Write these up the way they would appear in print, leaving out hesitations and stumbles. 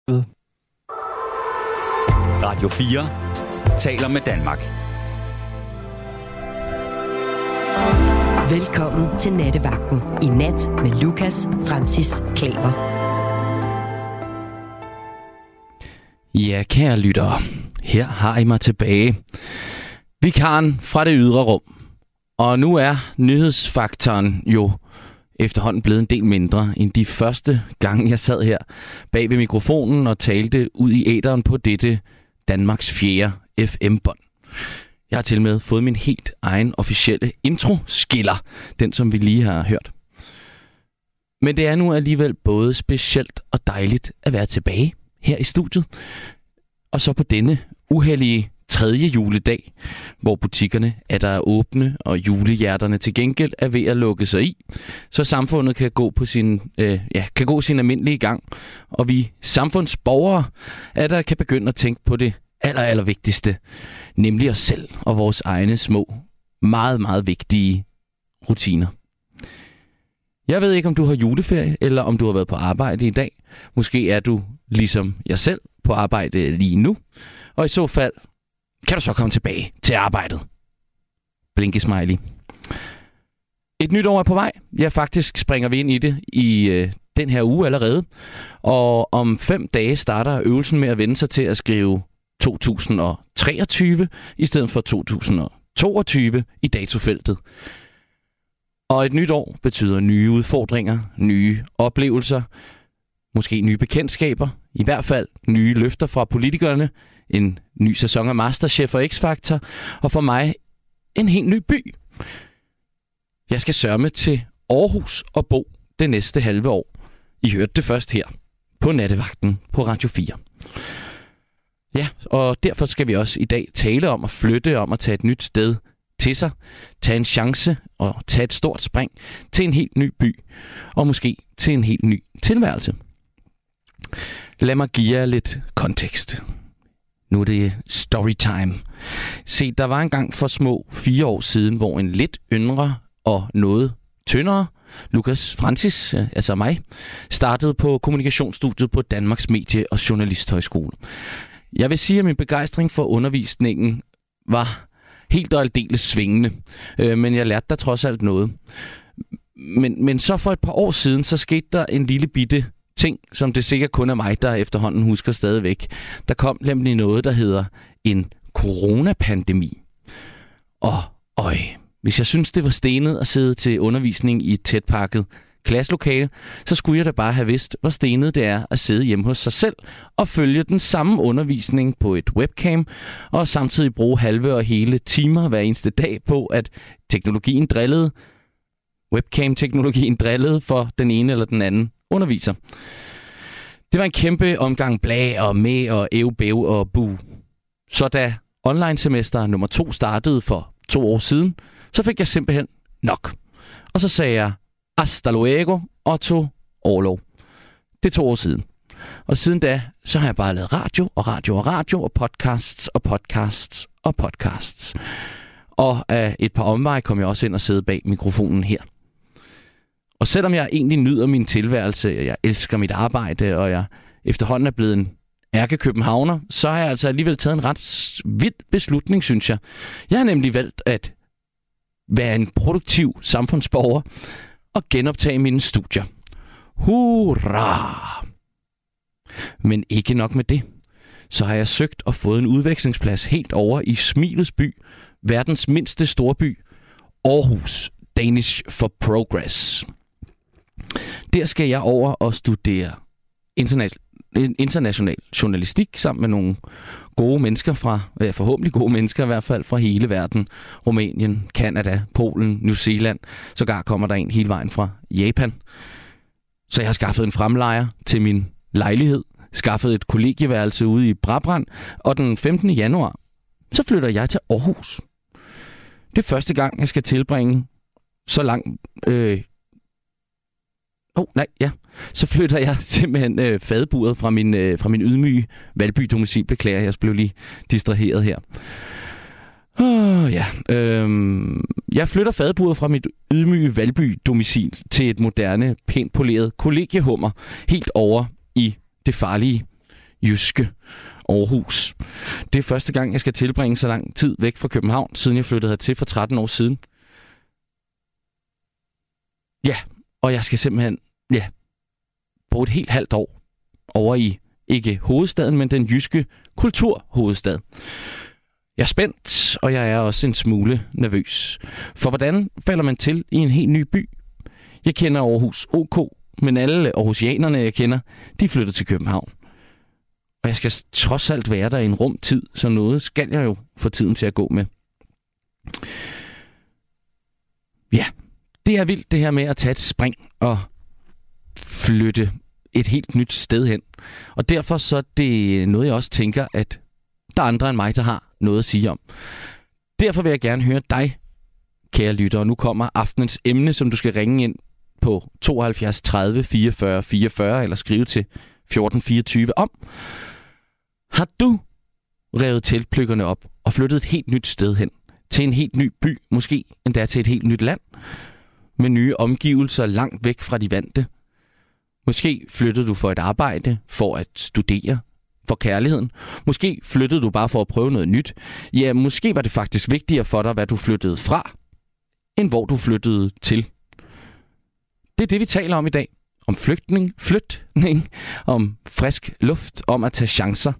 Radio 4 taler med Danmark. Velkommen til Nattevagten. I nat med Lukas Francis Klaver. Ja, kære lyttere. Her har I mig tilbage. Vikaren fra det ydre rum. Og nu er nyhedsfaktoren jo efterhånden blevet en del mindre end de første gange, jeg sad her bag ved mikrofonen og talte ud i æteren på dette Danmarks 4. FM-bånd. Jeg har til med fået min helt egen officielle intro-skiller, den som vi lige har hørt. Men det er nu alligevel både specielt og dejligt at være tilbage her i studiet. Og så på denne uheldige 3. juledag, hvor butikkerne er der åbne, og julehjerterne til gengæld er ved at lukke sig i, så samfundet kan gå på sin almindelige gang, og vi samfundsborgere er der kan begynde at tænke på det aller vigtigste, nemlig os selv og vores egne små, meget, meget vigtige rutiner. Jeg ved ikke, om du har juleferie, eller om du har været på arbejde i dag. Måske er du, ligesom jeg selv, på arbejde lige nu, og i så fald kan du så komme tilbage til arbejdet. Blinkesmiley. Et nyt år er på vej. Ja, faktisk springer vi ind i det i den her uge allerede. Og om 5 dage starter øvelsen med at vende sig til at skrive 2023 i stedet for 2022 i datofeltet. Og et nyt år betyder nye udfordringer, nye oplevelser, måske nye bekendtskaber, i hvert fald nye løfter fra politikerne, en ny sæson af Masterchef og X-Factor, og for mig en helt ny by. Jeg skal sørme til Aarhus og bo det næste halve år. I hørte det først her på Nattevagten på Radio 4. Ja, og derfor skal vi også i dag tale om at flytte, om at tage et nyt sted til sig, tage en chance og tage et stort spring til en helt ny by, og måske til en helt ny tilværelse. Lad mig give jer lidt kontekst. Nu er det storytime. Se, der var engang for små 4 år siden, hvor en lidt yngre og noget tyndere Lukas Francis, altså mig, startede på kommunikationsstudiet på Danmarks Medie- og Journalisthøjskole. Jeg vil sige, at min begejstring for undervisningen var helt og aldeles svingende, men jeg lærte der trods alt noget. Men så for et par år siden, så skete der en lille bitte ting, som det sikkert kun er mig, der efterhånden husker stadigvæk. Der kom nemlig noget, der hedder en coronapandemi. Og hvis jeg synes, det var stenet at sidde til undervisning i et tætpakket klasselokale, så skulle jeg da bare have vidst, hvor stenet det er at sidde hjemme hos sig selv og følge den samme undervisning på et webcam, og samtidig bruge halve og hele timer hver eneste dag på, at teknologien drillede, webcam-teknologien drillede for den ene eller den anden underviser. Det var en kæmpe omgang blag og med og ævbæv og bu. Så da online-semester nummer 2 startede for 2 år siden, så fik jeg simpelthen nok. Og så sagde jeg hasta luego og tog orlov. Det er 2 år siden. Og siden da, så har jeg bare lavet radio og podcasts. Og af et par omveje kom jeg også ind og sidde bag mikrofonen her. Og selvom jeg egentlig nyder min tilværelse, jeg elsker mit arbejde, og jeg efterhånden er blevet en ærkekøbenhavner, så har jeg altså alligevel taget en ret vild beslutning, synes jeg. Jeg har nemlig valgt at være en produktiv samfundsborger og genoptage mine studier. Hurra! Men ikke nok med det. Så har jeg søgt og fået en udvekslingsplads helt over i Smilets by, verdens mindste storby, Aarhus, Danish for Progress. Der skal jeg over og studere international journalistik sammen med nogle gode mennesker forhåbentlig gode mennesker i hvert fald fra hele verden. Rumænien, Canada, Polen, New Zealand. Sågar kommer der en hele vejen fra Japan. Så jeg har skaffet en fremlejer til min lejlighed, skaffet et kollegieværelse ude i Brabrand, og den 15. januar, så flytter jeg til Aarhus. Det er første gang, jeg skal tilbringe så lang... Så flytter jeg simpelthen fadeburet fra min ydmyge Valby-domicil. Beklager, jeg blev lige distraheret her. Jeg flytter fadeburet fra mit ydmyge Valby-domicil til et moderne, pænt poleret kollegiehummer helt over i det farlige jyske Aarhus. Det er første gang, jeg skal tilbringe så lang tid væk fra København, siden jeg flyttede hertil for 13 år siden. Ja, og jeg skal simpelthen bruge et helt halvt år over i, ikke hovedstaden, men den jyske kulturhovedstad. Jeg er spændt, og jeg er også en smule nervøs. For hvordan falder man til i en helt ny by? Jeg kender Aarhus OK, men alle aarhusianerne, jeg kender, de flytter til København. Og jeg skal trods alt være der i en rum tid, så noget skal jeg jo få tiden til at gå med. Ja, det er vildt det her med at tage et spring og flytte et helt nyt sted hen. Og derfor så er det noget, jeg også tænker, at der er andre end mig, der har noget at sige om. Derfor vil jeg gerne høre dig, kære lytter. Og nu kommer aftenens emne, som du skal ringe ind på 72 30 44 44 eller skrive til 1424 om. Har du revet teltpløkkerne op og flyttet et helt nyt sted hen? Til en helt ny by, måske endda til et helt nyt land? Med nye omgivelser langt væk fra de vante? Måske flyttede du for et arbejde, for at studere, for kærligheden. Måske flyttede du bare for at prøve noget nyt. Ja, måske var det faktisk vigtigere for dig, hvad du flyttede fra, end hvor du flyttede til. Det er det, vi taler om i dag. Om flytning, om frisk luft, om at tage chancer.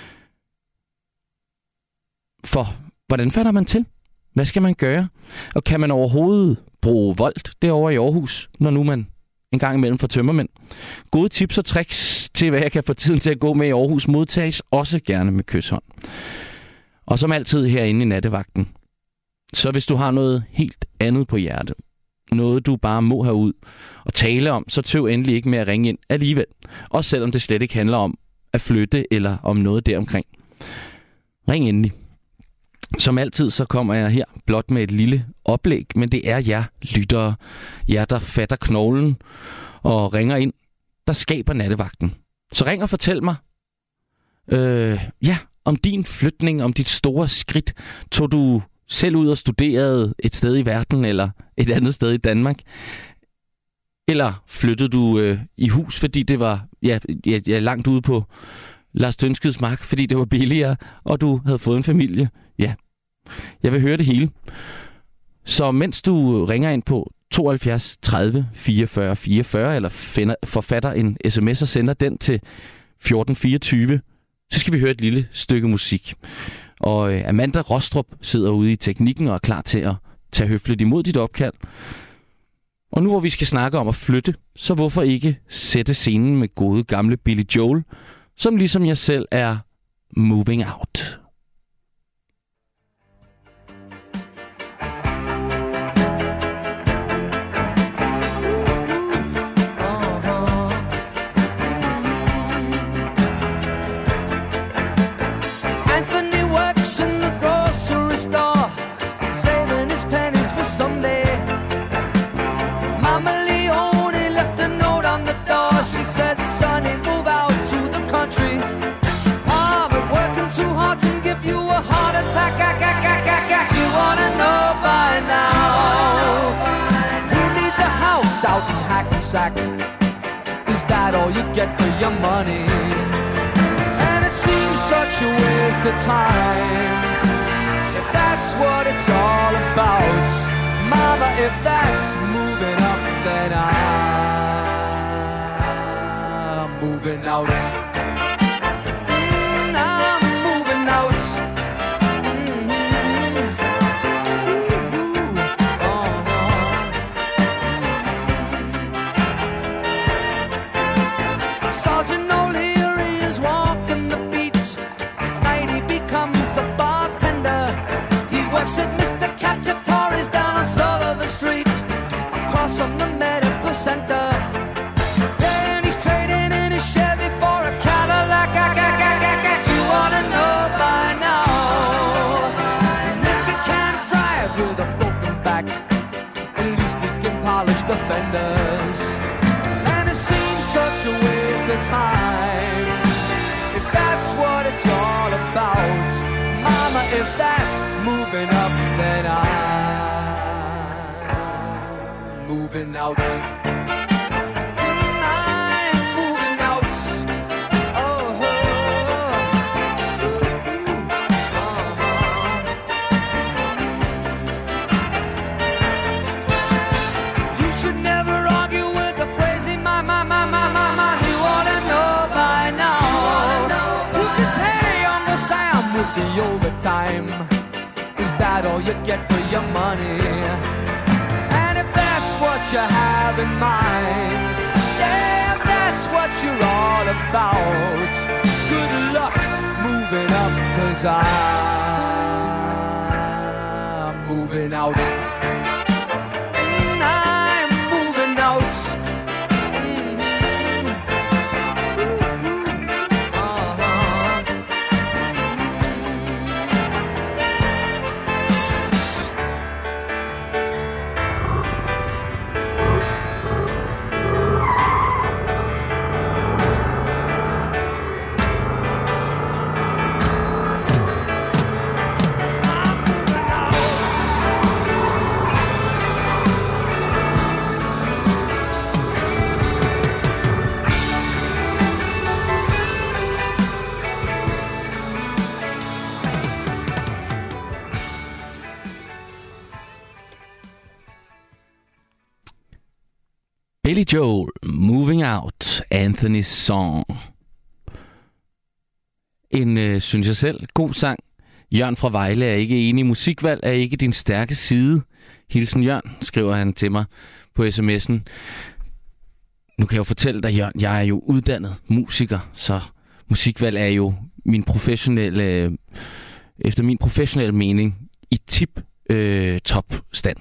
For hvordan falder man til? Hvad skal man gøre? Og kan man overhovedet bruge vold derovre i Aarhus, når nu man en gang imellem får tømmermænd? Gode tips og tricks til, hvad jeg kan få tiden til at gå med i Aarhus, modtages også gerne med kyshånd. Og som altid herinde i nattevagten. Så hvis du har noget helt andet på hjertet, noget du bare må have ud og tale om, så tøv endelig ikke med at ringe ind alligevel. Også selvom det slet ikke handler om at flytte eller om noget deromkring. Ring endelig. Som altid så kommer jeg her blot med et lille oplæg, men det er jer lyttere, jer der fatter knoglen og ringer ind, der skaber nattevagten. Så ring og fortæl mig om din flytning, om dit store skridt. Tog du selv ud og studerede et sted i verden eller et andet sted i Danmark? Eller flyttede du i hus, fordi det var langt ude på Lars Dønskeds mark, fordi det var billigere, og du havde fået en familie? Ja, jeg vil høre det hele. Så mens du ringer ind på 72 30 44 44, eller forfatter en sms og sender den til 1424, så skal vi høre et lille stykke musik. Og Amanda Rostrup sidder ude i teknikken og er klar til at tage høfligt imod dit opkald. Og nu hvor vi skal snakke om at flytte, så hvorfor ikke sætte scenen med gode gamle Billy Joel, som ligesom jeg selv er moving out. Out in Hackensack. Is that all you get for your money? And it seems such a waste of time. If that's what it's all about, Mama, if that's moving up, then I'm moving out. Defenders, and it seems such a waste of time. If that's what it's all about, Mama, if that's moving up, then I'm moving out. I'm moving out. Oh, oh, your money. And if that's what you have in mind, yeah, that's what you're all about. Good luck moving up, 'cause I'm moving out. I'm moving out. Billy Joel, Moving Out, Anthony's Song. En, synes jeg selv, god sang. Jørgen fra Vejle er ikke enig. Musikvalg er ikke din stærke side. Hilsen Jørgen, skriver han til mig på sms'en. Nu kan jeg jo fortælle dig, Jørgen, jeg er jo uddannet musiker, så musikvalg er jo min professionelle, efter min professionelle mening, i top stand.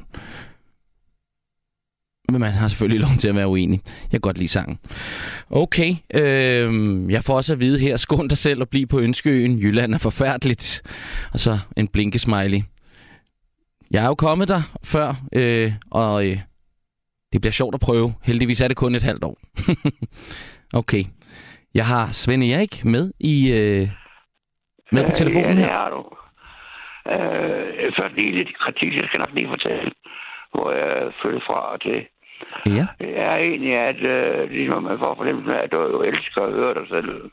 Men man har selvfølgelig lov til at være uenig. Jeg kan godt lide sangen. Okay, jeg får også at vide her, skån dig selv og bliv på Ønskeøen. Jylland er forfærdeligt. Og så en blinkesmiley. Jeg er jo kommet der før, og det bliver sjovt at prøve. Heldigvis er det kun et halvt år. Okay. Jeg har Svend Erik med med på telefonen her. Ja, det har du. Først lige lidt kritik, jeg skal nok lige fortælle, hvor jeg følger fra og til. Ja. Jeg er enig, at ligesom man får fornemmelsen af, at du jo elsker at høre dig selv.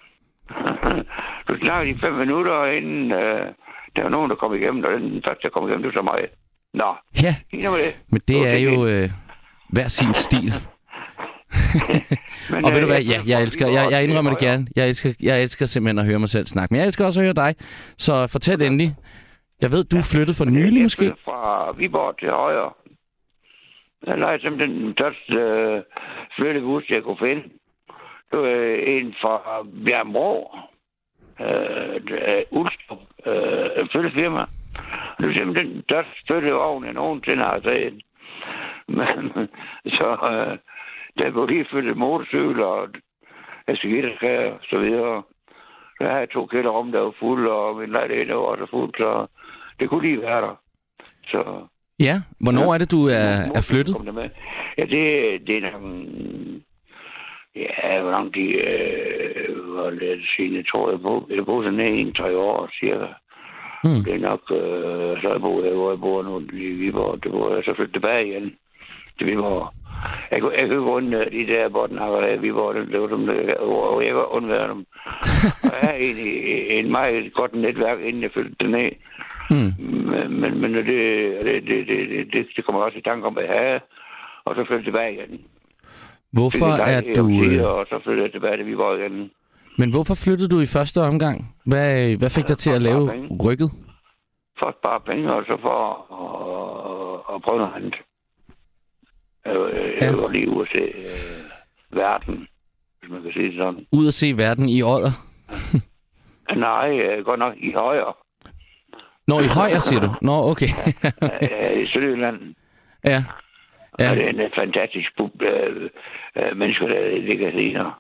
Du snakker i 5 minutter, inden der var nogen, der kom igennem, og den første, der kom igennem, det var så mig. Nå, ja, men det er jo hver sin stil. Men, og ved du hvad, jeg indrømmer det gerne. Jeg elsker simpelthen at høre mig selv snakke, men jeg elsker også at høre dig. Så fortæl endelig. Jeg ved, du er flyttet for nylig måske? Jeg fra Viborg til højre. Jeg lejede simpelthen den største flyttehus, jeg kunne finde. Det var en fra Bjergbro. Ulstrup. Flyttefirma. Det var simpelthen den største flyttevogn, jeg nogensinde har set. Men så der blev lige flyttet motorcykel og asketerskær og så videre. Der havde jeg 2 kælderrum, der var fulde, og min lejlighed der var også fuld, så det kunne lige være der. Så, ja, hvornår er det, du er flyttet? Ja, det er nok... Ja, hvor langt de var lidt siden, jeg tror, jeg boede sådan 1-3 år cirka. Det er nok, så jeg boede her, hvor jeg bor nu i Viborg. Det var jeg så flyttet tilbage igen til Viborg. Jeg kunne rundt de der bottenhakker der i Viborg, det var dem, og jeg kunne undvære dem. Og jeg har egentlig en meget godt netværk, inden jeg flyttede den af. Men det kommer også i tanke om at have, og så flyttede tilbage igen. Hvorfor er du... Og så flyttede jeg tilbage til Viborg igen. Men hvorfor flyttede du i første omgang? Hvad fik dig til at lave rykket? Først bare penge, og så for at prøve noget andet. Jeg var lige ude at se verden, hvis man kan sige det sådan. Ud at se verden i Odder? Nej, godt nok i Højer. Nå, i Højer, siger du? Nå, okay. I Sydjylland. Ja. Og det er en fantastisk mennesker, der ligger senere.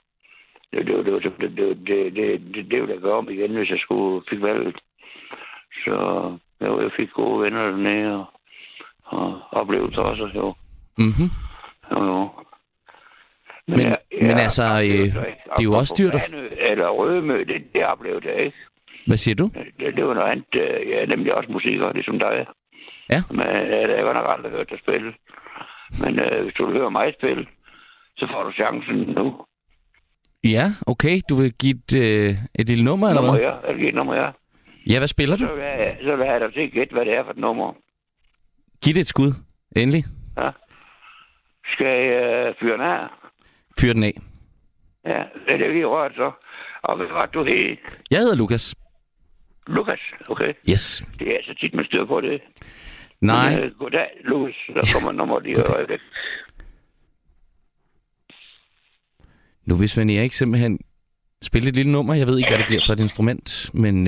Det ville jeg gøre om igen, hvis jeg fik valget. Så jeg fik gode venner dernede, og oplevelser også, jo. Mhm. Jo. Men altså, det er jo også dyrt at... Eller Rødemø, det oplevede jeg ikke. Hvad siger du? Det var noget andet. Jeg er nemlig også musiker, ligesom dig. Ja. Men jeg har nok aldrig hørt dig spille. Men hvis du vil høre mig spille, så får du chancen nu. Ja, okay. Du vil give et lille nummer, eller hvad? Jeg vil give et nummer, ja. Ja, hvad spiller du? Så vil jeg da se gætte, hvad det er for et nummer. Giv det et skud. Endelig. Ja. Skal jeg fyre den af? Fyr den af. Ja, det er lige rørt så. Og hvad var du her? Jeg hedder Lukas. Lukas, okay. Yes. Det er så tit, man styrer på det. Nej. Men, goddag, Louis. Der kommer nummer lige et øjeblik. Nu vil Svend Erik simpelthen spille et lille nummer. Jeg ved ikke, hvad det bliver for et instrument, men...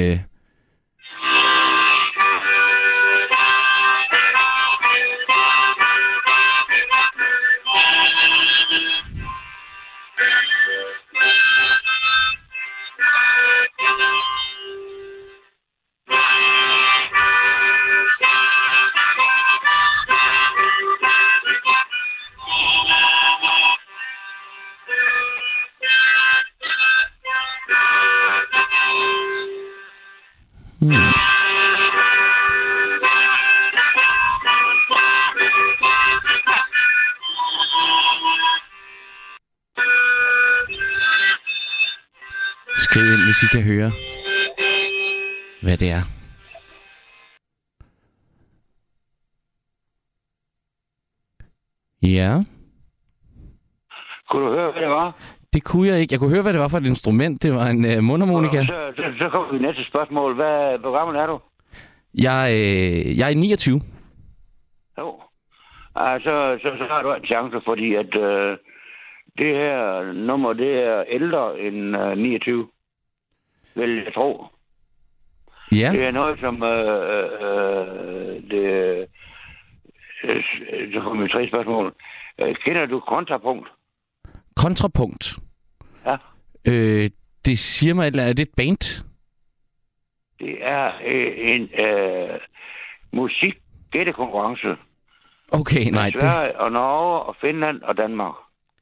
Skriv ind, hvis I kan høre, hvad det er. Ja. Kunne du høre, hvad det var? Det kunne jeg ikke. Jeg kunne høre, hvad det var for et instrument. Det var en mundharmonika. Så kommer vi næste spørgsmål. Hvor gammel er du? Jeg er 29. Jo. Så har du en chance, fordi at det her nummer, det er ældre end 29. Vil jeg tro. Ja. Det er noget, som så kommer vi 3 spørgsmål. Kender du kontrapunkt? Kontrapunkt? Ja. Det siger mig, eller er det et band? Det er en musik-gættekonkurrence. Okay, nej. Sverige og Norge og Finland og Danmark.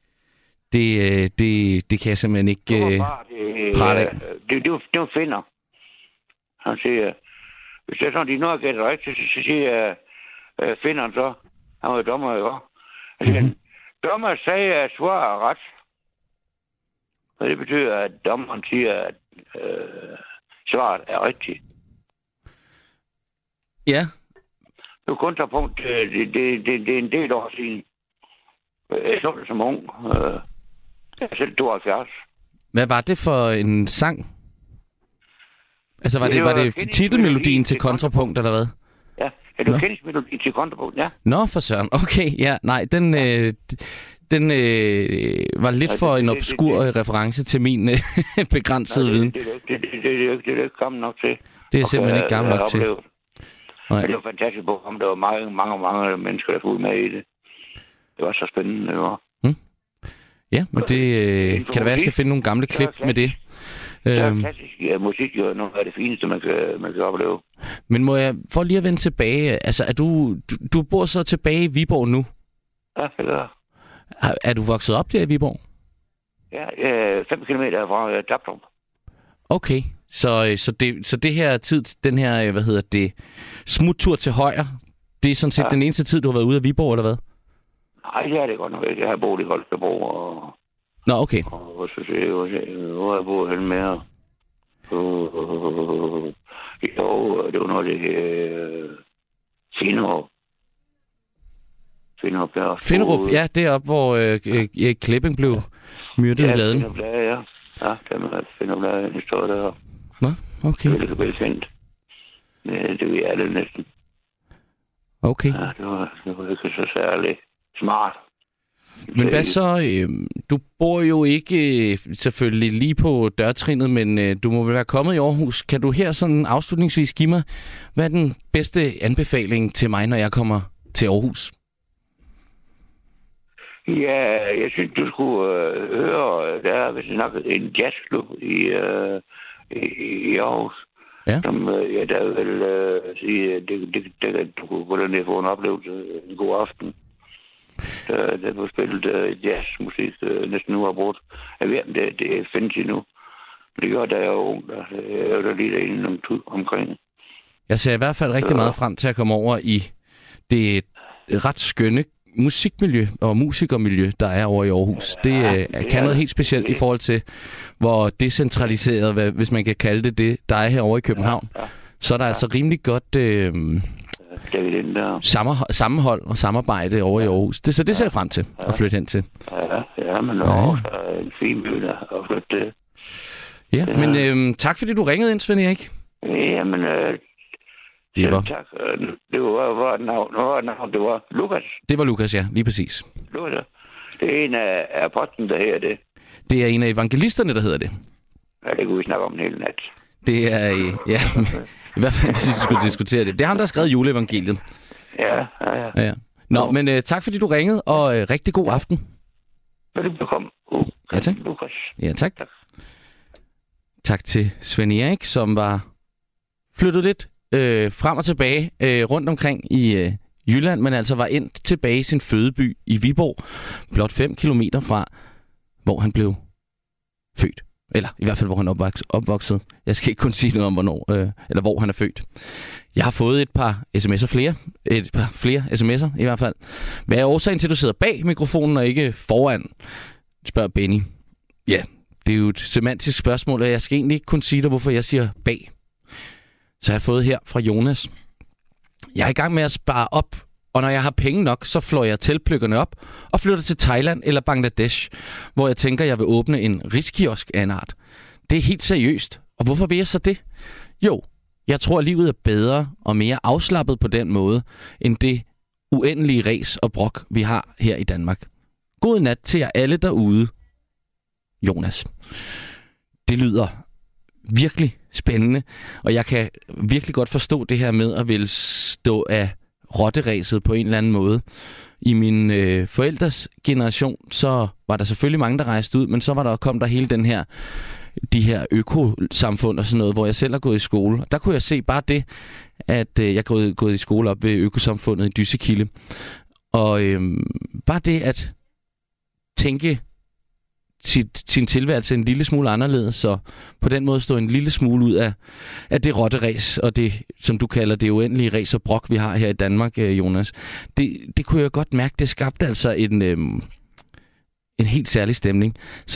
Det kan jeg simpelthen ikke prate af. Det var finder. Han siger, hvis det er sådan, de nu har gættet rigtigt, så siger finderen så, han var jo dommer i år. Dommer sagde, at svaret er ret. Og det betyder, at dommeren siger, at svaret er rigtigt. Ja. Du kun tager punkt. Det er en del år siden. Jeg så det som ung. Jeg er selv 72. Hvad var det for en sang? Altså, var det titelmelodien til kontrapunkt, eller hvad? Ja, du kendes melodien til kontrapunkt, ja. Nå, for søren. Okay, ja. Nej, den var lidt for en obskur reference til min begrænsede viden. Det er ikke gammel nok til. Det er simpelthen ikke gammel nok til. Nej. Det var fantastisk på, om der var mange mennesker, der fulgte med i det. Det var så spændende, det var. Ja, men det kan det være, jeg skal finde nogle gamle klip med det. Klassisk musik er noget af det fineste, man kan opleve. Men må jeg, for lige at vende tilbage, altså er du bor så tilbage i Viborg nu? Ja, det gør. Er du vokset op der i Viborg? Ja, 5 kilometer fra Taptrup. Okay, så det her tid, den her, smuttur til højre, det er sådan set den eneste tid, du har været ude af Viborg, eller hvad? Nej, det er det godt nok ikke. Jeg har boet i Holstebro og... Nå, okay. Og så ser jeg også, hvor jeg bor henne med. Jo, det var noget, det Finderup. Finderup, ja, det er op, hvor Klipping blev myrdet i laden. Ja. Ja, Finderup er en historie der. Nå, okay. Det er velkendt. Det ved alle næsten. Okay. Ja, det var ikke så særligt smart. Men hvad så? Du bor jo ikke selvfølgelig lige på dørtrinnet, men du må vel være kommet i Aarhus. Kan du her sådan afslutningsvis give mig, hvad er den bedste anbefaling til mig, når jeg kommer til Aarhus? Ja, jeg synes, du skulle høre, der er vist nok en jazzklub i Aarhus. Ja. Som, der vil sige, det du kunne gå derned og få en oplevelse, en god aften. Der blev spillet jazzmusik næsten uafbrudt. Jeg ved, om det findes endnu. Det gør, da jeg er ung, der er der lige derinde omkring. Jeg ser i hvert fald rigtig meget frem til at komme over i det ret skønne musikmiljø og musikermiljø, der er over i Aarhus. Det kan noget helt specielt i forhold til, hvor decentraliseret, hvis man kan kalde det, der er herovre i København. Så er der altså rimelig godt sammenhold og samarbejde over i Aarhus. Så det ser jeg frem til at flytte hen til. Ja, men Aarhus er en fin by der at flytte til. Ja, men tak fordi du ringede ind, Svend Erik. Jamen, Det var... Tak. Det var navn. Det var Lukas. Det var Lukas, ja. Lige præcis. Lukas. Det er en af apostlen, der hedder det. Det er en af evangelisterne, der hedder det. Ja, det kunne vi snakke om en hel nat. Det er... Ja, i hvert fald, hvis vi skulle diskutere det. Det er ham, der har skrevet juleevangeliet. Ja. Nå, men tak fordi du ringede, og rigtig god aften. Velbekomme. Ja, tak. Lukas. Ja, tak. Tak til Svend Erik, som var flyttet lidt frem og tilbage rundt omkring i Jylland, men altså var endt tilbage i sin fødeby i Viborg, blot 5 kilometer fra, hvor han blev født. Eller i hvert fald, hvor han opvokset. Jeg skal ikke kun sige noget om, hvornår, eller hvor han er født. Jeg har fået et par flere sms'er i hvert fald. Hvad er årsagen til, at du sidder bag mikrofonen og ikke foran? Spørger Benny. Ja, det er jo et semantisk spørgsmål, og jeg skal egentlig ikke kun sige dig, hvorfor jeg siger bag. Så jeg har fået her fra Jonas. Jeg er i gang med at spare op, og når jeg har penge nok, så flår jeg teltpløkkerne op og flytter til Thailand eller Bangladesh, hvor jeg tænker, jeg vil åbne en riskiosk af en art. Det er helt seriøst. Og hvorfor vil jeg så det? Jo, jeg tror, at livet er bedre og mere afslappet på den måde, end det uendelige ræs og brok, vi har her i Danmark. God nat til jer alle derude. Jonas. Det lyder virkelig spændende, og jeg kan virkelig godt forstå det her med at ville stå af rotteræset på en eller anden måde. I min forældres generation, så var der selvfølgelig mange, der rejste ud, men så kom der hele de her økosamfund og sådan noget, hvor jeg selv har gået i skole. Der kunne jeg se bare det, at jeg gået i skole op ved økosamfundet i Dyssekilde. Og bare det at tænke sin tilværelse en lille smule anderledes, så på den måde stå en lille smule ud af det rotteræs, og det, som du kalder det uendelige ræs og brok, vi har her i Danmark, Jonas. Det kunne jeg godt mærke, det skabte altså en helt særlig stemning. Så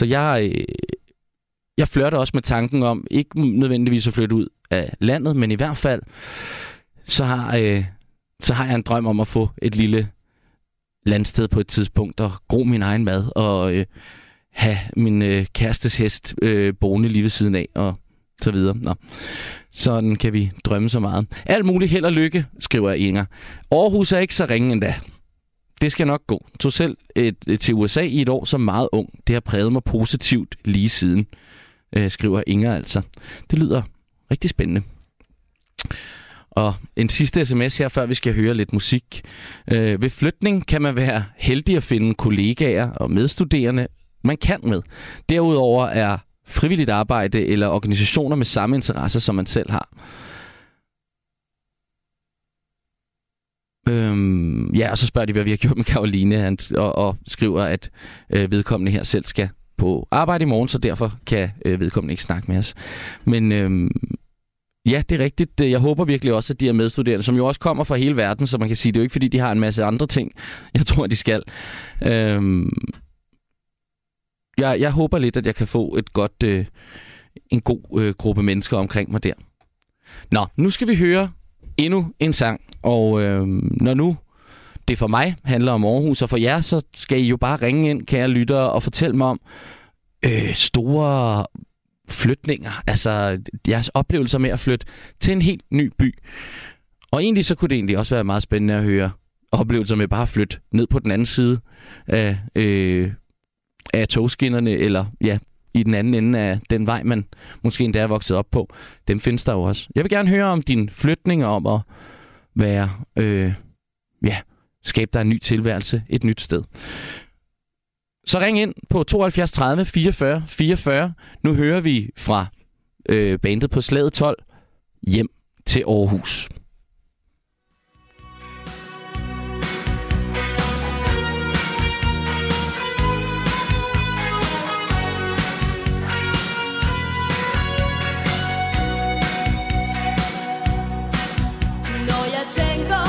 jeg flirter også med tanken om, ikke nødvendigvis at flytte ud af landet, men i hvert fald, så har jeg en drøm om at få et lille landsted på et tidspunkt, og gro min egen mad, og have min kærestes hest boende lige ved siden af, og så videre. Nå. Sådan kan vi drømme så meget. Alt muligt held og lykke, skriver Inger. Aarhus er ikke så ringe endda. Det skal nok gå. Tog selv til USA i et år som meget ung. Det har præget mig positivt lige siden, skriver Inger altså. Det lyder rigtig spændende. Og en sidste sms her, før vi skal høre lidt musik. Ved flytning kan man være heldig at finde kollegaer og medstuderende, man kan med. Derudover er frivilligt arbejde eller organisationer med samme interesser, som man selv har. Ja, og så spørger de, hvad vi har gjort med Karoline, og skriver, at vedkommende her selv skal på arbejde i morgen, så derfor kan vedkommende ikke snakke med os. Men ja, det er rigtigt. Jeg håber virkelig også, at de her medstuderende, som jo også kommer fra hele verden, så man kan sige, det er jo ikke, fordi de har en masse andre ting, jeg tror, de skal. Jeg håber lidt, at jeg kan få en god gruppe mennesker omkring mig der. Nå, nu skal vi høre endnu en sang, og når nu det for mig handler om Aarhus, og for jer, så skal I jo bare ringe ind, kære lyttere, og fortælle mig om store flytninger, altså jeres oplevelser med at flytte til en helt ny by. Og egentlig så kunne det egentlig også være meget spændende at høre oplevelser med bare at flytte ned på den anden side af togskinnerne, eller ja, i den anden ende af den vej, man måske endda er vokset op på. Dem findes der jo også. Jeg vil gerne høre om din flytning, om at være, skabe dig en ny tilværelse, et nyt sted. Så ring ind på 72 30 44 44. Nu hører vi fra bandet på Slaget 12, Hjem til Aarhus. Tænker,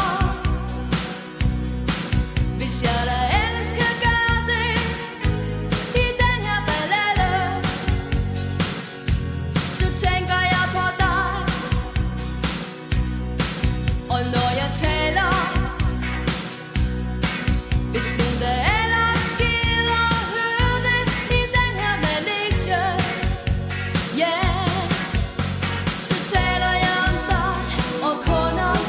hvis jeg da ellers kan gøre det i den her ballade, så tænker jeg på dig. Og når jeg taler, hvis nogen der ellers gider høre det i den her manege, yeah, så taler jeg om dig og kun om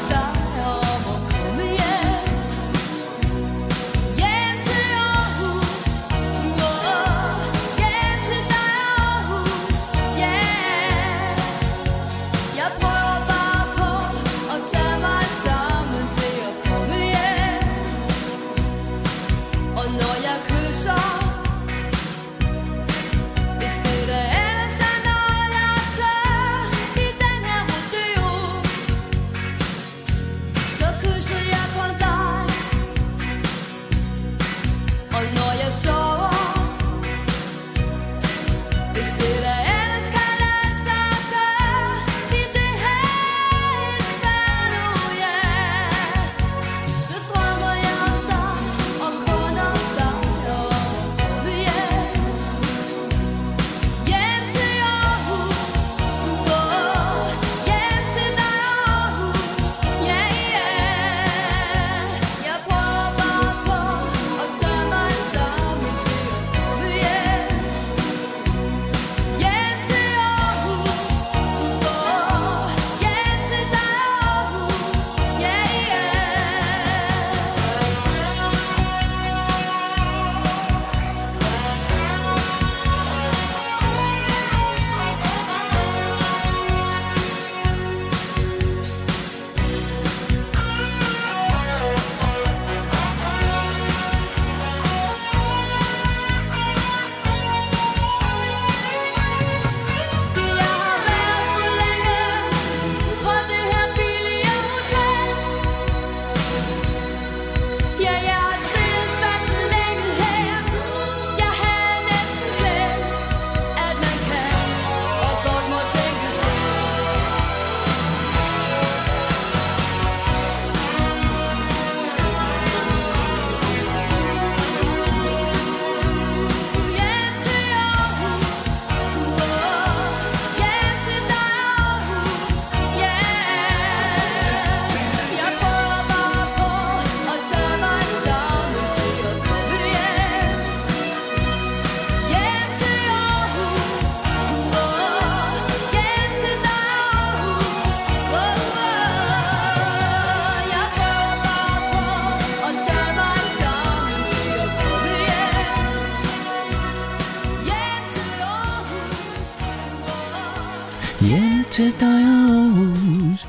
til dig, Aarhus.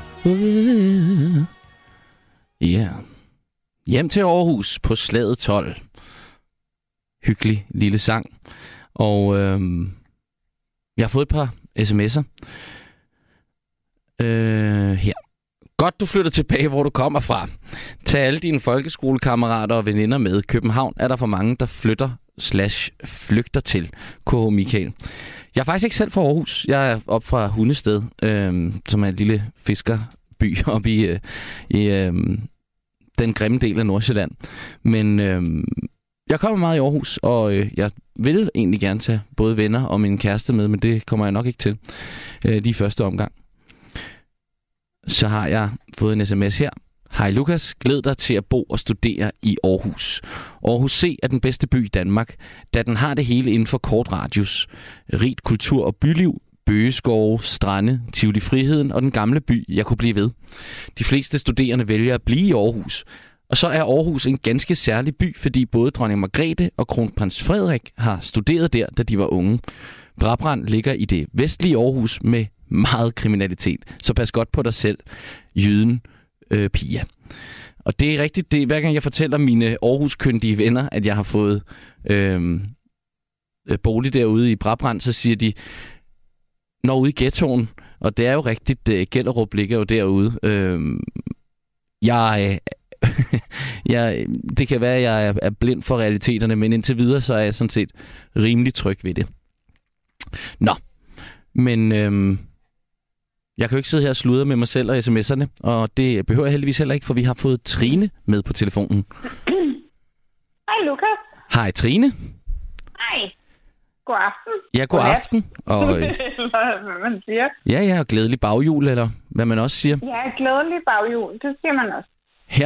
Ja. Hjem til Aarhus på slaget 12. Hyggelig lille sang. Og jeg har fået et par sms'er. Her. Godt, du flytter tilbage, hvor du kommer fra. Tag alle dine folkeskolekammerater og veninder med. København er der for mange, der flygter til. K.H. Michael. Jeg er faktisk ikke selv fra Aarhus. Jeg er op fra Hundested, som er en lille fiskerby oppe i den grimme del af Nordsjælland. Men jeg kommer meget i Aarhus, og jeg vil egentlig gerne tage både venner og min kæreste med, men det kommer jeg nok ikke til lige første omgang. Så har jeg fået en sms her. Hej Lukas, glæd dig til at bo og studere i Aarhus. Aarhus C er den bedste by i Danmark, da den har det hele inden for kort radius. Rigt kultur- og byliv, bøgeskove, strande, Tivoli Friheden og den gamle by, jeg kunne blive ved. De fleste studerende vælger at blive i Aarhus. Og så er Aarhus en ganske særlig by, fordi både dronning Margrethe og kronprins Frederik har studeret der, da de var unge. Brabrand ligger i det vestlige Aarhus med meget kriminalitet, så pas godt på dig selv, jyden Pia. Og det er rigtigt, hver gang jeg fortæller mine Aarhus-kyndige venner, at jeg har fået bolig derude i Brabrand, så siger de, når ude i ghettoen, og det er jo rigtigt, Gellerup ligger jo derude. Det kan være, at jeg er blind for realiteterne, men indtil videre, så er jeg sådan set rimelig tryg ved det. Nå, men jeg kan jo ikke sidde her og sludre med mig selv og sms'erne, og det behøver jeg heldigvis heller ikke, for vi har fået Trine med på telefonen. Hej Lukas. Hej Trine. Hej. God aften. Ja, god aften. Og, hvad man siger. Ja, og glædelig baghjul, eller hvad man også siger. Ja, glædelig baghjul, det siger man også. Ja.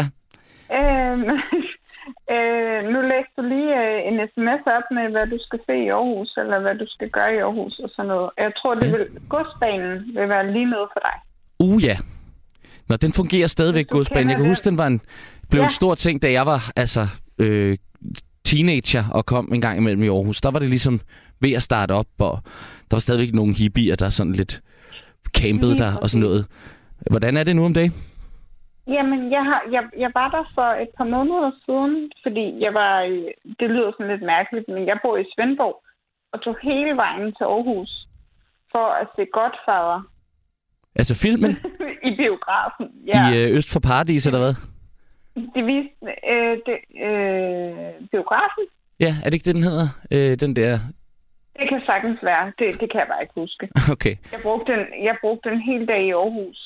Nu læste du lige en sms op med, hvad du skal se i Aarhus, eller hvad du skal gøre i Aarhus og sådan noget. Jeg tror, godsbanen vil være lige noget for dig. Ja. Nå, den fungerer stadigvæk, godsbanen. Jeg kan huske, den blev en stor ting, da jeg var teenager og kom en gang imellem i Aarhus. Der var det ligesom ved at starte op, og der var stadigvæk nogle hippier, der sådan lidt campede der og sådan noget. Hvordan er det nu om dagen? Jamen, jeg var der for et par måneder siden, fordi det lyder sådan lidt mærkeligt, men jeg bor i Svendborg og tog hele vejen til Aarhus for at se Godfather. Altså filmen? I biografen, ja. I Øst for Paradis, eller hvad? Det viste biografen. Ja, er det ikke det, den hedder? Den der... Det kan sagtens være. Det kan jeg bare ikke huske. Okay. Jeg brugte den hele dag i Aarhus,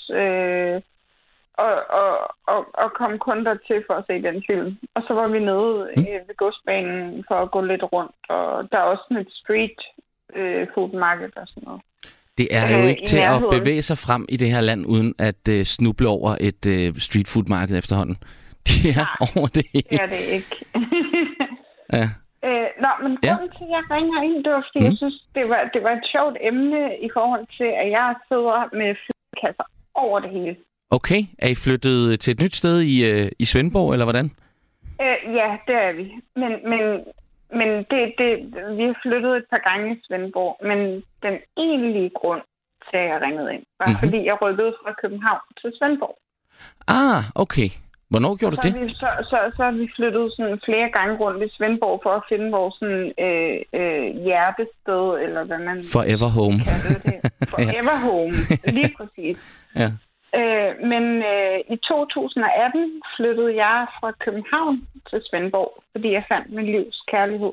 og kom kun dertil for at se den film. Og så var vi nede ved godsbanen for at gå lidt rundt, og der er også sådan et street food market og sådan noget. Det er jo ikke til at bevæge sig frem i det her land, uden at snuble over et street food market efterhånden. Det er over det hele. Det er det ikke. Ja. Men grunden til, at jeg ringer ind, det var, fordi jeg synes, det var et sjovt emne i forhold til, at jeg sidder med flyvekasser over det hele. Okay. Er I flyttet til et nyt sted i Svendborg, eller hvordan? Ja, det er vi. Men vi har flyttet et par gange i Svendborg, men den egentlige grund til, at jeg ringede ind, var fordi jeg rykkede fra København til Svendborg. Okay. Hvornår gjorde du det? Så har vi flyttet sådan flere gange rundt i Svendborg for at finde vores sådan, hjertested, eller hvad man Forever home. Forever home, lige præcis. Ja. Men i 2018 flyttede jeg fra København til Svendborg, fordi jeg fandt min livs kærlighed.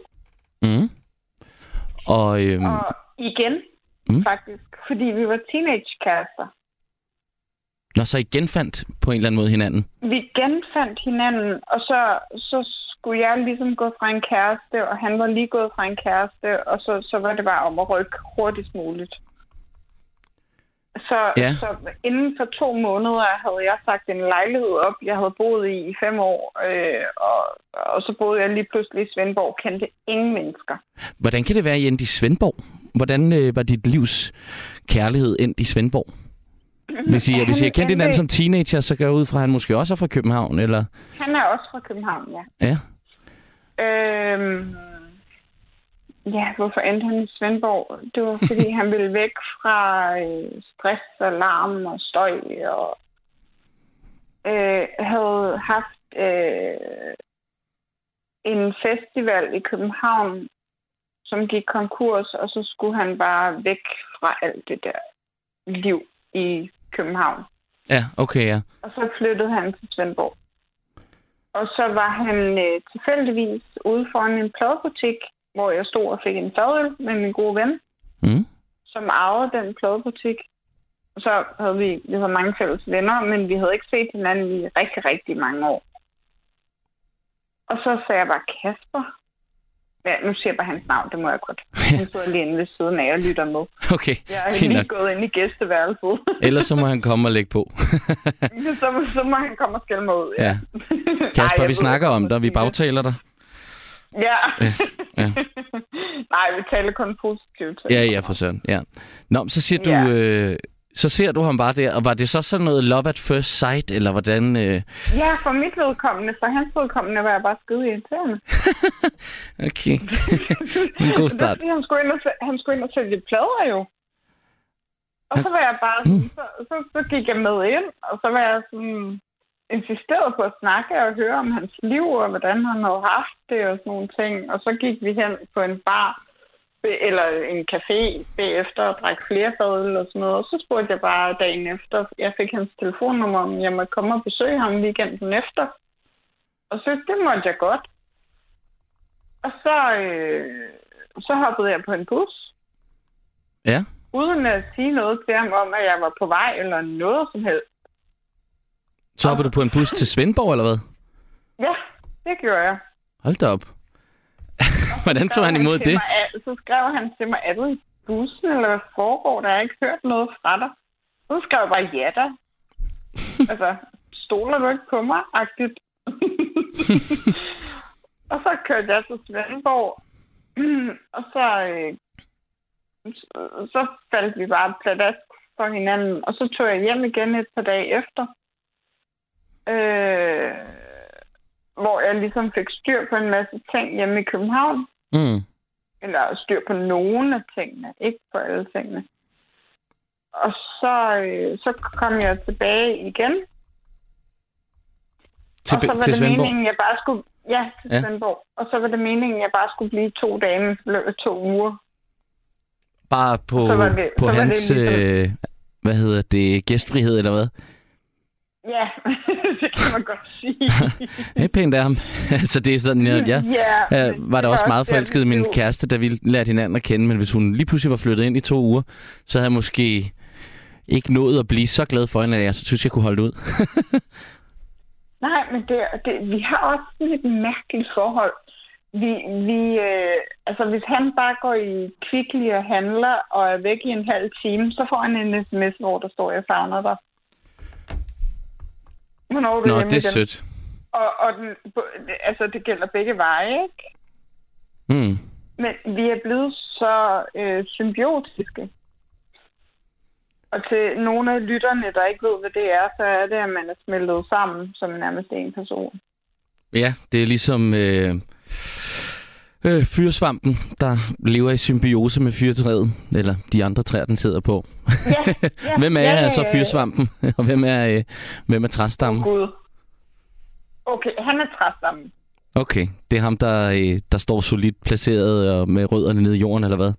Og igen, faktisk, fordi vi var teenagekærester. Nå, så I genfandt på en eller anden måde hinanden? Vi genfandt hinanden, og så skulle jeg ligesom gå fra en kæreste, og han var lige gået fra en kæreste, og så var det bare om at rykke hurtigst muligt. Så inden for 2 måneder havde jeg sagt en lejlighed op, jeg havde boet i 5 år, og så boede jeg lige pludselig i Svendborg, kendte ingen mennesker. Hvordan kan det være, I endte i Svendborg? Hvordan var dit livs kærlighed endt i Svendborg? Hvis I kendte hinanden som teenager, så går jeg ud fra, at han måske også er fra København, eller? Han er også fra København, ja. Ja. Ja, hvorfor endte han i Svendborg? Det var, fordi han ville væk fra stress og larm og støj, og havde haft en festival i København, som gik konkurs, og så skulle han bare væk fra alt det der liv i København. Ja, okay, ja. Og så flyttede han til Svendborg. Og så var han tilfældigvis ude foran en pladebutik, hvor jeg stod og fik en fadøl med min gode ven, som ejede den pladebutik. Og så havde vi så mange fælles venner, men vi havde ikke set hinanden i rigtig, rigtig mange år. Og så sagde jeg bare, Kasper. Ja, nu siger jeg bare hans navn, det må jeg godt. Han sidder lige inde ved siden af og lytter med. Okay, jeg er lige gået ind i gæsteværelset. Ellers så må han komme og lægge på. så må han komme og skælde mig ud. Ja. Kasper, vi snakker om dig, vi bagtaler dig. Ja. Ja. Nej, vi taler kun positivt. Ja, for søren. Ja. Nå, så siger du... Så ser du ham bare der, og var det så sådan noget love at first sight, eller hvordan? Ja, for mit vedkommende, for hans vedkommende var jeg bare skide irriterende. Okay. En god start. Han skulle ind og sælge plader jo. Og så var jeg bare sådan, så gik jeg med ind, og så var jeg sådan insisteret på at snakke og høre om hans liv, og hvordan han havde haft det, og sådan nogle ting. Og så gik vi hen på en bar, eller en café bagefter og drak flere fadøl og sådan noget. Og så spurgte jeg bare dagen efter, jeg fik hans telefonnummer, om jeg måtte komme og besøge ham weekenden efter. Og så det måtte jeg godt. Og så hoppede jeg på en bus. Ja. Uden at sige noget til ham om, at jeg var på vej eller noget som helst. Så hoppede du på en bus til Svendborg, eller hvad? Ja, det gjorde jeg. Hold da op. Hvordan tog han imod det? Så skrev han til mig, er du i bussen, eller hvad foregår? Der har jeg ikke hørt noget fra dig. Så skrev jeg bare, ja da. Altså, stoler du ikke på mig? Agtigt. Og så kørte jeg til Svendborg. Og så faldt vi bare pladask for hinanden. Og så tog jeg hjem igen et par dage efter. Hvor jeg ligesom fik styr på en masse ting hjemme i København. Eller styr på nogle af tingene, ikke på alle tingene. Og så kom jeg tilbage igen. Og så var det meningen, jeg bare skulle... Ja, til Svendborg. Og så var det meningen, jeg bare skulle blive 2 dage, 2 uger. Bare på hans, hvad hedder det, gæstfrihed, eller hvad? Ja, det kan man godt sige. Det er pænt af ham. Altså det er sådan, jeg var da også meget forelsket i min kæreste, da vi lærte hinanden at kende, men hvis hun lige pludselig var flyttet ind i 2 uger, så havde jeg måske ikke nået at blive så glad for hende, at jeg synes, jeg kunne holde ud. Nej, men vi har også et mærkeligt forhold. Altså hvis han bare går i Kvickly og handler og er væk i en halv time, så får han en sms, hvor der står, jeg savner dig. Nå, det er sødt. Og altså, det gælder begge veje, ikke? Men vi er blevet så symbiotiske. Og til nogle af lytterne, der ikke ved, hvad det er, så er det, at man er smeltet sammen som nærmest en person. Ja, det er ligesom fyrsvampen, der lever i symbiose med fyrtræet, eller de andre træer, den sidder på. Ja, hvem er så fyrsvampen, og hvem er træstammen? Gud. Okay, han er træstammen. Okay, det er ham, der står solidt placeret og med rødderne nede i jorden, eller hvad?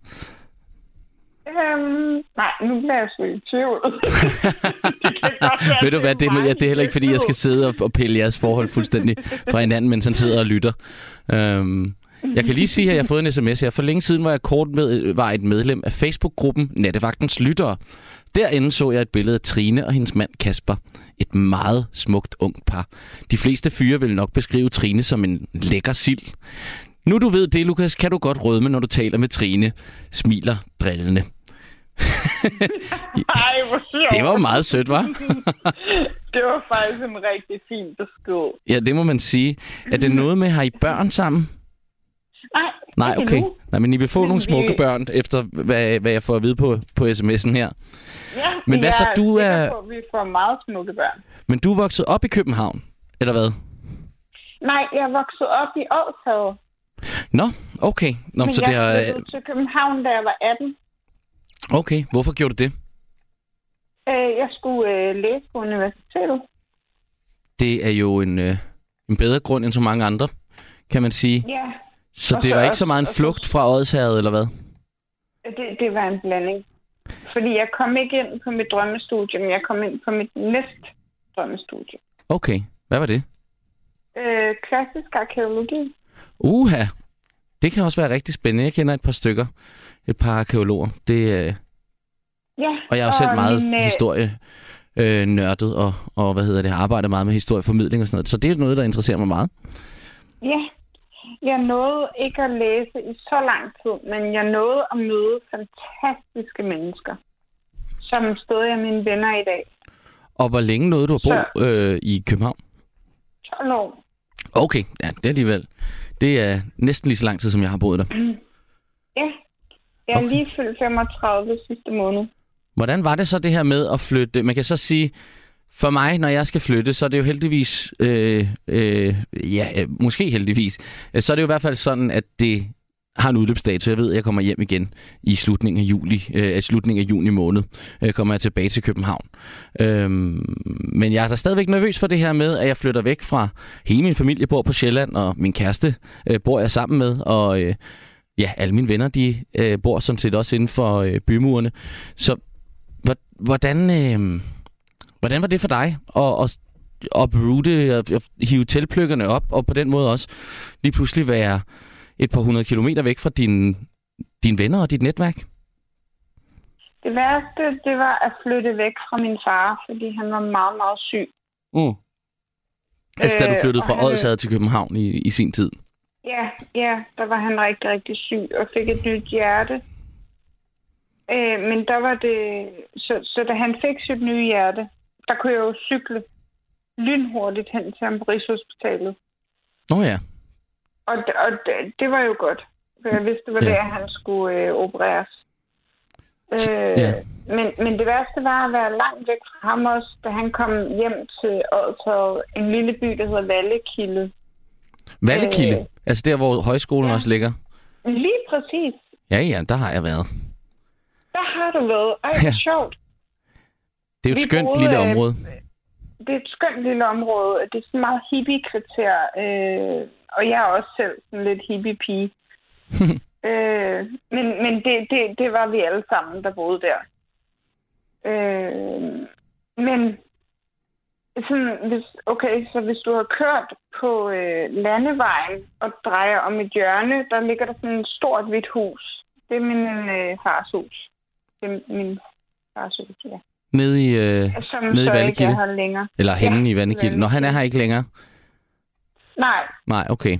Nej, nu bliver jeg så i tvivl. Ved du hvad, det er heller ikke, fordi jeg skal sidde og pille jeres forhold fuldstændig fra hinanden, mens han sidder og lytter. Jeg kan lige sige, at jeg har fået en sms her. For længe siden var jeg et medlem af Facebook-gruppen Nattevagtens Lyttere. Derinde så jeg et billede af Trine og hendes mand Kasper. Et meget smukt ung par. De fleste fyre vil nok beskrive Trine som en lækker sild. Nu du ved det, Lukas, kan du godt rødme, når du taler med Trine. Smiler drillende. Ej, hvor sjovt. Det var meget sødt, hva'? Det var faktisk en rigtig fin besked. Ja, det må man sige. Er det noget med, har I børn sammen? Nej, okay. Nej, men I vil få nogle smukke børn, efter hvad jeg får at vide på sms'en her. Ja, men hvad så du er på, vi får meget smukke børn. Men du er vokset op i København, eller hvad? Nej, jeg er vokset op i Årshavet. Nå, okay. Nå, Men så jeg det er... flyttede til København, da jeg var 18. Okay, hvorfor gjorde du det? Jeg skulle læse på universitetet. Det er jo en bedre grund end så mange andre, kan man sige. Ja. Så det var ikke så meget en flugt fra Odsherred, eller hvad? Det var en blanding. Fordi jeg kom ikke ind på mit drømmestudie, men jeg kom ind på mit næste drømmestudie. Okay, hvad var det? Klassisk arkæologi. Uha, det kan også være rigtig spændende. Jeg kender et par stykker, et par arkæologer. Det, Ja. og jeg er jo selv meget historie nørdet, og har arbejdet meget med historieformidling og sådan noget. Så det er noget, der interesserer mig meget. Ja. Jeg nåede ikke at læse i så lang tid, men jeg nåede at møde fantastiske mennesker, som stadig er mine venner i dag. Og hvor længe nåede du at bo i København? 12 år. Okay, ja, det er alligevel. Det er næsten lige så lang tid, som jeg har boet der. Ja. Jeg er lige fyldt 35 sidste måned. Hvordan var det så det her med at flytte? Man kan så sige, for mig, når jeg skal flytte, så er det jo heldigvis, måske heldigvis, så er det jo i hvert fald sådan, at det har en udløbsdato. Jeg ved, at jeg kommer hjem igen i slutningen af juni måned. Kommer jeg tilbage til København. Men jeg er da stadigvæk nervøs for det her med, at jeg flytter væk fra hele min familie, bor på Sjælland, og min kæreste bor jeg sammen med, og alle mine venner, de bor sådan set også inden for bymurene. Så hvordan var det for dig at rute og hive teltpløkkerne op, og på den måde også lige pludselig være et par 100 kilometer væk fra dine venner og dit netværk? Det værste, det var at flytte væk fra min far, fordi han var meget, meget syg. Altså da du flyttede fra Odsherred til København i sin tid? Ja, der var han rigtig, rigtig syg og fik et nyt hjerte. Men der var det... Så da han fik sit nye hjerte, der kunne jeg jo cykle lynhurtigt hen til ham på Rigshospitalet. Ja. Og det var jo godt, for jeg vidste, det var der, han skulle opereres. Men det værste var at være langt væk fra ham også, da han kom hjem til Odsherred, en lille by, der hedder Vallekilde. Vallekilde? Altså der, hvor højskolen også ligger? Lige præcis. Ja, der har jeg været. Der har du været. Ej, sjovt. Det er jo et skønt lille område. Det er et skønt lille område. Det er sådan meget hippie-kvarter. Og jeg er også selv sådan lidt hippie-pige. Men det var vi alle sammen, der boede der. Men sådan, så hvis du har kørt på landevejen og drejer om et hjørne, der ligger der sådan et stort hvidt hus. Det er min fars hus. Det er min fars hus, ja. Nede i Vallekilde? Eller henne i Vallekilde? Når han er her ikke længere? Nej, okay.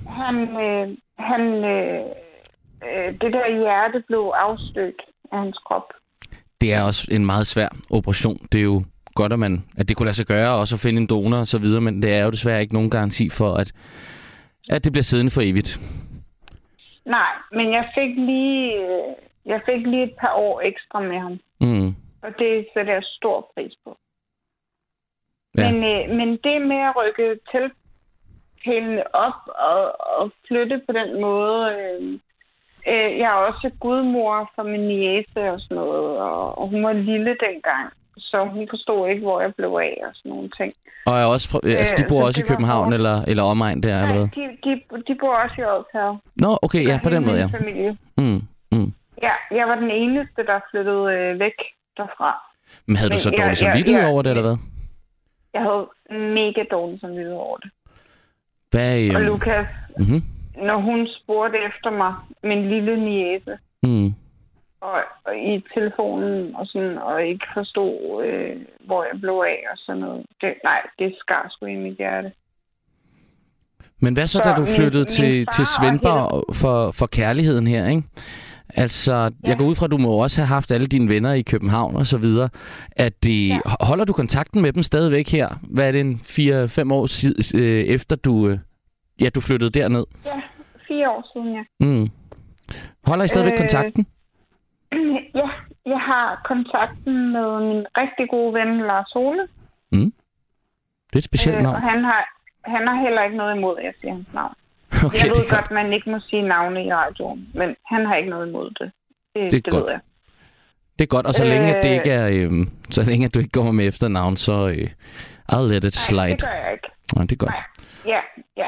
Det der hjerte blev afstødt af hans krop. Det er også en meget svær operation. Det er jo godt, at det kunne lade sig gøre, og også at finde en donor og så videre, men det er jo desværre ikke nogen garanti for, at det bliver siddende for evigt. Nej, men jeg fik lige et par år ekstra med ham. Og det sætter jeg stor pris på. Ja. Men det med at rykke teltpælene op og flytte på den måde... jeg er også gudmor for min niece og sådan noget, og hun var lille dengang, så hun forstod ikke, hvor jeg blev af og sådan nogle ting. Og er også de bor også i København eller omegn der, eller hvad? De bor også i Odsherred. Nå, okay, ja, på den måde, ja. Familie. Ja, jeg var den eneste, der flyttede væk derfra. Men havde du så dårlig samvittighed over det, eller hvad? Jeg havde mega dårlig samvittighed over det. Hvad? Og Lukas, når hun spurgte efter mig, min lille niece, og i telefonen og sådan, og ikke forstod, hvor jeg blev af og sådan noget. Det skar sgu i mit hjerte. Men hvad så, da du flyttede til Svendborg for kærligheden her, ikke? Altså, jeg går ud fra, at du må også have haft alle dine venner i København og så videre. Holder du kontakten med dem stadigvæk her? Hvad er det, 4-5 år efter du flyttede derned? Ja, 4 år siden, ja. Holder I stadigvæk kontakten? Ja, jeg har kontakten med min rigtig gode ven, Lars Ole. Det er et specielt navn. Og han har heller ikke noget imod, at jeg siger hans navn. Okay, Jeg ved godt, man ikke må sige navne i radioen, men han har ikke noget imod det. Det godt. ved jeg. Det er godt, og så længe at det ikke er, så længe at du ikke kommer med efternavn, så I'll let it slide. Nej, det gør jeg ikke. Nej, det er godt. Nej. Ja.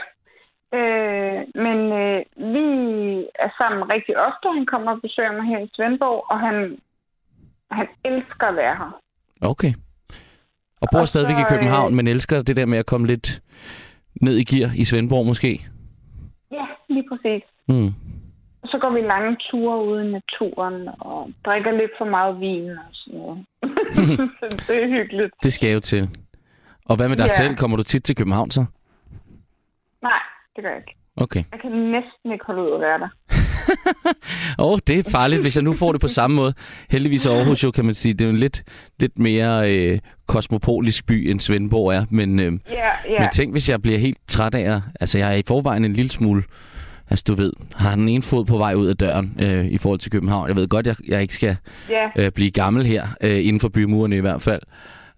Men vi er sammen rigtig ofte. Han kommer og besøger mig her i Svendborg, og han elsker at være her. Okay. Og bor stadigvæk i København, men elsker det der med at komme lidt ned i gear i Svendborg måske? Ja, lige præcis. Mm. Så går vi lange ture ude i naturen og drikker lidt for meget vin og sådan noget. Det er hyggeligt. Det skal jo til. Og hvad med dig selv? Kommer du tit til København så? Nej, det gør jeg ikke. Okay. Jeg kan næsten ikke holde ud at være der. Det er farligt, hvis jeg nu får det på samme måde. Heldigvis er Aarhus jo, kan man sige, det er jo en lidt mere kosmopolisk by, end Svendborg er. Men tænk, hvis jeg bliver helt træt af altså jeg er i forvejen en lille smule, altså du ved, har den ene fod på vej ud af døren i forhold til København. Jeg ved godt, jeg ikke skal blive gammel her, inden for bymurene i hvert fald.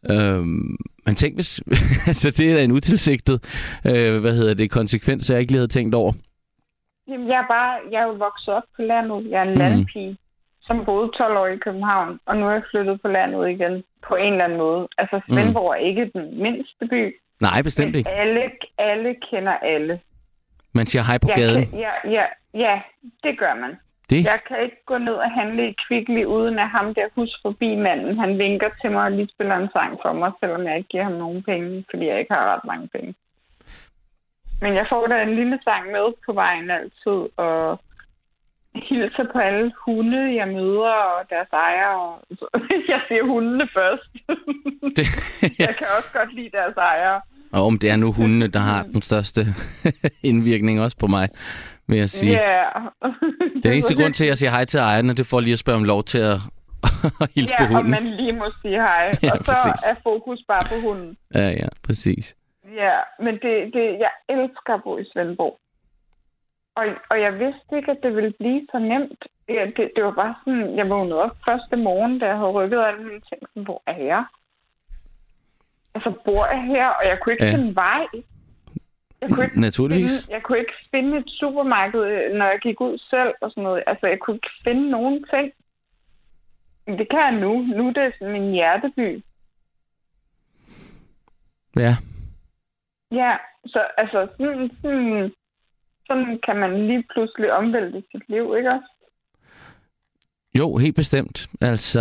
Men tænk hvis, altså det er da en utilsigtet, konsekvens, jeg ikke lige havde tænkt over. Jamen, jeg er jo vokset op på landet. Jeg er en landpige, som boede 12 år i København, og nu er jeg flyttet på landet igen på en eller anden måde. Altså, Svendborg er ikke den mindste by. Nej, bestemt ikke. Alle kender alle. Man siger hej på gaden. Ja, det gør man. Det? Jeg kan ikke gå ned og handle i Kvickly, uden at ham der husforbi-manden, han vinker til mig og lige spiller en sang for mig, selvom jeg ikke giver ham nogen penge, fordi jeg ikke har ret mange penge. Men jeg får da en lille sang med på vejen altid, og hilser på alle hunde, jeg møder, og deres ejere. Jeg siger hundene først. Jeg kan også godt lide deres ejere. Og om det er nu hundene, der har den største indvirkning også på mig, vil jeg sige. Ja. Den eneste grund til, at jeg siger hej til ejerne, det får lige at spørge om lov til at hilse på hunden. Ja, og man lige må sige hej. Ja, og så præcis. er fokus bare på hunden. Ja, præcis. Ja, men jeg elsker at bo i Svendborg. Og jeg vidste ikke, at det ville blive så nemt. Det var bare sådan, jeg vågnede op første morgen, da jeg havde rykket alle mine ting. Sådan, hvor er jeg? Altså, bor jeg her? Og jeg kunne ikke finde vej. Naturligvis. Jeg kunne ikke finde et supermarked, når jeg gik ud selv og sådan noget. Altså, jeg kunne ikke finde nogen ting. Men det kan jeg nu. Nu er det sådan min hjerteby. Ja. Ja, så altså sådan kan man lige pludselig omvælte sit liv, ikke også? Jo, helt bestemt. Altså,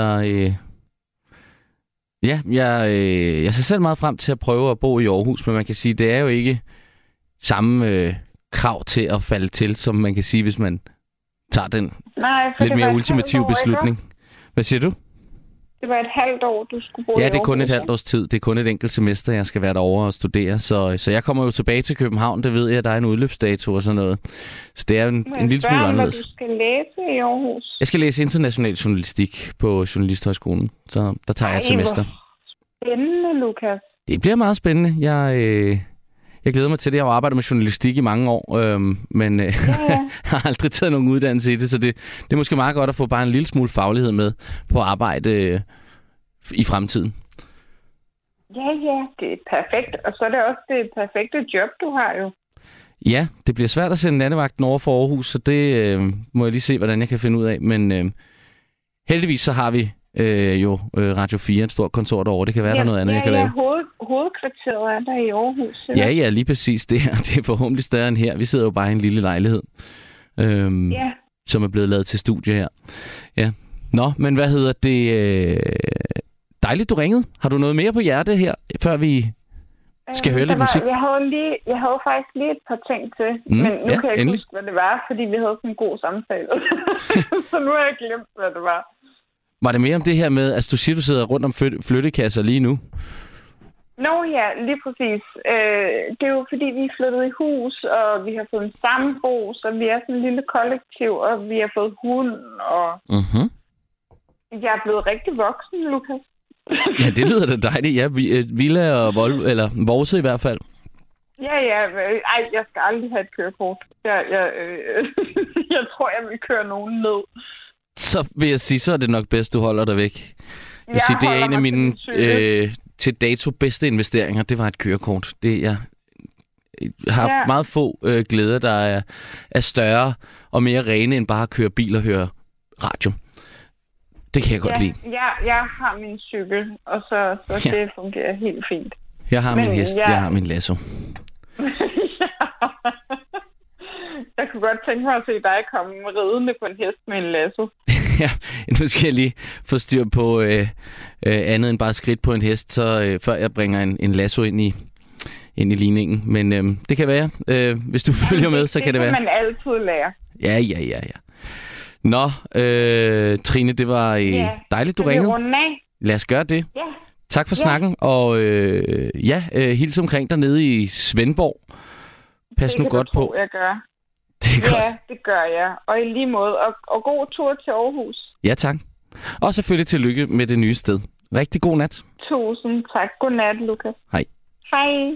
jeg ser selv meget frem til at prøve at bo i Aarhus, men man kan sige, det er jo ikke samme krav til at falde til, som man kan sige, hvis man tager den lidt mere ultimative beslutning. Hvad siger du? Det var et halvt år, du skulle bo i Aarhus. Ja, det er kun et halvt års tid. Det er kun et enkelt semester, jeg skal være derovre og studere. Så jeg kommer jo tilbage til København. Det ved jeg, at der er en udløbsdato og sådan noget. Så det er en lille smule anderledes. Hvad du skal læse i Aarhus? Jeg skal læse international journalistik på Journalisthøjskolen. Så der tager jeg et semester. Spændende, Lukas. Det bliver meget spændende. Jeg glæder mig til det. Jeg har arbejdet med journalistik i mange år, men har aldrig taget nogen uddannelse i det, så det er måske meget godt at få bare en lille smule faglighed med på arbejde i fremtiden. Ja, det er perfekt. Og så er det også det perfekte job, du har jo. Ja, det bliver svært at sende nattevagten over for Aarhus, så det må jeg lige se, hvordan jeg kan finde ud af. Men heldigvis så har vi Radio 4, et stort kontor derovre. Det kan være, der er noget andet, jeg kan lave. Hovedkvarteret er der i Aarhus. Eller? Ja, lige præcis. Det er forhåbentlig større end her. Vi sidder jo bare i en lille lejlighed, som er blevet lavet til studie her. Ja. Nå, men hvad hedder det? Dejligt, du ringede. Har du noget mere på hjerte her, før vi skal høre lidt musik? Jeg havde faktisk lige et par ting til, men nu kan jeg ikke huske, hvad det var, fordi vi havde sådan en god samtale. Så nu har jeg glemt, hvad det var. Var det mere om det her med, altså du siger, du sidder rundt om flyttekasser lige nu? Nå ja, lige præcis. Det er jo fordi, vi er flyttet i hus, og vi har fået en sammenbo, så vi er sådan en lille kollektiv, og vi har fået hund, og jeg er blevet rigtig voksen, Lukas. Ja, det lyder da dejligt. Ja, Villa og Vorse i hvert fald. Ja. Ej, jeg skal aldrig have et kørekort. Jeg tror, jeg vil køre nogen ned. Så vil jeg sige, så er det nok bedst, du holder dig væk. Jeg vil sige, det er en af mine til dato bedste investeringer. Det var et kørekort. Det er har haft meget få glæder, der er større og mere rene, end bare at køre bil og høre radio. Det kan jeg godt lide. Jeg har min cykel, og så det fungerer helt fint. Jeg har min hest, jeg har min lasso. Jeg kunne godt tænke mig at se dig komme ridende på en hest med en lasso. Ja, nu skal jeg lige få styr på andet end bare skridt på en hest, så før jeg bringer en lasso ind i ligningen. Men det kan være. Hvis du følger med, så kan det være. Det kan man altid lære. Ja. Nå, Trine, det var dejligt, du ringede. Lad os gøre det. Ja. Tak for snakken, og hils omkring dernede i Svendborg. Pas nu godt på. Jeg gør. Det er godt. Ja, det gør jeg. Og i lige måde. Og god tur til Aarhus. Ja, tak. Og selvfølgelig tillykke med det nye sted. Rigtig god nat. Tusind tak. God nat, Lukas. Hej. Hej.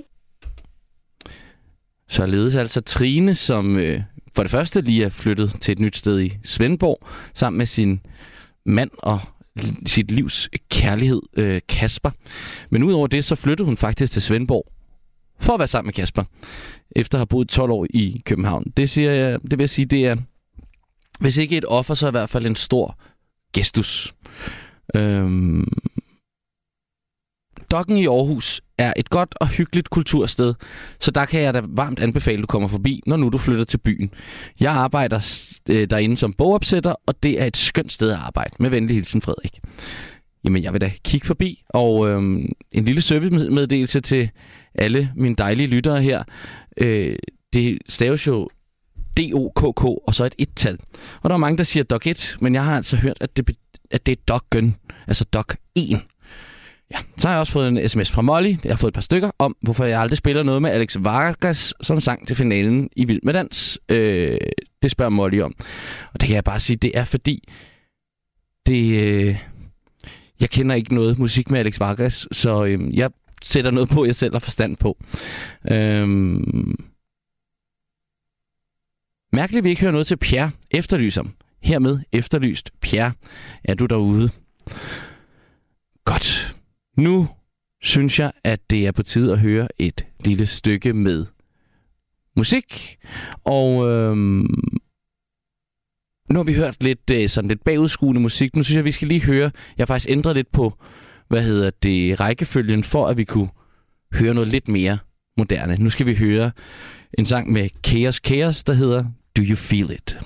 Således altså Trine, som for det første lige er flyttet til et nyt sted i Svendborg, sammen med sin mand og sit livs kærlighed, Kasper. Men udover det, så flyttede hun faktisk til Svendborg for at være sammen med Kasper, efter at have boet 12 år i København. Det vil jeg sige, det er, hvis ikke et offer, så i hvert fald en stor gestus. Dokken i Aarhus er et godt og hyggeligt kultursted, så der kan jeg da varmt anbefale, at du kommer forbi, når nu du flytter til byen. Jeg arbejder derinde som bogopsætter, og det er et skønt sted at arbejde. Med venlig hilsen, Frederik. Jamen, jeg vil da kigge forbi, og en lille servicemeddelelse til alle mine dejlige lyttere her. Det staves jo DOKK, og så et et-tal. Og der er mange, der siger Dok 1, men jeg har altså hørt, at det er Dokken, altså Dok 1. Ja, så har jeg også fået en sms fra Molly. Jeg har fået et par stykker om, hvorfor jeg aldrig spiller noget med Alex Vargas, som sang til finalen i Vild med Dans. Det spørger Molly om. Og det kan jeg bare sige, det er fordi, jeg kender ikke noget musik med Alex Vargas, så jeg sætter noget på, jeg selv har forstand på. Mærkeligt, vi ikke hører noget til Pierre efterlyser. Hermed efterlyst. Pierre, er du derude? Godt. Nu synes jeg, at det er på tide at høre et lille stykke med musik. Og nu har vi hørt lidt bagudskuende musik. Nu synes jeg, vi skal lige høre. Jeg har faktisk ændret lidt på, rækkefølgen, for at vi kunne høre noget lidt mere moderne. Nu skal vi høre en sang med Chaos, der hedder Do You Feel It?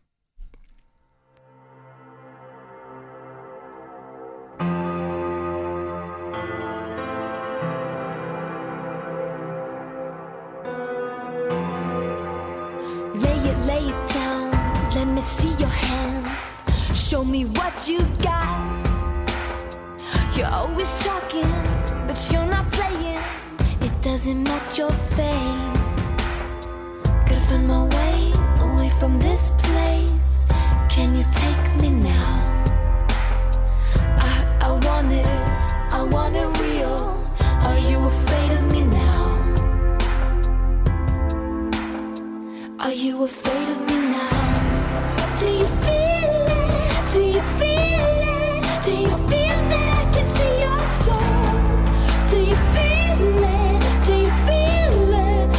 Lay it down, let me see your hand. Show me what you got. You're always talking, but you're not playing. It doesn't match your face. Gotta find my way away from this place. Can you take me now? I want it real. Are you afraid of me now? Are you afraid of me now? Do you feel it? Do you feel it? Do you feel that I can see your soul? Do you feel it? Do you feel it?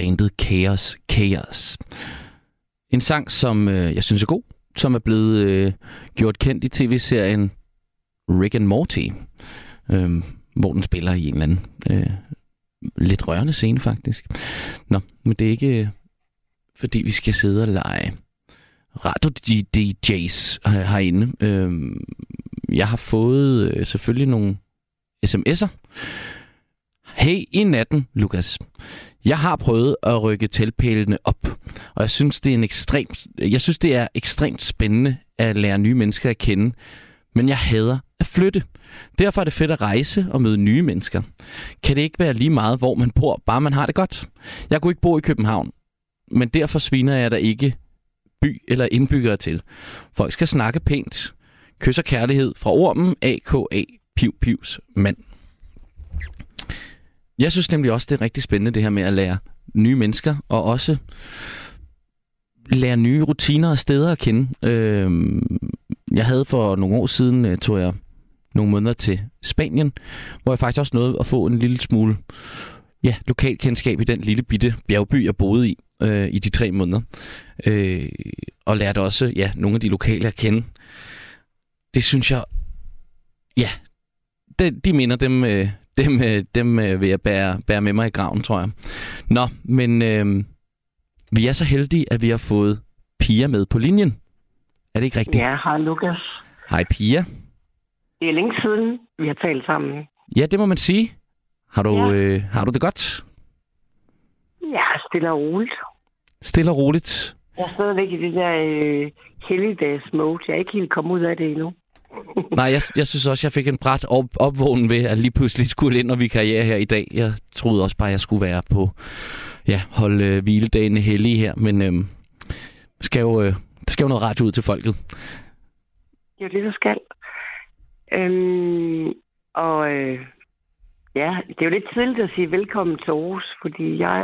bandet Chaos. En sang, som jeg synes er god, som er blevet gjort kendt i tv-serien Rick and Morty, hvor den spiller i en eller anden lidt rørende scene, faktisk. Nå, men det er ikke fordi vi skal sidde og lege radio-DJ's herinde. Jeg har fået selvfølgelig nogle sms'er. Hey, i natten, Lukas. Jeg har prøvet at rykke teltpælene op, og jeg synes, det er ekstremt spændende at lære nye mennesker at kende, men jeg hader at flytte. Derfor er det fedt at rejse og møde nye mennesker. Kan det ikke være lige meget, hvor man bor, bare man har det godt? Jeg kunne ikke bo i København, men derfor sviner jeg der ikke by eller indbyggere til. Folk skal snakke pænt. Kys og kærlighed fra ormen AKA Pivs mand. Jeg synes nemlig også, det er rigtig spændende det her med at lære nye mennesker, og også lære nye rutiner og steder at kende. Jeg havde for nogle år siden, tog jeg nogle måneder til Spanien, hvor jeg faktisk også nåede at få en lille smule lokalkendskab i den lille bitte bjergby, jeg boede i de 3 måneder. Og lærte også nogle af de lokale at kende. Det synes jeg, de minder dem vil jeg bære med mig i graven, tror jeg. Nå, men vi er så heldige, at vi har fået Pia med på linjen. Er det ikke rigtigt? Ja, hej Lukas. Hej Pia. Det er længe siden, vi har talt sammen. Ja, det må man sige. Har du det godt? Ja, stille og roligt. Stille og roligt? Jeg er stadigvæk i det der helligdags-mode. Jeg er ikke helt kommet ud af det endnu. Nej, jeg synes også, jeg fik en brat opvågen ved, at lige pludselig skulle ind og vikariere her i dag. Jeg troede også bare, jeg skulle være på, holde hviledagene hellige her, men der skal jo noget radio ud til folket. Det er det, der skal. Det er jo lidt tidligt at sige velkommen til Aarhus, fordi jeg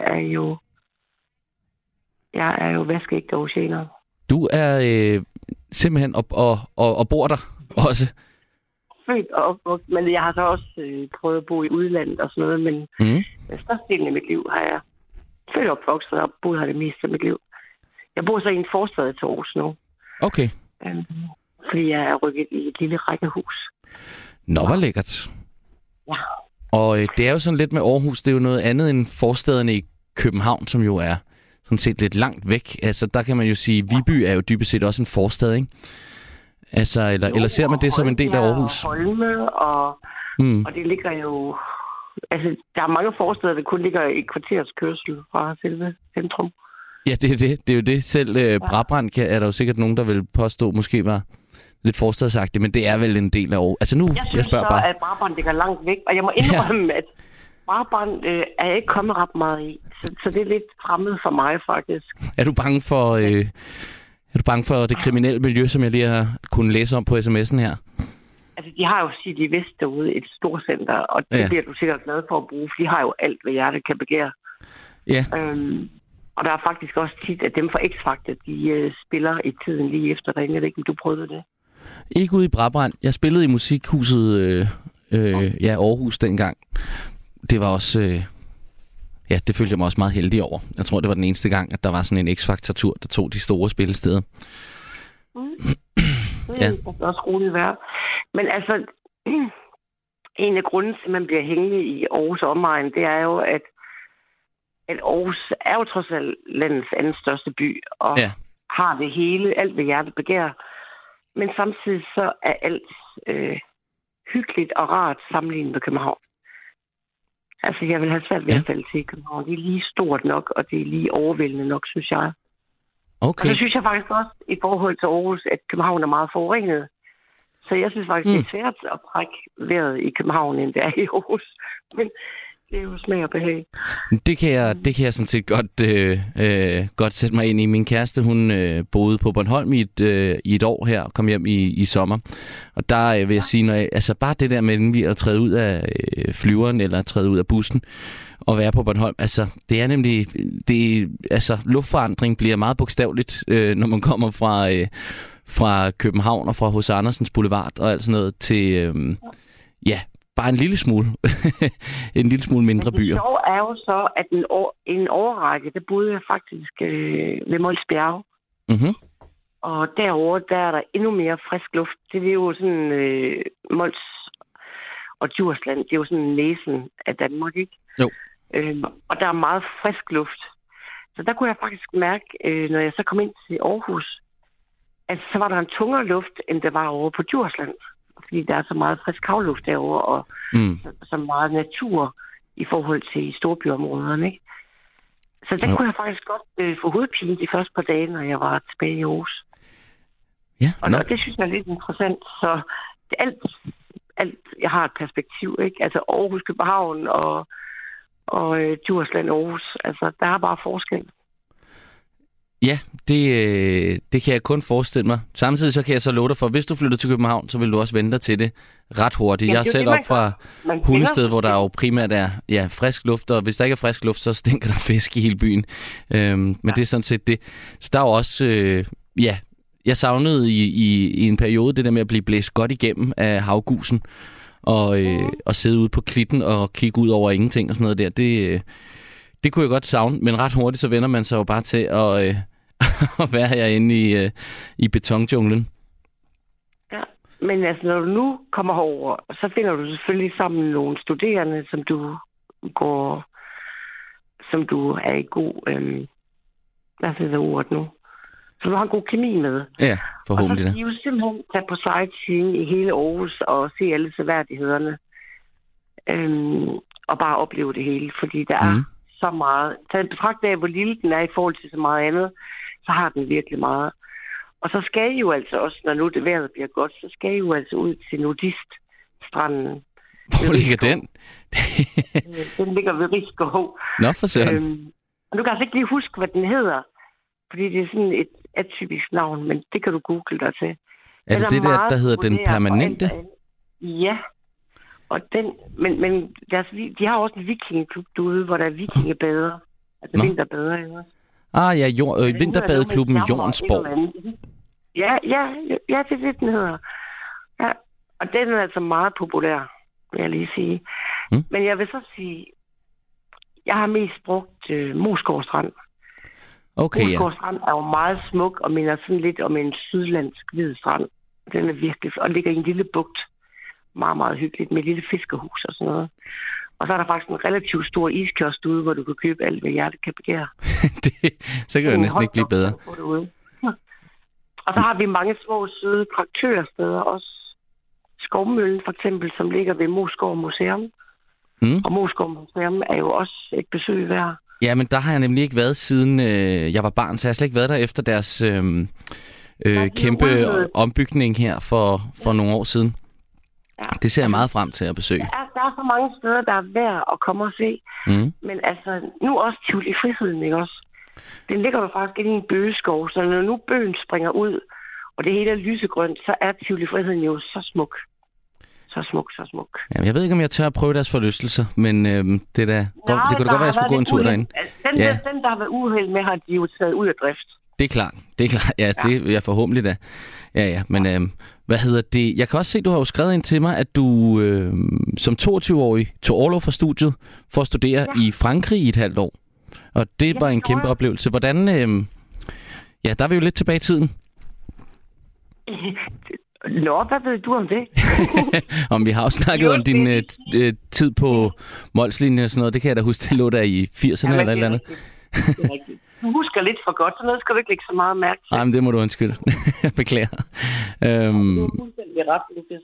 er jo vaskeægte aarhusianer. Du er simpelthen og bor der også? Født og opvokset, men jeg har så også prøvet at bo i udlandet og sådan noget, men størstedelen af mit liv har jeg født og opvokset og boet her det meste af mit liv. Jeg bor så i en forstad til Aarhus nu. Okay. Fordi jeg er rykket i et lille rækkehus. Nå, hvor lækkert. Ja. Og det er jo sådan lidt med Aarhus, det er jo noget andet end forstaderne i København, som jo er sådan set lidt langt væk. Altså, der kan man jo sige, Viby er jo dybest set også en forstad, ikke? Altså, eller ser man det som en del af Aarhus? Holme, og det ligger jo... Altså, der er mange forsteder, der kun ligger i kvarters kørsel fra selve centrum. Ja, det er det. Det er jo det. Selv Brabrand er der jo sikkert nogen, der vil påstå, måske var lidt forstadsagtigt, men det er vel en del af Aarhus. Altså nu, jeg spørger bare... at Brabrand ligger langt væk, og jeg må indrømme, at Brabrand er jeg ikke kommet ret meget i. Så det er lidt fremmed for mig, faktisk. Er du bange for det kriminelle miljø, som jeg lige har kunnet læse om på sms'en her? Altså, de har jo City Vest derude, et storcenter, og det bliver du sikkert glad for at bruge, for de har jo alt, hvad hjertet kan begære. Ja. Og der er faktisk også tit, at dem fra X-Factor, de spiller i tiden lige efter derinde. Jeg ved ikke, om du prøvede det? Ikke ude i Brabrand. Jeg spillede i musikhuset Aarhus dengang. Det var også... det følte jeg mig også meget heldig over. Jeg tror, det var den eneste gang, at der var sådan en X-Factor-tur, der tog de store spillesteder. Det er også roligt værd. Men altså, en af grunden til, at man bliver hængende i Aarhus omegn, det er jo, at Aarhus er jo trods alt landets anden største by, og har det hele, alt hvad hjertet begærer. Men samtidig så er alt hyggeligt og rart sammenlignet med København. Altså, jeg vil have svært ved at falde til København. Det er lige stort nok, og det er lige overvældende nok, synes jeg. Okay. Og så synes jeg faktisk også, i forhold til Aarhus, at København er meget forurenet. Så jeg synes faktisk, det er svært at trække vejret i København, end det er i Aarhus. Men det er jo smag og behag. Det kan jeg sådan set godt sætte mig ind i. Min kæreste, hun boede på Bornholm i et år her, og kom hjem i sommer. Og der vil jeg sige, bare det der med at træde ud af flyveren, eller træde ud af bussen, og være på Bornholm, altså, det er nemlig, luftforandring bliver meget bogstaveligt, når man kommer fra København og fra H.C. Andersens Boulevard og alt sådan noget til, bare en lille smule. En lille smule mindre byer. Det sjove er jo så, at en årrække, der boede jeg faktisk ved Mols Bjerge. Mhm. Og derovre, der er der endnu mere frisk luft. Det er jo sådan Mols og Djursland, det er jo sådan næsen af Danmark, ikke? Jo. Og der er meget frisk luft. Så der kunne jeg faktisk mærke, når jeg så kom ind til Aarhus, at så var der en tungere luft, end der var over på Djursland. Fordi der er så meget frisk havluft derovre, og så meget natur i forhold til storbyområderne, ikke? Så der kunne jeg faktisk godt få hovedpine de første par dage, når jeg var tilbage i Aarhus. Ja, og det synes jeg er lidt interessant. Så alt jeg har et perspektiv, ikke? Altså Aarhus, København og Djursland, Aarhus. Altså, der er bare forskel. Ja, det kan jeg kun forestille mig. Samtidig så kan jeg så love dig for, hvis du flytter til København, så vil du også vente dig til det ret hurtigt. Jamen, jeg er selv op fra Hundested, hvor der jo primært er frisk luft, og hvis der ikke er frisk luft, så stinker der fisk i hele byen. Men det er sådan set det. Så der er jo også, jeg savnede i en periode det der med at blive blæst godt igennem af havgusen, og sidde ude på klitten og kigge ud over ingenting og sådan noget der. Det kunne jeg godt savne, men ret hurtigt så vender man sig jo bare til at være herinde i betonjunglen. Ja, men altså når du nu kommer herover, så finder du selvfølgelig sammen med nogle studerende, som du er i god, hvad hedder ordet nu? Så du har en god kemi med. Ja, forhåbentlig. Og så skal I jo simpelthen tage på sightseeing i hele Aarhus og se alle seværdighederne. Og bare opleve det hele, fordi der er så meget. Tag en betragt af, hvor lille den er i forhold til så meget andet, så har den virkelig meget. Og så skal I jo altså også, når nu det vejret bliver godt, så skal I jo altså ud til nudiststranden. Hvor ligger den? Den ligger ved Risskov. Nå, for søren. Og du kan altså ikke lige huske, hvad den hedder, fordi det er sådan et atypisk navn, men det kan du google dig til. Er det det der hedder Den Permanente? Ja. Og men de har også en vikingeklub derude, hvor der er vikingebader. Altså vinterbader, ikke? Vinterbadeklubben Jornsborg. Ja, det er det, den hedder. Ja, og den er altså meget populær, vil jeg lige sige. Men jeg vil så sige, jeg har mest brugt Moesgaard Strand. Okay, Moesgaard Strand er jo meget smuk, og minder sådan lidt om en sydlandsk hvid strand. Den er virkelig, og ligger i en lille bugt. Meget, meget hyggeligt, med et lille fiskehus og sådan noget. Og så er der faktisk en relativt stor iskiosk ude, hvor du kan købe alt, hvad hjertet kan begære. Så kan det næsten ikke blive bedre. Og så har vi mange små, søde traktørsteder også. Skovmøllen for eksempel, som ligger ved Moesgaard Museum. Og Moesgaard Museum er jo også et besøg værd. Ja, men der har jeg nemlig ikke været siden jeg var barn, så jeg har slet ikke været der efter deres kæmpe ombygning her for nogle år siden. Ja. Det ser jeg meget frem til at besøge. Der er så mange steder, der er værd at komme og se. Men altså, nu også Tivoli Friheden, ikke også? Den ligger jo faktisk inde i en bøgeskov, så når nu bøgen springer ud, og det hele er lysegrønt, så er Tivoli Friheden jo så smuk. Så smuk. Jamen, jeg ved ikke, om jeg tør at prøve deres forlystelser, men det kunne da godt være, at jeg skulle gå en tur derinde. Den, der har været uheld med, har de jo taget ud af drift. Det er klart. Ja, det vil jeg forhåbentlig da. Ja, men hvad hedder det? Jeg kan også se, at du har jo skrevet ind til mig, at du som 22-årig tog orlov fra studiet for at studere i Frankrig i et halvt år. Og det var en kæmpe oplevelse. Hvordan... der er vi jo lidt tilbage i tiden. Nå, hvad ved du om det? Om vi har jo snakket om din tid på Molslinjen og sådan noget. Det kan jeg da huske, det lå der i 80'erne eller et eller andet. Det er rigtigt. Du husker lidt for godt, så noget skal du ikke lægge så meget mærke til. Nej, men det må du undskylde. Jeg beklager. Du er fuldstændig ret, Lukas.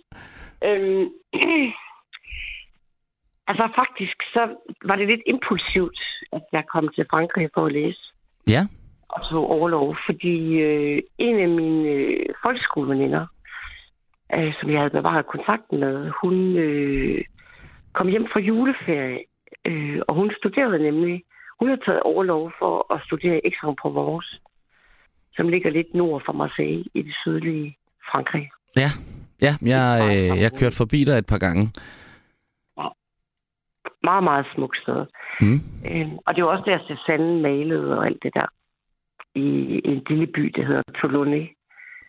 Altså faktisk, så var det lidt impulsivt, at jeg kom til Frankrig for at læse. Ja. Og tog overlov, fordi en af mine folkeskoleveninder, som jeg havde bevaret kontakten med, hun kom hjem fra juleferie, og hun studerede nemlig. Hun har taget overlov for at studere i Aix-en-Provence, som ligger lidt nord for Marseille i det sydlige Frankrig. Ja, jeg kørt forbi der et par gange. Ja. Meget, meget smukt sted. Og det er også der, Cézanne malede og alt det der i en lille by, der hedder Toulon.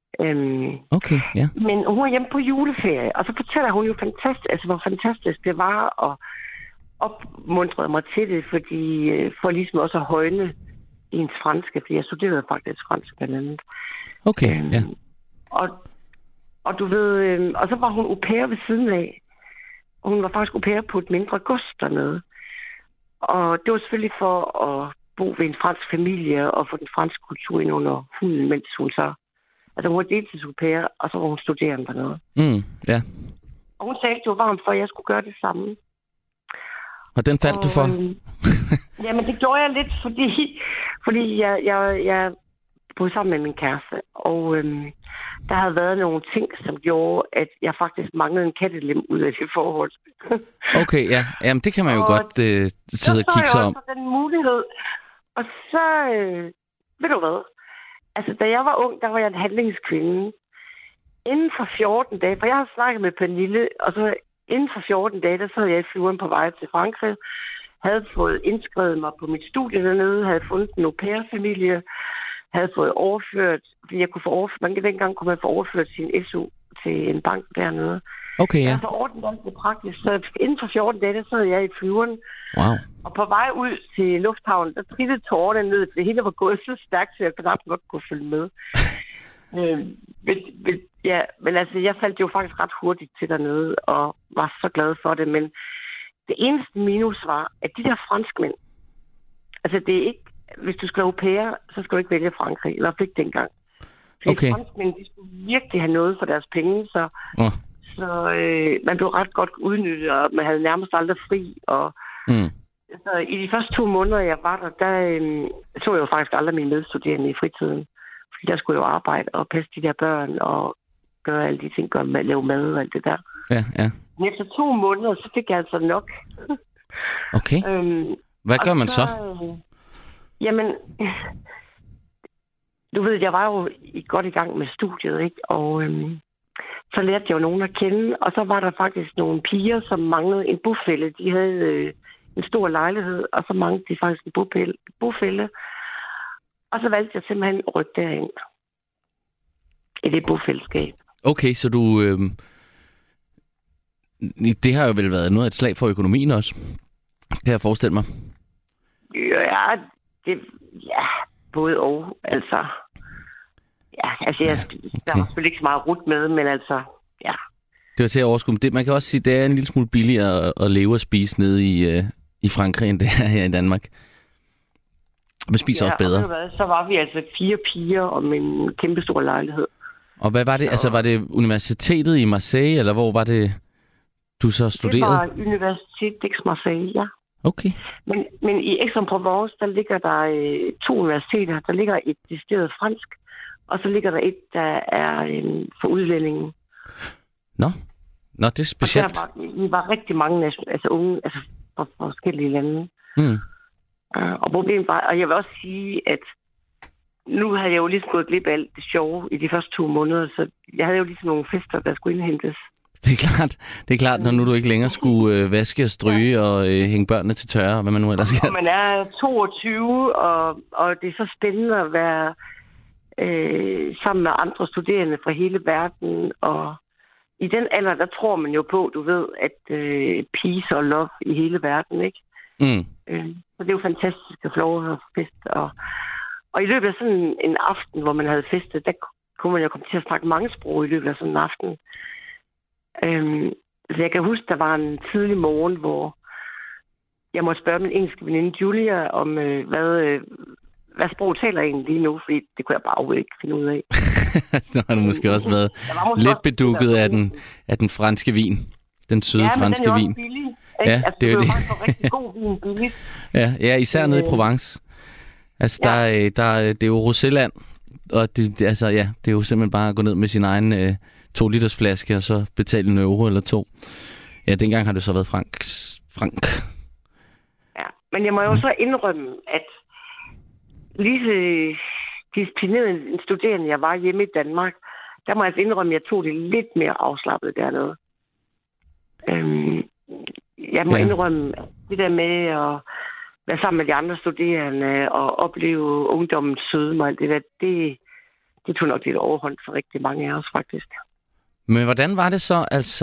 Okay, ja. Men hun var hjemme på juleferie, og så fortæller hun jo hvor fantastisk det var, og opmuntrede mig til det, fordi for ligesom også at højne ens franske, fordi jeg studerede faktisk fransk blandt andet. Okay, ja. Og du ved, og så var hun au pair ved siden af. Og hun var faktisk au pair på et mindre gods dernede. Og det var selvfølgelig for at bo ved en fransk familie og få den franske kultur ind under huden, mens hun så... Altså hun var deltids au pair, og så var hun studerende dernede. Ja. Og hun sagde jo varmt for, at jeg skulle gøre det samme. Og den faldt du for? Jamen det gjorde jeg lidt, fordi jeg boede sammen med min kæreste. Og der havde været nogle ting, som gjorde, at jeg faktisk manglede en kattelem ud af det forhold. Okay, ja. Jamen det kan man jo godt sidde og kigge sig om. Så så den mulighed. Og så, ved du hvad? Altså, da jeg var ung, der var jeg en handlingskvinde. Inden for 14 dage, for jeg har snakket med Pernille, og så inden for 14 dage, der sad jeg i flyveren på vej til Frankrig, havde fået indskrevet mig på mit studie dernede, havde fundet en au pair-familie, havde fået overført, fordi jeg kunne få overført, dengang kunne man få overført sin SU til en bank dernede. Okay, ja. Jeg var ordentligt alt det praktisk, så inden for 14 dage, der sad jeg i flyveren. Wow. Og på vej ud til lufthavnen, der trillede tårerne ned, det hele var gået så stærkt, så jeg knap godt kunne følge med. Men altså, jeg faldt jo faktisk ret hurtigt til dernede, og var så glad for det, men det eneste minus var, at de der franskmænd, altså det er ikke, hvis du skal au pair, så skal du ikke vælge Frankrig, eller fik dengang. Fordi franskmænd, de skulle virkelig have noget for deres penge, så man blev ret godt udnyttet, og man havde nærmest aldrig fri, og så i de første 2 måneder, jeg var der så jeg jo faktisk aldrig mine medstuderende i fritiden. Fordi der skulle jeg jo arbejde og passe de der børn og gøre alle de ting, lave mad og alt det der. Ja, ja. Men efter 2 måneder, så fik jeg altså nok. Okay. Hvad gør man så? Jamen, du ved, jeg var jo godt i gang med studiet, ikke? Og så lærte jeg jo nogen at kende, og så var der faktisk nogle piger, som manglede en bofælle. De havde en stor lejlighed, og så manglede de faktisk en bofælle. Og så valgte jeg simpelthen at rykke derind. I det bofællesskab. Okay, så du... det har jo vel været noget af et slag for økonomien også. Kan jeg forestille mig? Ja, både og. Altså... Ja, altså, der var selvfølgelig ikke så meget rut med, men altså, ja. Det var til at overskue. Man kan også sige, at det er en lille smule billigere at leve og spise nede i Frankrig, end det er her i Danmark. Man spiser også bedre. Så var vi altså 4 piger om en kæmpe stor lejlighed. Og hvad var det? Altså, var det universitetet i Marseille, eller hvor var det, du så studerede? Det var Universitet d'Aix-Marseille, ja. Okay. Men i Aix-en-Provence, der ligger der 2 universiteter. Der ligger et decideret fransk, og så ligger der et, der er for udlændingen. Nå, det er specielt. Vi var rigtig mange unge, altså fra forskellige lande. Og problemet var, og jeg vil også sige, at nu havde jeg jo lige gået glip af alt det sjove i de første 2 måneder, så jeg havde jo ligesom nogle fester, der skulle indhentes. Det er klart, når nu du ikke længere skulle vaske og stryge og hænge børnene til tørre, og hvad man nu ellers skal. Og man er 22, og det er så spændende at være sammen med andre studerende fra hele verden, og i den alder, der tror man jo på, du ved, at peace og love i hele verden, ikke? Så det er jo fantastisk at få lov at have fest. Og i løbet af sådan en aften, hvor man havde festet, der kunne man jo komme til at snakke mange sprog i løbet af sådan en aften. Så jeg kan huske, der var en tidlig morgen, hvor jeg måtte spørge min engelske veninde Julia om, hvad sprog taler egentlig lige nu, fordi det kunne jeg bare ikke finde ud af. Så har du måske også været lidt bedukket af den franske vin. Den søde franske vin. Billig, ja, altså, det er jo faktisk rigtig god vin billigt. Ja, især nede i Provence. Altså, det er jo Roselland, og det er jo simpelthen bare at gå ned med sin egen 2 liters flaske, og så betale en euro eller 2. Ja, dengang har det så været frank. Ja, men jeg må jo så indrømme, at lige så disciplineret en studerende, jeg var hjemme i Danmark, der må jeg altså indrømme, at jeg tog det lidt mere afslappet dernede. Jeg må indrømme, det der med at være sammen med de andre studerende og opleve ungdommens sødme og alt det der, det det tog nok lidt overhånd for rigtig mange af os, faktisk. Men hvordan var det så, altså,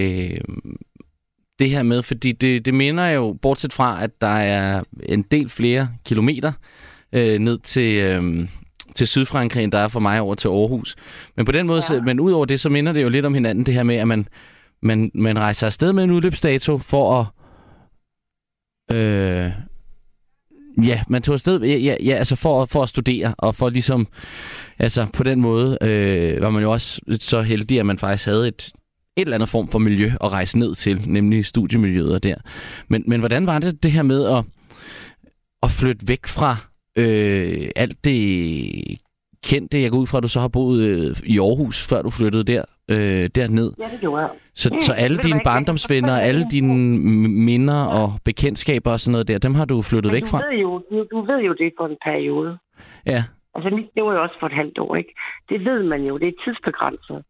det her med, fordi det minder jo, bortset fra, at der er en del flere kilometer ned til Sydfrankrig, end der er for mig over til Aarhus. Men på den måde, men ud over det, så minder det jo lidt om hinanden, det her med, at man rejser afsted med en udløbsdato for at man tog afsted altså for at studere, og for ligesom, altså på den måde var man jo også så heldig, at man faktisk havde et eller andet form for miljø at rejse ned til, nemlig studiemiljøet der. Men hvordan var det her med at flytte væk fra alt det kendte? Jeg går ud fra, at du så har boet i Aarhus, før du flyttede derned. Ja, det gjorde jeg. Så alle dine barndomsvenner, alle dine minder og bekendtskaber og sådan noget der, dem har du flyttet væk fra? Du ved jo det for en periode. Ja. Altså, det var jo også for et halvt år, ikke? Det ved man jo. Det er tidsbegrænset.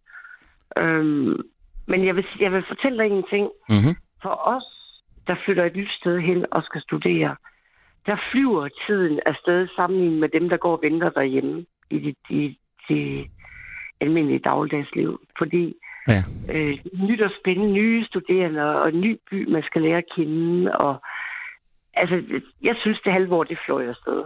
Men jeg vil fortælle dig en ting. Mm-hmm. For os, der flytter et nyt sted hen og skal studere, der flyver tiden afsted sammenlignet med dem, der går og venter derhjemme i de almindelige dagligdagsliv. Fordi nyt og spændende, nye studerende og en ny by, man skal lære at kende. Og, altså, jeg synes, det halve år, det fløj afsted.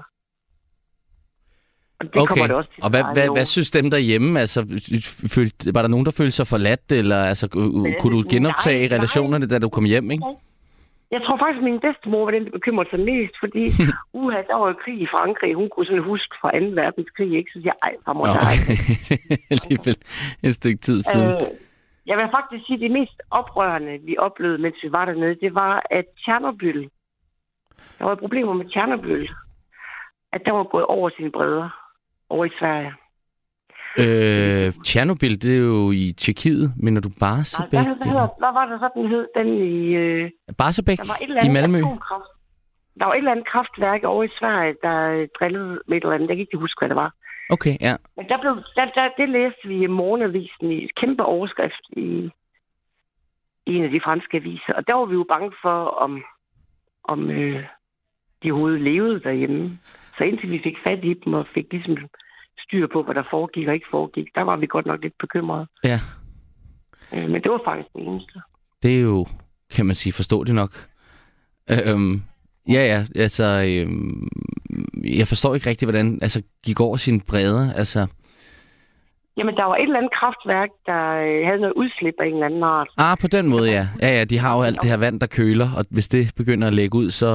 Og det kommer det også til. Og hvad synes dem derhjemme? Altså, var der nogen, der følte sig forladt, eller altså, kunne du genoptage relationerne, da du kom hjem, ikke? Jeg tror faktisk, at min bedstemor var den, der bekymrede sig mest, fordi der var jo krig i Frankrig. Hun kunne sådan huske fra 2. verdenskrig, ikke? Så siger jeg, farmor, der alligevel et stykke tid siden. Jeg vil faktisk sige, at det mest oprørende, vi oplevede, mens vi var dernede, det var, at Tjernobyl, der var problemer med Tjernobyl, at der var gået over sine bredder over i Sverige. Tjernobyl, det er jo i Tjekkiet, mener du Barsebæk? Hvad var det så, den hed? Den i... Barsebæk i Malmø? Der var et eller andet kraftværk over i Sverige, der drillede med et eller andet. Jeg kan ikke huske, hvad det var. Okay, ja. Men det læste vi i morgenavisen i et kæmpe overskrift i en af de franske aviser. Og der var vi jo bange for, om de overhovedet levede derhjemme. Så indtil vi fik fat i dem og fik ligesom styr på, hvad der foregik og ikke foregik, der var vi godt nok lidt bekymrede. Ja. Men det var faktisk det eneste. Det er jo, kan man sige, forståeligt nok. Altså, jeg forstår ikke rigtig, hvordan gik over sine bredder, altså. Jamen, der var et eller andet kraftværk, der havde noget udslip af en eller anden art. På den måde, ja. Ja, de har jo alt det her vand, der køler, og hvis det begynder at lægge ud, så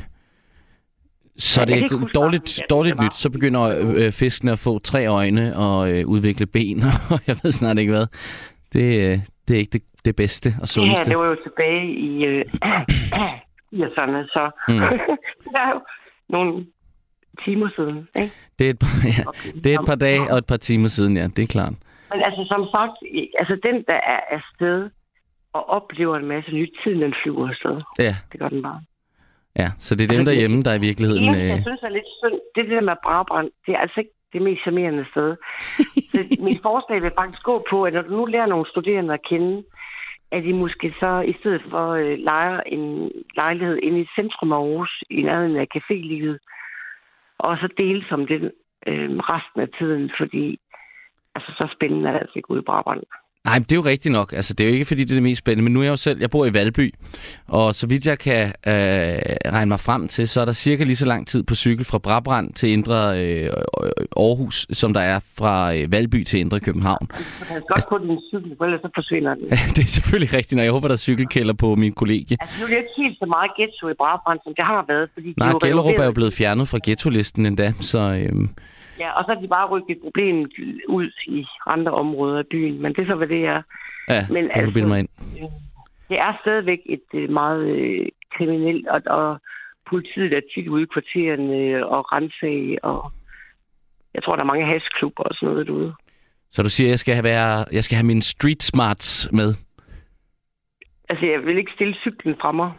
er det dårligt nyt. Så begynder fiskene at få 3 øjne og udvikle ben, og jeg ved snart ikke hvad. Det er ikke det bedste og sundeste. Det var jo tilbage i 80'erne, så det er jo nogle timer siden, ikke? Det er et par dage og et par timer siden, ja, det er klart. Men altså, som sagt, den, der er afsted og oplever en masse nyt, tiden den flyver afsted. Ja. Det gør den bare. Ja, så det er dem derhjemme, der i virkeligheden... Jeg synes er lidt synd. Det der med Brabrand, det er altså ikke det mest charmerende sted. Så mit forslag vil faktisk gå på, at når du nu lærer nogle studerende at kende, at de måske så i stedet for lejer en lejlighed inde i centrum af Aarhus, i nærheden af cafélivet, og så deles om den resten af tiden, fordi så spændende er det altså ikke ude i Brabrand. Nej, det er jo rigtigt nok. Altså, det er jo ikke, fordi det er det mest spændende, men nu er jeg jo selv, jeg bor i Valby, og så vidt jeg kan regne mig frem til, så er der cirka lige så lang tid på cykel fra Brabrand til indre Aarhus, som der er fra Valby til indre København. Du kan godt på din cykel, for ellers så forsvinder den. Det er selvfølgelig rigtigt, og jeg håber, der er cykelkælder på min kollegie. Altså, nu er det ikke helt så meget ghetto i Brabrand, som det har været, fordi... Nej, Gellerup er jo blevet fjernet fra ghetto-listen endda, så... Ja, og så er de bare rykket problemet ud i andre områder af byen. Men det er så, hvad det er. Ja, men det altså, mig ind. Det er stadigvæk et meget kriminelt, og politiet er tit ude i kvartererne og rensag, og jeg tror, der er mange hashklubber og sådan noget derude. Så du siger, jeg skal have mine street smarts med? Altså, jeg vil ikke stille cyklen fra mig.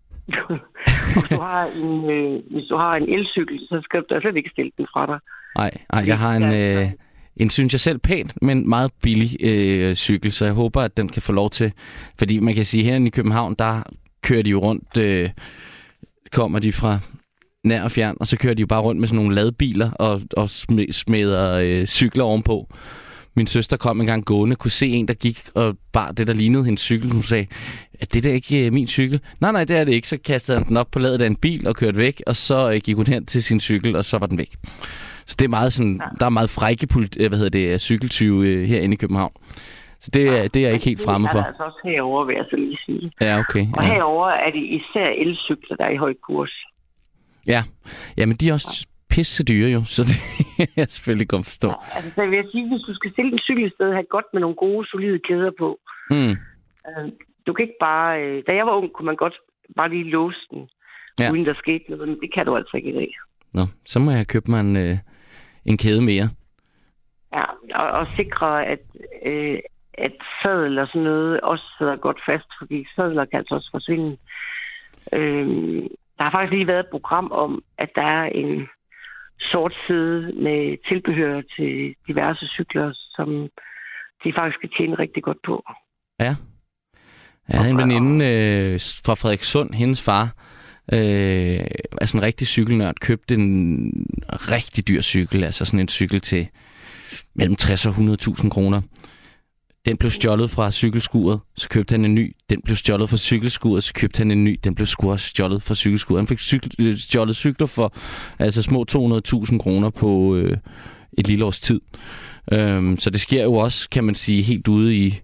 Hvis du har en elcykel, så skal du da slet ikke stille den fra dig. Nej, jeg har en, synes jeg selv, pænt, men meget billig cykel, så jeg håber, at den kan få lov til, fordi man kan sige, herinde i København, der kører de jo rundt, kommer de fra nær og fjern, og så kører de jo bare rundt med sådan nogle ladbiler og smider cykler ovenpå. Min søster kom en gang gående, kunne se en, der gik og bar det, der lignede hendes cykel. Hun sagde, er det der ikke min cykel? Nej, det er det ikke. Så kastede han den op på ladet af en bil og kørte væk, og så gik hun hen til sin cykel, og så var den væk. Så det er meget sådan, der er meget frække cykeltyve herinde i København. Så det er jeg ikke helt fremme for. Det er altså også herovre, vil jeg så lige sige. Ja, okay. Og herovre er det især elcykler, der er i høj kurs. Ja, men de er også pisse dyre jo, så det kan jeg selvfølgelig godt forstå. Ja, altså, så vil jeg sige, hvis du skal stille en cykel et sted, have godt med nogle gode, solide kæder på. Du kan ikke bare... Da jeg var ung, kunne man godt bare lige låse den, uden der skete noget, men det kan du altså ikke i dag. Nå, så må jeg købe mig en kæde mere. Ja, og sikre, at sadel og sådan noget også sidder godt fast, fordi sadler kan altså også forsvinde. Der har faktisk lige været et program om, at der er en sort side med tilbehør til diverse cykler, som de faktisk kan tjene rigtig godt på. Ja. Jeg havde en veninde fra Frederikssund, hendes far, altså en rigtig cykelnørd, købte en rigtig dyr cykel, altså sådan en cykel til mellem 60 og 100.000 kroner. Den blev stjålet fra cykelskuret, så købte han en ny. Den blev stjålet fra cykelskuret, så købte han en ny. Den blev stjålet fra cykelskuret. Han fik stjålet cykler for altså små 200.000 kroner på et lille års tid. Så det sker jo også, kan man sige, helt ude i...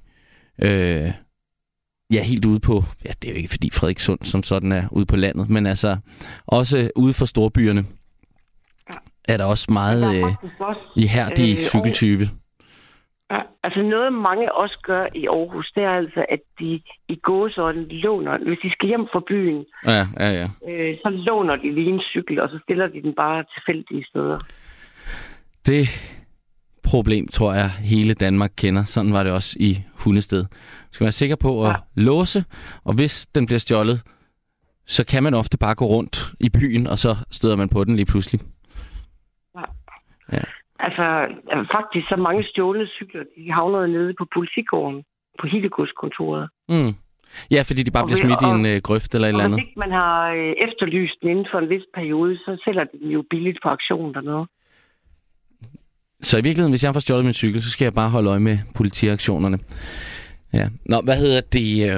helt ude på... Ja, det er jo ikke fordi Frederikssund som sådan er ude på landet, men altså også ude for storbyerne er der også meget ihærdige cykeltyve. Ja, altså noget mange også gør i Aarhus, det er altså, at de i gåseøjne låner, hvis de skal hjem fra byen, så låner de lige en cykel, og så stiller de den bare tilfældige steder. Det problem, tror jeg, hele Danmark kender. Sådan var det også i Hundested. Du skal være sikker på at låse, og hvis den bliver stjålet, så kan man ofte bare gå rundt i byen, og så støder man på den lige pludselig. Ja. Altså, faktisk så mange stjålne cykler, de havner nede på Politigården, på Hittegodskontoret. Ja, fordi de bare bliver smidt i en grøft eller et eller andet. Og hvis ikke man har efterlyst den inden for en vis periode, så sælger de den jo billigt på auktion dernede. Så i virkeligheden, hvis jeg får stjålet min cykel, så skal jeg bare holde øje med politiaktionerne. Ja. Nå, hvad hedder det?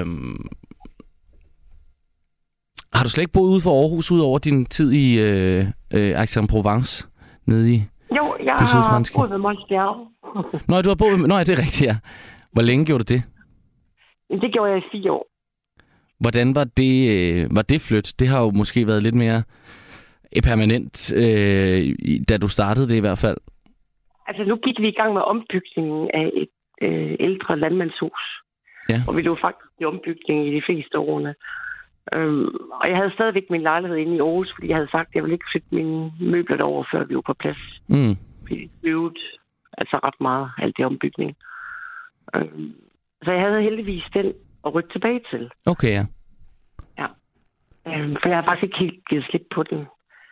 Har du slet ikke boet ude for Aarhus, ud over din tid i Aix-en-Provence, nede i... Jo, jeg har boet ved Montbjerg. Nå, du har boet ved... Nå, ja, det er rigtigt, ja. Hvor længe gjorde du det? Det gjorde jeg i 4 år. Hvordan var det flyt? Det har jo måske været lidt mere permanent, da du startede det i hvert fald. Altså, nu gik vi i gang med ombygningen af et ældre landmandshus. Ja. Og vi lå faktisk i ombygningen i de fleste årene. Og jeg havde stadigvæk min lejlighed inde i Aarhus, fordi jeg havde sagt, at jeg ville ikke flytte mine møbler derover, før vi var på plads. Fordi det øvede altså ret meget, alt det ombygning. Så jeg havde heldigvis den at rykke tilbage til. Okay, ja. Ja. For jeg har faktisk ikke helt givet slip på den.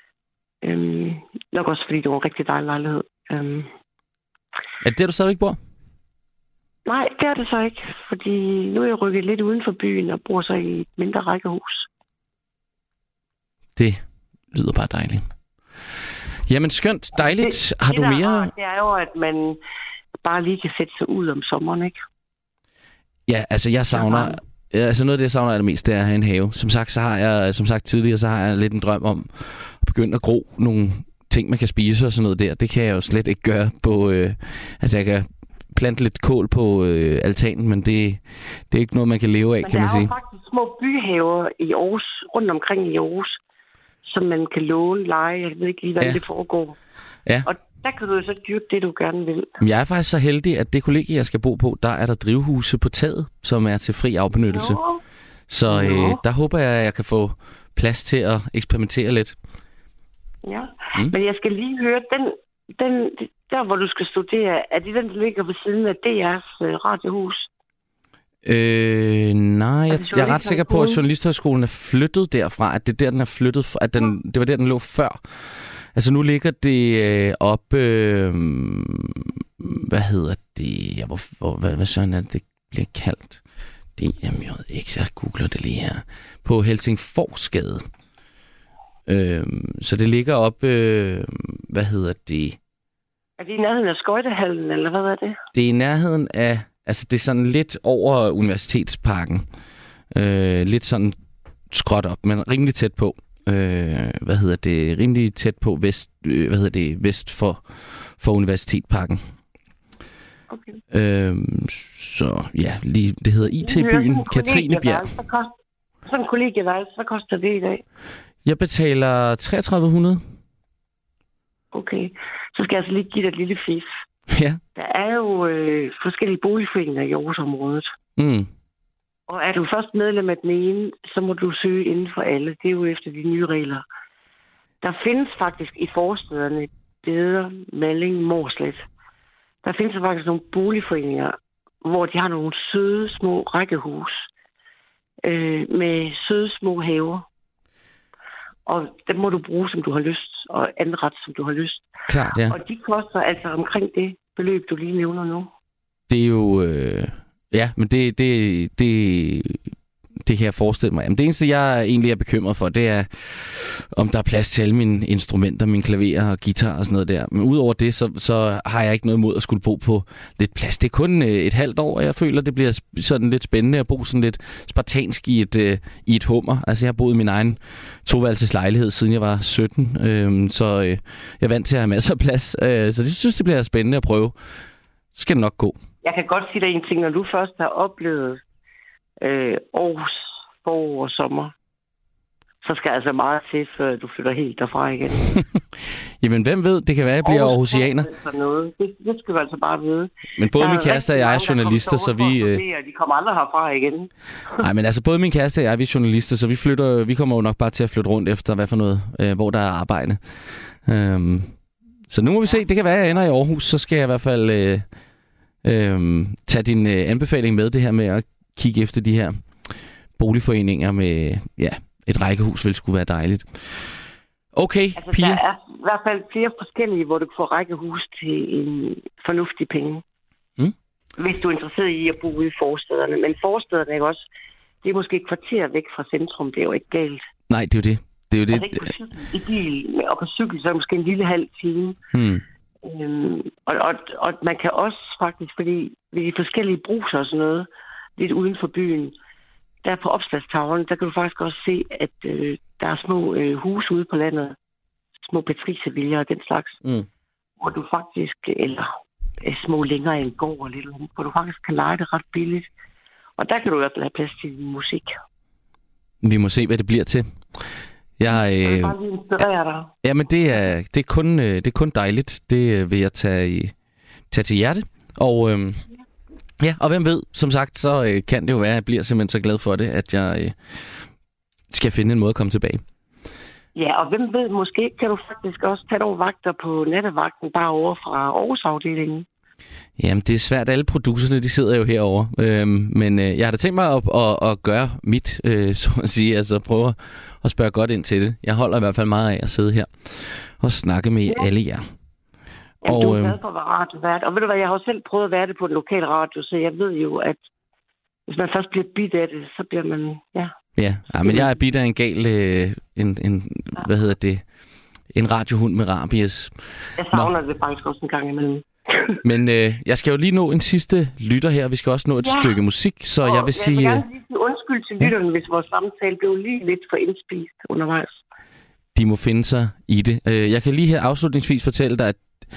Nok også fordi det var en rigtig dejlig lejlighed. Er det du stadigvæk bor? Nej, det er det så ikke, fordi nu er jeg rykket lidt uden for byen og bor så i et mindre rækkehus. Det lyder bare dejligt. Jamen skønt, dejligt. Har du mere? Det er jo, at man bare lige kan sætte sig ud om sommeren, ikke? Ja, altså jeg savner... Altså noget af det, jeg savner allermest, det er at have en have. Som sagt tidligere, så har jeg lidt en drøm om at begynde at gro nogle ting, man kan spise og sådan noget der. Det kan jeg jo slet ikke gøre på... altså jeg kan plante lidt kål på altanen, men det er ikke noget, man kan leve af, kan man sige. Men der er jo faktisk små byhaver i Aarhus, rundt omkring i Aarhus, som man kan låne, lege. Jeg ved ikke lige, hvordan det foregår. Ja. Og der kan du jo så dyrke det, du gerne vil. Jeg er faktisk så heldig, at det kollegie, jeg skal bo på, der er der drivhuse på taget, som er til fri afbenyttelse. Så der håber jeg, at jeg kan få plads til at eksperimentere lidt. Ja, men jeg skal lige høre, den der, hvor du skal studere, er det den, der ligger ved siden af DR's radiohus? Nej, jeg er ret sikker på, at Journalisthøjskolen er flyttet derfra, at det er der, den er flyttet, at det var der, den lå før. Altså nu ligger det oppe, hvad hedder det, hvad sådan er det bliver kaldt? DMJX, jeg googler det lige her, på Helsingforsgade. Så det ligger op, hvad hedder det? Er det i nærheden af skøjtehallen, eller hvad er det? Det er i nærheden af, altså det er sådan lidt over Universitetsparken. Lidt sådan skråt op, men rimelig tæt på. Rimelig tæt på vest for Universitetsparken. Okay. Så ja, lige, det hedder IT-byen Katrinebjerg. Sådan en kollegieværelse, hvad koster det i dag? Jeg betaler 3300. Okay, så skal jeg altså lige give dig et lille fif. Ja. Der er jo forskellige boligforeninger i Aarhusområdet. Mm. Og er du først medlem af den ene, så må du søge inden for alle. Det er jo efter de nye regler. Der findes faktisk i forstederne Beder, Malling, Mårslet. Der findes faktisk nogle boligforeninger, hvor de har nogle søde små rækkehus med søde små haver. Og dem må du bruge, som du har lyst, og anrette, som du har lyst. Klart, ja. Og de koster altså omkring det beløb, du lige nævner nu. Det er jo... Ja, men det kan jeg forestille mig. Jamen, det eneste, jeg egentlig er bekymret for, det er, om der er plads til alle mine instrumenter, mine klaverer og guitar og sådan noget der. Men udover det, så har jeg ikke noget imod at skulle bo på lidt plads. Det er kun et halvt år, og jeg føler, det bliver sådan lidt spændende at bo sådan lidt spartansk i et hummer. Altså, jeg har boet i min egen toværelseslejlighed, siden jeg var 17, så jeg er vant til at have masser af plads. Så det synes, det bliver spændende at prøve. Så skal det nok gå. Jeg kan godt sige dig en ting, når du først har oplevet Aarhus forår og sommer, så skal altså meget til, før du flytter helt derfra igen. Jamen, hvem ved? Det kan være, at jeg bliver aarhusianer. Det skal du altså bare vide. Men både min kæreste og jeg er journalister, så vi... De kommer aldrig herfra igen. Nej, men altså, både min kæreste og jeg er journalister, så vi kommer jo nok bare til at flytte rundt efter, hvad for noget, hvor der er arbejde. Så nu må vi se. Det kan være, at jeg ender i Aarhus, så skal jeg i hvert fald tage din anbefaling med, det her med at kigge efter de her boligforeninger med, ja, et rækkehus vil skulle være dejligt. Okay, altså, Pia. Der er i hvert fald flere forskellige, hvor du kan få rækkehus til en fornuftig penge. Mm. Hvis du er interesseret i at bo ude i forstederne. Men forstederne er også, det er måske et kvarter væk fra centrum, det er jo ikke galt. Nej, det er jo det. Det er jo det. Altså ikke på cykel, i bil, og på cykel, så er det måske en lille halv time. Og man kan også faktisk, fordi ved de forskellige bruser og sådan noget, lidt uden for byen, der på opslagstavlen, der kan du faktisk også se, at der er små huse ude på landet, små patricierviljer og den slags, hvor du faktisk, eller små længere end gård og lidt, hvor du faktisk kan leje det ret billigt. Og der kan du i hvert fald have plads til din musik. Vi må se, hvad det bliver til. Jeg vil bare lige inspirere dig. Jamen, det er kun dejligt. Det vil jeg tage til hjerte. Og ja, og hvem ved, som sagt, så kan det jo være, at jeg bliver simpelthen så glad for det, at jeg skal finde en måde at komme tilbage. Ja, og hvem ved, måske kan du faktisk også tage nogle vagter på nattevagten bare over fra Aarhus-afdelingen. Jamen, det er svært. Alle producerne, de sidder jo herovre. Men jeg har da tænkt mig at gøre mit, så at sige. Altså prøve at spørge godt ind til det. Jeg holder i hvert fald meget af at sidde her og snakke med alle jer. Jamen, du er glad for at være radiovært. Og ved du hvad, jeg har jo selv prøvet at være det på den lokale radio, så jeg ved jo, at hvis man først bliver bidt af det, så bliver man, ja. Ja, men jeg er bidt af en gal, hvad hedder det, en radiohund med rabies. Jeg savner det faktisk også en gang imellem. Men jeg skal jo lige nå en sidste lytter her. Vi skal også nå et stykke musik, så jeg vil sige... Jeg vil gerne sige undskyld til lytterne, hvis vores samtale blev lige lidt for indspist undervejs. De må finde sig i det. Jeg kan lige her afslutningsvis fortælle dig,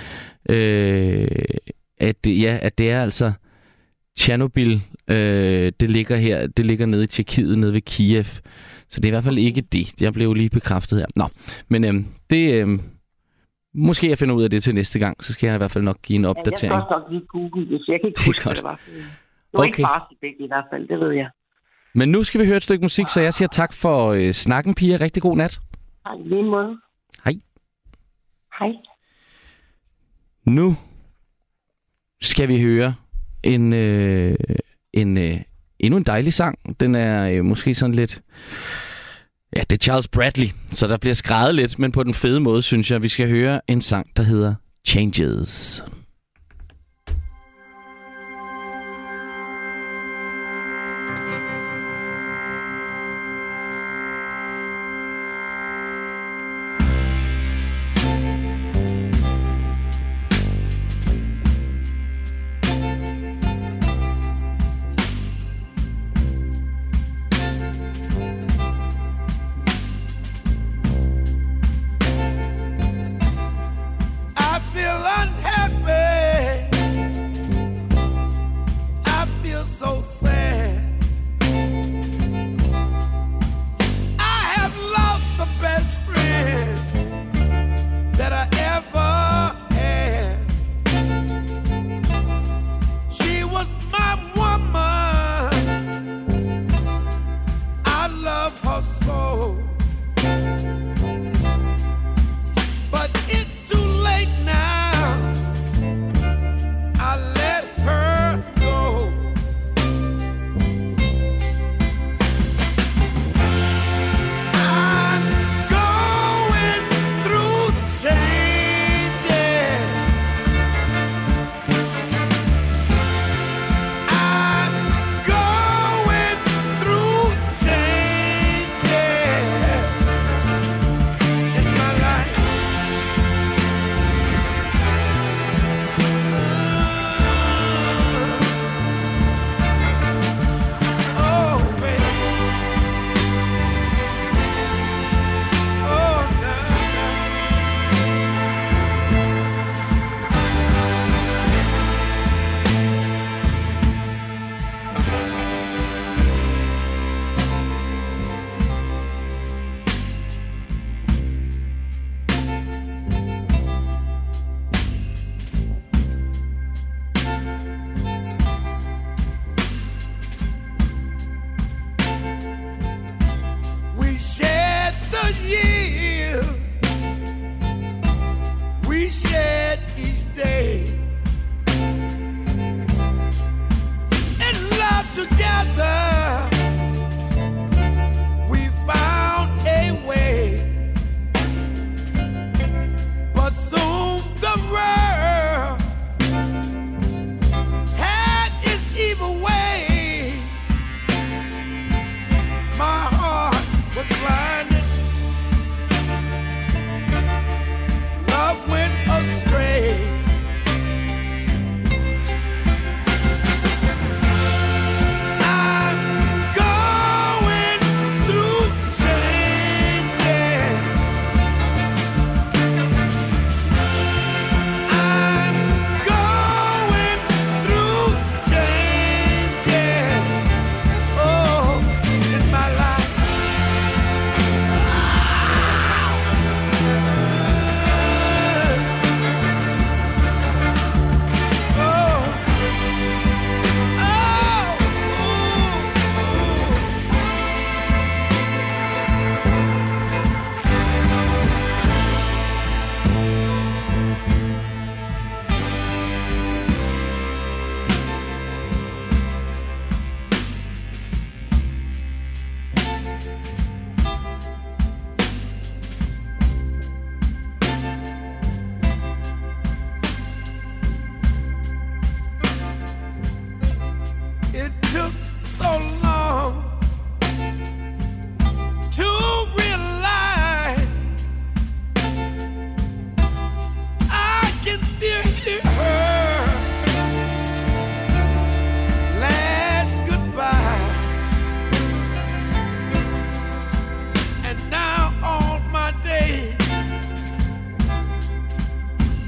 at det er altså Tjernobyl, det ligger nede i Tjekkiet, nede ved Kiev. Så det er i hvert fald ikke det. Jeg blev lige bekræftet her. Nå, men måske jeg finder ud af det til næste gang, så skal jeg i hvert fald nok give en opdatering. Jeg skal også nok lige google, hvis jeg kan ikke huske, hvad det var. Det var ikke Barsebæk i hvert fald, det ved jeg. Men nu skal vi høre et stykke musik, så jeg siger tak for snakken, Pia. Rigtig god nat. Hej, lige måde. Hej. Hej. Nu skal vi høre endnu en dejlig sang. Den er måske sådan lidt... Ja, det er Charles Bradley, så der bliver skrevet lidt, men på den fede måde, synes jeg, vi skal høre en sang, der hedder Changes.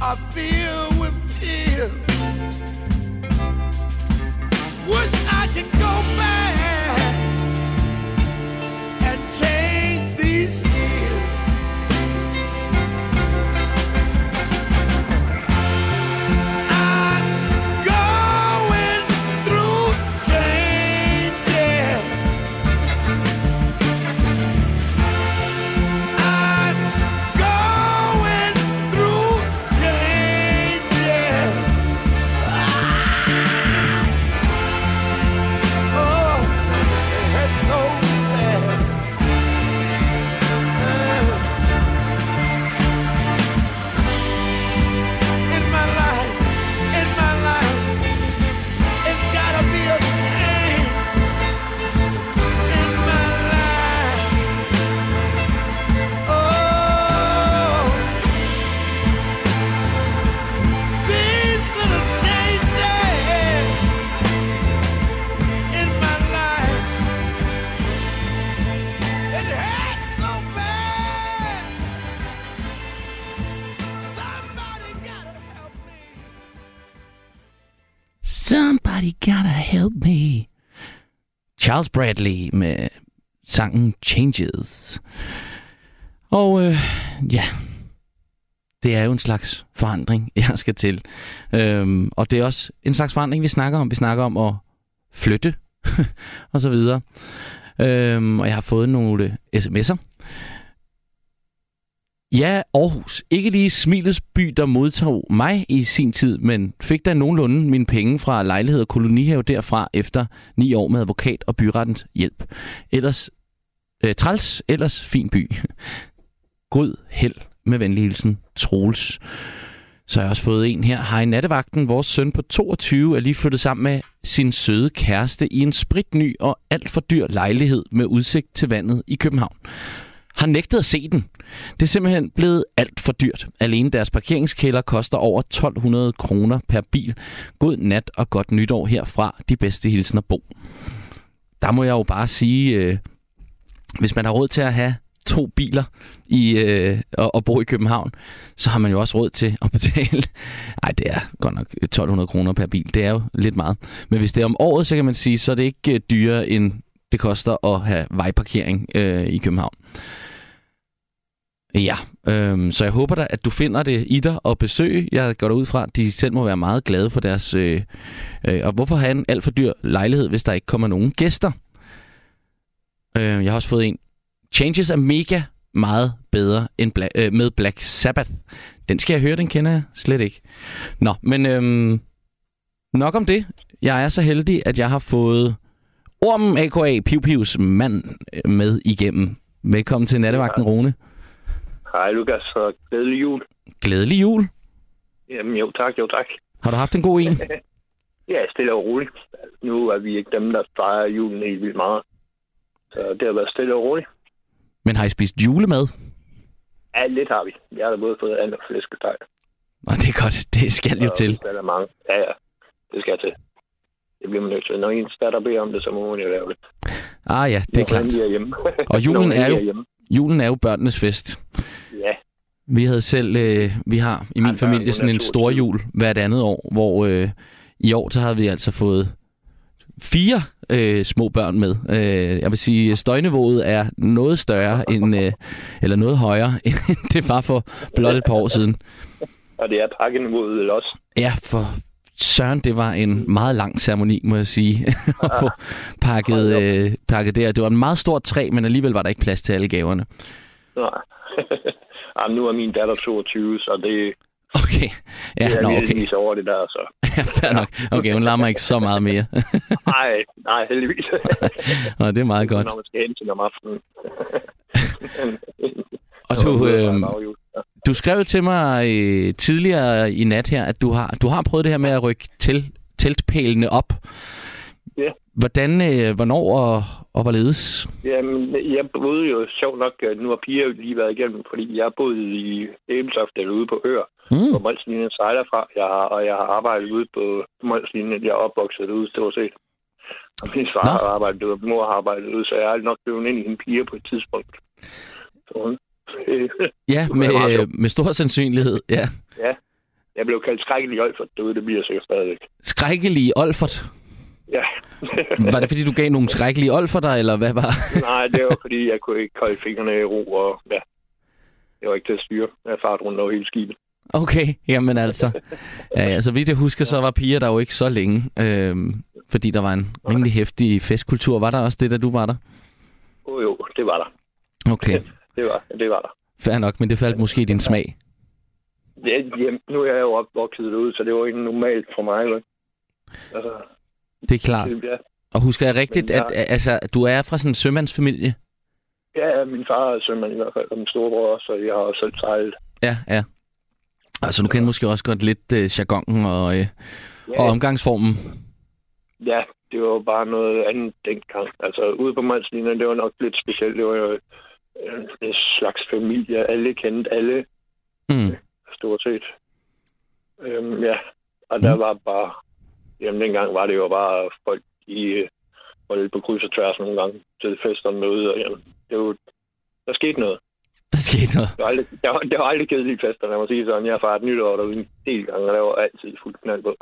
are filled with tears. Wish I could go back and change these years. I'm going through changes. I'm going through changes. Oh, it hurts so bad. In my life, it's gotta be a change. In my life, oh, these little changes in my life, it hurts so bad. Somebody gotta help me. Somebody gotta help me. Charles Bradley med sangen Changes. Og ja, det er jo en slags forandring, jeg skal til. Og det er også en slags forandring, vi snakker om. Vi snakker om at flytte og så videre. Og jeg har fået nogle sms'er. Ja, Aarhus. Ikke lige smilets by, der modtog mig i sin tid, men fik da nogenlunde mine penge fra lejlighed og kolonihave derfra efter 9 år med advokat og byrettens hjælp. Ellers træls, ellers fin by. God held med venlig hilsen, Troels. Så har jeg også fået en her. Hej nattevagten. Vores søn på 22 er lige flyttet sammen med sin søde kæreste i en spritny og alt for dyr lejlighed med udsigt til vandet i København. Har nægtet at se den. Det er simpelthen blevet alt for dyrt. Alene deres parkeringskælder koster over 1.200 kroner per bil. God nat og godt nytår herfra. De bedste hilsner, Bo. Der må jeg jo bare sige, hvis man har råd til at have 2 biler og bo i København, så har man jo også råd til at betale. Ej, det er godt nok 1.200 kroner per bil. Det er jo lidt meget. Men hvis det er om året, så kan man sige, så er det ikke dyrere end det koster at have vejparkering i København. Ja, så jeg håber da, at du finder det i dig og besøge. Jeg går derud fra, at de selv må være meget glade for deres... og hvorfor have en alt for dyr lejlighed, hvis der ikke kommer nogen gæster? Jeg har også fået en. Changes er mega meget bedre end med Black Sabbath. Den skal jeg høre, den kender jeg slet ikke. Nå, men nok om det. Jeg er så heldig, at jeg har fået Ormen A.K.A. Piu Pius mand med igennem. Velkommen til nattevagten, Rune. Hej Lukas, og glædelig jul. Glædelig jul. Jamen jo tak. Har du haft en god en? Ja, stille og roligt. Nu er vi ikke dem, der fejrer julen helt vildt meget. Så det har været stille og roligt. Men har I spist julemad? Ja, lidt har vi. Jeg har da både fået and og flæskesteg. Og det er godt, det skal jo til. Der er mange. Ja, det skal til. Det bliver man nødt til. Når en datter beder om det, så må man jo lave det. Ah ja, det er klart. Og julen er jo børnenes fest. Ja. Vi havde selv, vi har i min familie sådan en stor jul hvert andet år, hvor i år så havde vi altså fået 4 små børn med. Jeg vil sige, støjniveauet er noget større end, eller noget højere, end det var for blot et par år siden. Og det er pakkeniveauet også. Ja, for søren, det var en meget lang ceremoni, må jeg sige, at få pakket der. Det var en meget stort træ, men alligevel var der ikke plads til alle gaverne. Nej. Jamen, nu er min datter 22, så det... Okay. Ja, det er lige over det der, så... Ja, fair nok. Okay, hun lader mig ikke så meget mere. Nej, heldigvis. Nå, det er meget godt. Når man skal hen til om aftenen. Og du skrev til mig tidligere i nat her, at du har prøvet det her med at rykke teltpælene op. Ja. Hvordan, hvornår og hvorledes? Jamen, jeg boede jo sjovt nok, nu har Pia lige været igennem, fordi jeg boede i Ebeltoft eller ude på Ør, hvor Molslinjen sejler fra. Jeg har arbejdet ude på Molslinjen. Jeg er opvokset ude stort set. Og min far har arbejdet ude, og mor har arbejdet ude, så jeg har nok blevet ind i en Pia på et tidspunkt. Så, ja, med stor sandsynlighed, ja. Ja. Jeg blev kaldt skrækkelig Olfert derude, det bliver sikkert stadigvæk. Skrækkelig Olfert? Ja. Var det fordi, du gav nogle skrækkelige olferter, eller hvad var? Nej, det var fordi, jeg kunne ikke holde fingrene i ro, og ja, jeg var ikke til at styre. Jeg farede rundt over hele skibet. Okay, jamen altså. Ja, så vidt jeg husker, så var piger der jo ikke så længe, fordi der var en rimelig heftig festkultur. Var der også det, da du var der? Jo, det var der. Okay. Det var der. Fair nok, men det faldt måske i din smag. Ja, nu er jeg jo opvokset derude, så det var ikke normalt for mig. Altså, det er klart. Ja. Og husker jeg rigtigt, at du er fra sådan en sømandsfamilie? Ja, min far er sømand i hvert fald, og min storebror også, så jeg har også selv sejlet. Ja. Altså, du kender måske også godt lidt jargonen og omgangsformen. Ja, det var bare noget andet dengang. Altså, ude på Molslinjen, det var nok lidt specielt. Det var jo en slags familie. Alle kendte alle. Stort set. Ja, og der var bare... Jamen, dengang var det jo bare folk, de holdt på kryds og tværs nogle gange til festerne derude, og jamen, det var... Der skete noget. Der skete noget? Det var aldrig kedelige fester, lad mig sige sådan. Jeg har fejret nytår derude en del gange, og der var altid fuldt knald på.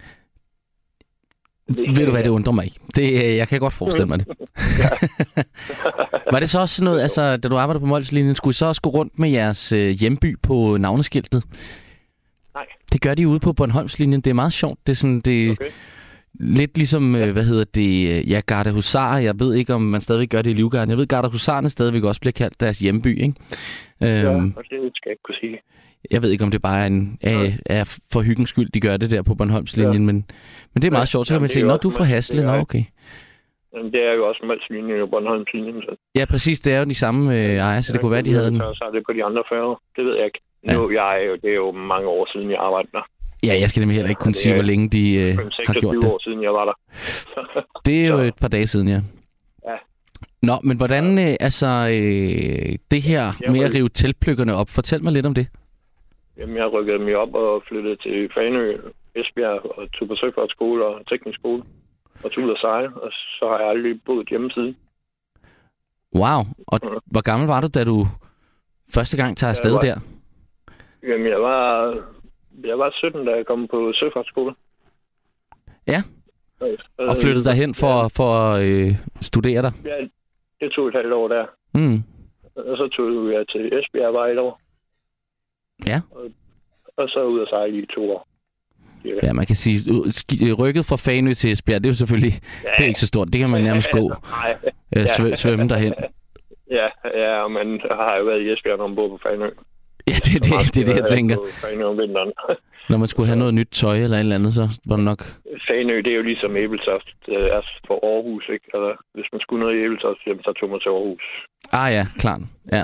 Ved du hvad, det undrer mig ikke. Jeg kan godt forestille mig det. Var det så også noget, altså, da du arbejdede på Molslinjen, skulle I så også gå rundt med jeres hjemby på navneskiltet? Nej. Det gør de ude på Bornholmslinjen. Det er meget sjovt. Det er sådan, okay. Lidt ligesom, Gardehusar. Jeg ved ikke, om man stadigvæk gør det i Livgarden. Jeg ved, Gardehusarerne stadigvæk også bliver kaldt deres hjemby, ikke? Ja, og det skal jeg ikke kunne sige. Jeg ved ikke, om det bare er for hyggens skyld, de gør det der på Bornholmslinjen, men det er meget sjovt. Så kan man se, når du er fra Hasle, okay. Jamen, det er jo også Molslinjen og Bornholmslinjen. Så. Ja, præcis. Det er jo de samme ejere, så det kunne være, de havde den. Så er det på de andre færger. Det ved jeg ikke. Nu, det er jo mange år siden, jeg arbejdede der. Ja, jeg skal nemlig heller ikke kunne sige, hvor længe de har gjort det. 26 år siden, jeg var der. Det er jo et par dage siden, ja. Nå, men hvordan, det her med at rive teltpløkkerne op, fortæl mig lidt om det. Jamen, jeg rykkede mig op og flyttede til Fanø, Esbjerg og tog på søfartsskole og teknisk skole og tog ud at sejle, og så har jeg aldrig boet hjemme siden. Wow, og hvor gammel var du, da du første gang tager afsted der? Jamen, jeg var 17, da jeg kom på søfartsskole. Ja, og flyttede derhen for at studere der? Ja, det tog et halvt år der. Og så tog jeg til Esbjerg var et år. Ja. Og så ud og sejle i 2 år. Ja, man kan sige, rykket fra Fanø til Esbjerg, det er jo selvfølgelig, det er ikke så stort. Det kan man nærmest gå, svømme derhen. Ja, og man har jo været i Esbjerg, når man bor på Fanø. Ja, det er det, jeg tænker. Når man skulle have noget nyt tøj eller et eller andet, så var det nok... Fanø, det er jo ligesom Ebeltoft. Det er for Aarhus, ikke? Altså, hvis man skulle noget i Ebeltoft, så tog man til Aarhus. Ah ja, klart. Ja.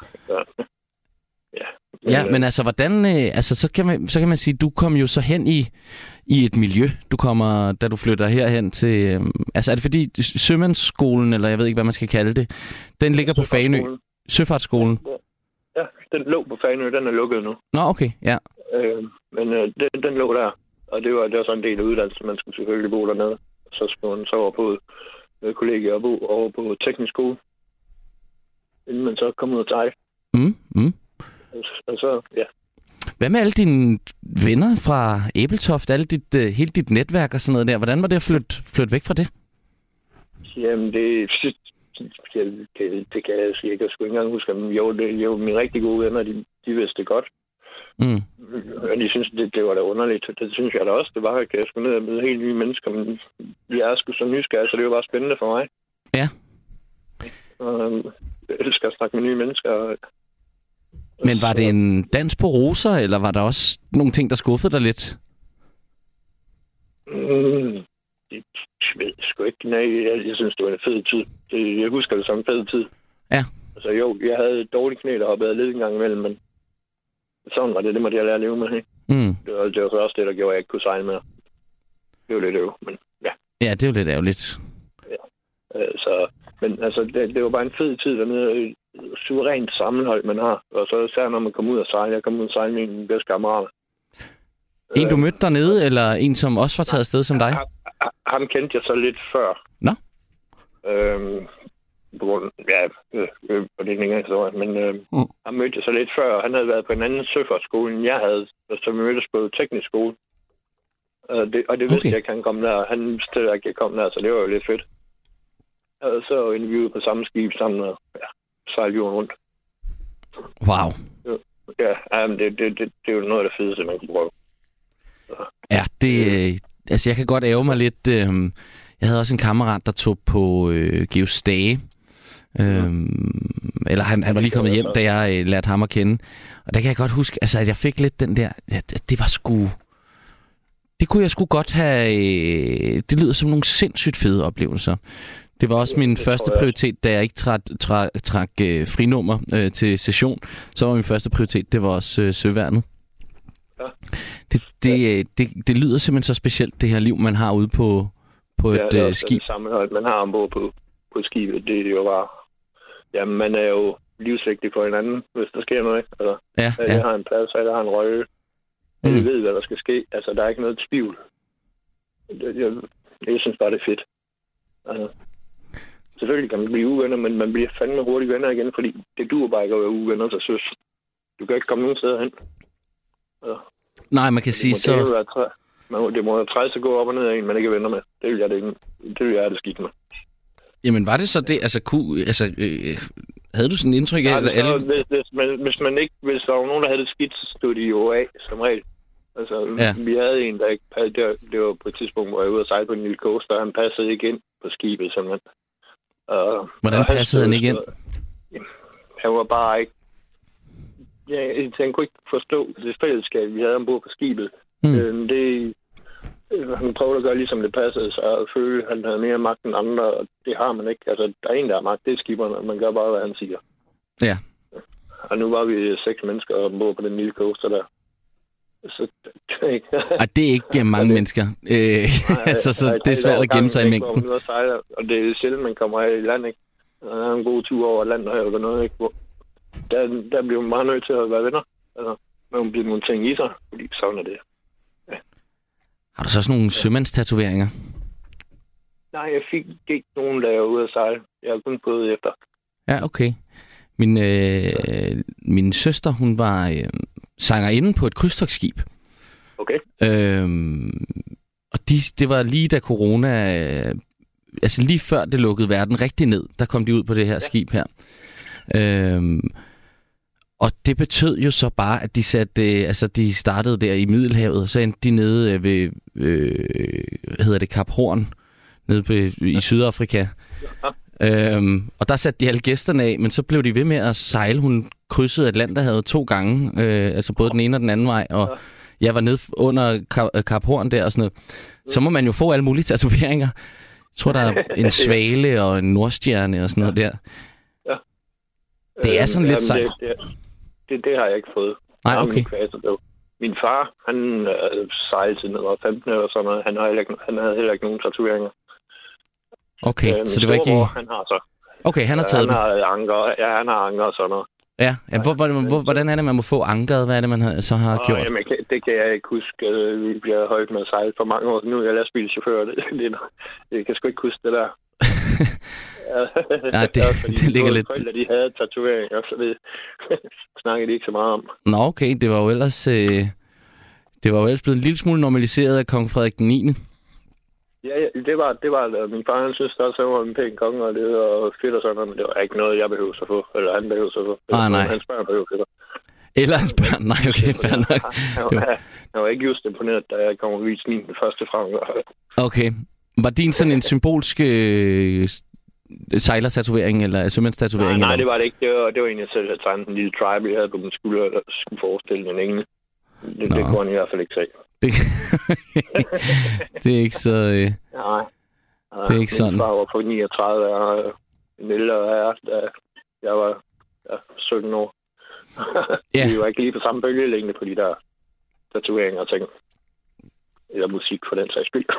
Ja, men altså, hvordan... så kan man sige, du kom jo så hen i et miljø. Du kommer, da du flytter herhen til... er det fordi Sømandsskolen, eller jeg ved ikke, hvad man skal kalde det, den ligger på Fanø? Søfartsskolen? Ja, den lå på Fanø, den er lukket nu. Nå, okay, ja. Men den lå der, og det var så en del af uddannelsen, man skulle selvfølgelig bo dernede. Så skulle man så over på kollegier og bo over på teknisk skole, inden man så kom ud og tage. Og så, ja. Hvad med alle dine venner fra Ebeltoft, hele dit netværk og sådan noget der? Hvordan var det at flytte væk fra det? Jamen, det kan jeg ikke sgu ikke engang huske. Men jo, mine rigtig gode venner, de vidste det godt. Og de synes, det var da underligt. Det synes jeg da også. Det var, at jeg skulle ned og møde helt nye mennesker. Men jeg er sgu så nysgerrig, så det var bare spændende for mig. Ja. Jeg elsker at snakke med nye mennesker. Men var det en dans på roser, eller var der også nogle ting, der skuffede dig lidt? Jeg ved sgu ikke. Nej, jeg synes, det var en fed tid. Jeg husker det som en fed tid. Ja. Altså jo, jeg havde dårlige knæ, der hoppede lidt en gang imellem, men sådan var det. Det måtte jeg lære at leve med. Ikke? Det var så også det, der gjorde, at jeg ikke kunne sejle med. Det var lidt øv, men ja. Ja, det er jo lidt ærgerligt. Ja. Men altså, det var bare en fed tid dernede. Suverænt sammenhold, man har. Og så især, når man kommer ud og sejle. Jeg kom ud og sejle med min bedste kammerat. En, du mødte dernede, eller en, som også var taget afsted som dig? Ham kendte jeg så lidt før. Nå? på grund og det er en længere historie, men han mødte jeg så lidt før, og han havde været på en anden søfartsskole, end jeg havde, så vi mødtes på teknisk skole. Og det vidste jeg ikke, han kom der. Han vidste ikke, jeg kom der, så det var jo lidt fedt. Og så interviewet på samme skib sammen, og sejlede jorden rundt. Wow. Ja, men det er jo noget af det fedeste, man kan prøve. Ja, altså jeg kan godt ærge mig lidt. Jeg havde også en kammerat, der tog på Georg Stage. Eller han var lige kommet hjem, da jeg lærte ham at kende. Og der kan jeg godt huske, altså, at jeg fik lidt den der... Det var sgu... Det kunne jeg sgu godt have... Det lyder som nogle sindssygt fede oplevelser. Det var også min første prioritet, da jeg ikke trak frinummer til session. Så var min første prioritet, det var også søværnet. Ja. Det lyder simpelthen så specielt, det her liv, man har ude på et skib. Det samme, man har ombord på skibet. Det er jo bare... Jamen, man er jo livsvigtig for hinanden, hvis der sker noget, ikke? Altså, jeg har en plads, og jeg har en røge. Jeg ved, hvad der skal ske. Altså, der er ikke noget tvivl. Jeg synes bare, det er fedt. Altså, selvfølgelig kan man blive uvenner, men man bliver fandme hurtigt venner igen, fordi det duer bare ikke at være uvenner til søs. Du kan ikke komme nogen steder hen. Altså, nej, man kan sige så... Det må være træls at gå op og ned af en, man ikke er venner med. Det vil jeg have det skidt med. Jamen, var det så det? Havde du sådan en indtryk af, at alle... Hvis der var nogen, der havde det skidt, så stod de jo af, som regel. Altså, vi havde en, der ikke... Det var på et tidspunkt, hvor jeg var ude og sejle på en lille coaster, og han passede ikke ind på skibet, simpelthen. Hvordan passede han ikke ind? Han var bare ikke... Han kunne ikke forstå det fællesskab, vi havde ombord på skibet. Han prøvede at gøre ligesom det passede sig, og føle, at han havde mere magt end andre, og det har man ikke. Altså, der er en, der har magt, det er skiberne, og man gør bare, hvad han siger. Ja. Og nu var vi 6 mennesker ombord på den lille coaster der. Så det er ikke mange mennesker. Så det er svært at gemme sig i mængden. Og det er sjældent, man kommer af i land, ikke? Og der er en god tur over land, og noget, ikke? Der bliver man meget nødt til at være venner. Altså, man bliver nogle ting i sig, fordi sådan er det. Har du så sådan nogle sømandstatoveringer? Nej, jeg fik ikke nogen, da jeg var ude at sejle. Jeg har kun gået efter. Ja, okay. Min søster, hun var sangerinde på et krydstogtskib. Okay. Og det var lige da corona... altså lige før det lukkede verden rigtig ned, der kom de ud på det her skib her. Og det betød jo så bare, at de startede der i Middelhavet, og så endte de nede ved, Kap Horn, nede i Sydafrika. Og der satte de alle gæsterne af, men så blev de ved med at sejle. Hun krydsede Atlanterhavet 2 gange, altså både den ene og den anden vej, og jeg var nede under Kap Horn der og sådan noget. Så må man jo få alle mulige tatoveringer. Jeg tror, der er en svale og en nordstjerne og sådan noget der. Ja. Det er sådan lidt sejt. Det har jeg ikke fået. Nej, okay. Min far, han sejlede til noget 15 eller sådan noget. Han havde heller ikke nogen tatoveringer. Okay, så det var ikke... Han har så. Okay, han har taget dem. Han har anker og sådan noget. Ja. Hvordan er det, man må få ankeret? Hvad er det, man så har gjort? Jamen, det kan jeg ikke huske. Vi bliver højt med at sejle for mange år. Nu er jeg lastbilchauffør. Jeg kan sgu ikke huske det der. Ja, det ligger lidt... Forældre, de havde tatoveringer, så det snakkede de ikke så meget om. Nå, okay. Det var jo ellers blevet en lille smule normaliseret af kong Frederik den 9. Ja, det var min far, han synes også, at han var en pæn konge, og det var fedt og sådan noget, men det var ikke noget, jeg behøvede at få, eller han behøvede at få. Nej. Hans børn behøvede det. Eller hans børn, nej, okay, fair nok. Jeg var ikke just imponeret, da jeg kom og viste min første frem. Okay. Var din sådan en symbolsk sejlertatovering, eller sømandstatovering? Nej, det var det ikke. Det var egentlig selv, at tegne en lille tribe, jeg havde på min skulder, der skulle forestille en engel. Det kunne han i hvert fald ikke se. Det er ikke så... Nej. Det er ikke sådan. Min far var på 39, og en ældre herre, da jeg var 17 år. Ja. Vi var ikke lige på samme bølgelængde på de der tatoveringer og ting. Eller musik for den sags skyld.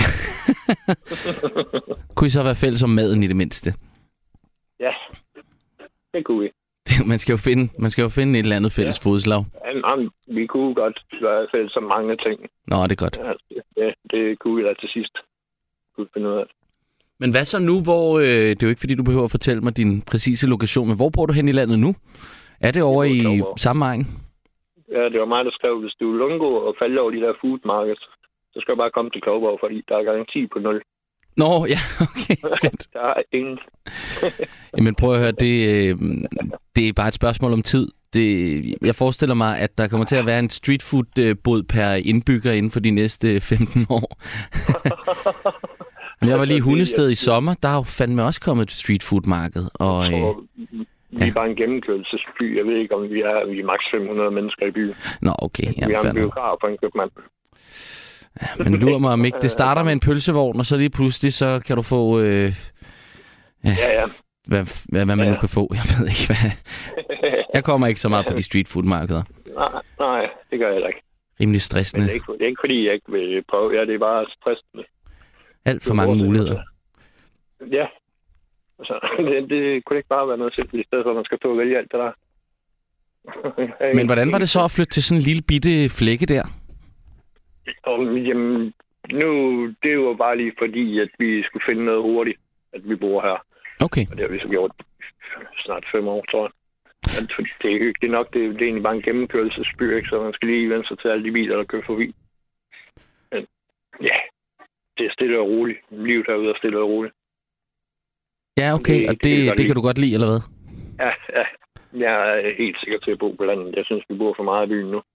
Kunne I så være fælles om maden i det mindste? Ja, det kunne vi. Man skal jo finde et eller andet fælles fodslag. Ja, vi kunne godt være fælles om mange ting. Nå, det er godt. Ja, det kunne vi da til sidst. Kunne finde ud af. Men hvad så nu, hvor... det er jo ikke, fordi du behøver at fortælle mig din præcise lokation, men hvor bor du hen i landet nu? Er det over i samme egen? Ja, det var mig, der skrev, hvis du vil undgå at falde over de der food markets, så skal du bare komme til Klovborg, fordi der er garanti på 0. Nå, ja, okay, fedt. Der er ingen. Jamen prøv at høre, det er bare et spørgsmål om tid. Jeg forestiller mig, at der kommer til at være en streetfood-bod per indbygger inden for de næste 15 år. Men jeg var lige i Hundested i sommer, der har jo fandme også kommet et streetfood-marked. Og, vi er bare en gennemkørelsesby. Jeg ved ikke, om vi er maks 500 mennesker i byen. Nå, okay. Vi har en biograf og en købmand. Ja, men lurer mig om ikke. Det starter med en pølsevogn, og så lige pludselig, så kan du få... ja. Hvad man nu kan få. Jeg ved ikke, hvad... Jeg kommer ikke så meget på de streetfood-markeder. Nej, det gør jeg heller ikke. Rimelig stressende. Men det er ikke fordi, jeg ikke vil prøve. Ja, det er bare stressende. Alt for mange muligheder. Ja. Altså, det kunne ikke bare være noget simpelt, i stedet for, at man skal stå og vælge alt det der. Men hvordan var det så at flytte til sådan en lille bitte flække der? Jamen, nu, det var bare lige fordi, at vi skulle finde noget hurtigt, at vi bor her. Okay. Og det har vi så gjort snart 5 år, tror jeg. Fordi det er hyggeligt nok, det er egentlig bare en gennemkørelsesby, ikke? Så man skal lige vende sig til alle de biler, der kører forbi. Men ja, det er stille og roligt. Livet herude er stille og roligt. Ja, okay. Og det kan du godt lide, eller hvad? Ja. Jeg er helt sikker til at bo på landet. Jeg synes, vi bor for meget i byen nu.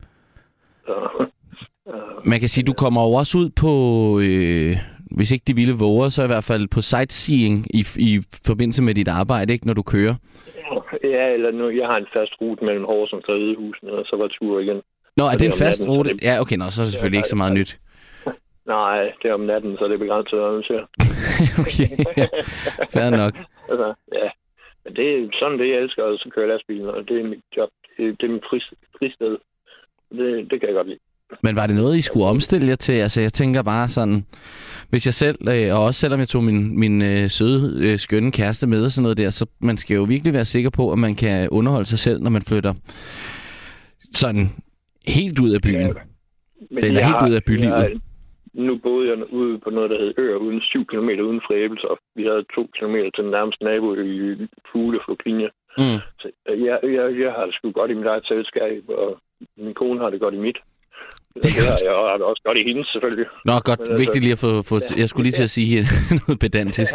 Så, man kan sige, du kommer jo også ud på, hvis ikke de vilde våger, så i hvert fald på sightseeing i forbindelse med dit arbejde, ikke, når du kører. Ja, eller nu, jeg har en fast rute mellem Horsens og Hvidehusene, og så var tur igen. Nå, er det en fast rute? Ja, okay, så er det selvfølgelig ikke så meget nyt. Nej, det er om natten, så det er begrænset, hvad man siger. Okay, ja. Fair nok. Altså, ja. Men det er sådan det, jeg elsker, at køre lastbilen, og det er mit job. Det er mit fristed. Det kan jeg godt lide. Men var det noget, I skulle omstille jer til? Altså, jeg tænker bare sådan, hvis jeg selv, og også selvom jeg tog min søde, skønne kæreste med og sådan noget der, så man skal jo virkelig være sikker på, at man kan underholde sig selv, når man flytter sådan helt ud af byen. Ja, eller helt ud af bylivet. Nu boede jeg ude på noget, der hed Øer, uden 7 km uden fra Ebeltoft. Vi havde 2 kilometer til den nærmeste nabo i Fugleflugtlinje. Så jeg har det sgu godt i mit eget selskab, og min kone har det godt i mit. Det har jeg også godt i hendes, selvfølgelig. Nå, godt. Men vigtigt lige at få... Jeg skulle lige til at sige noget pedantisk.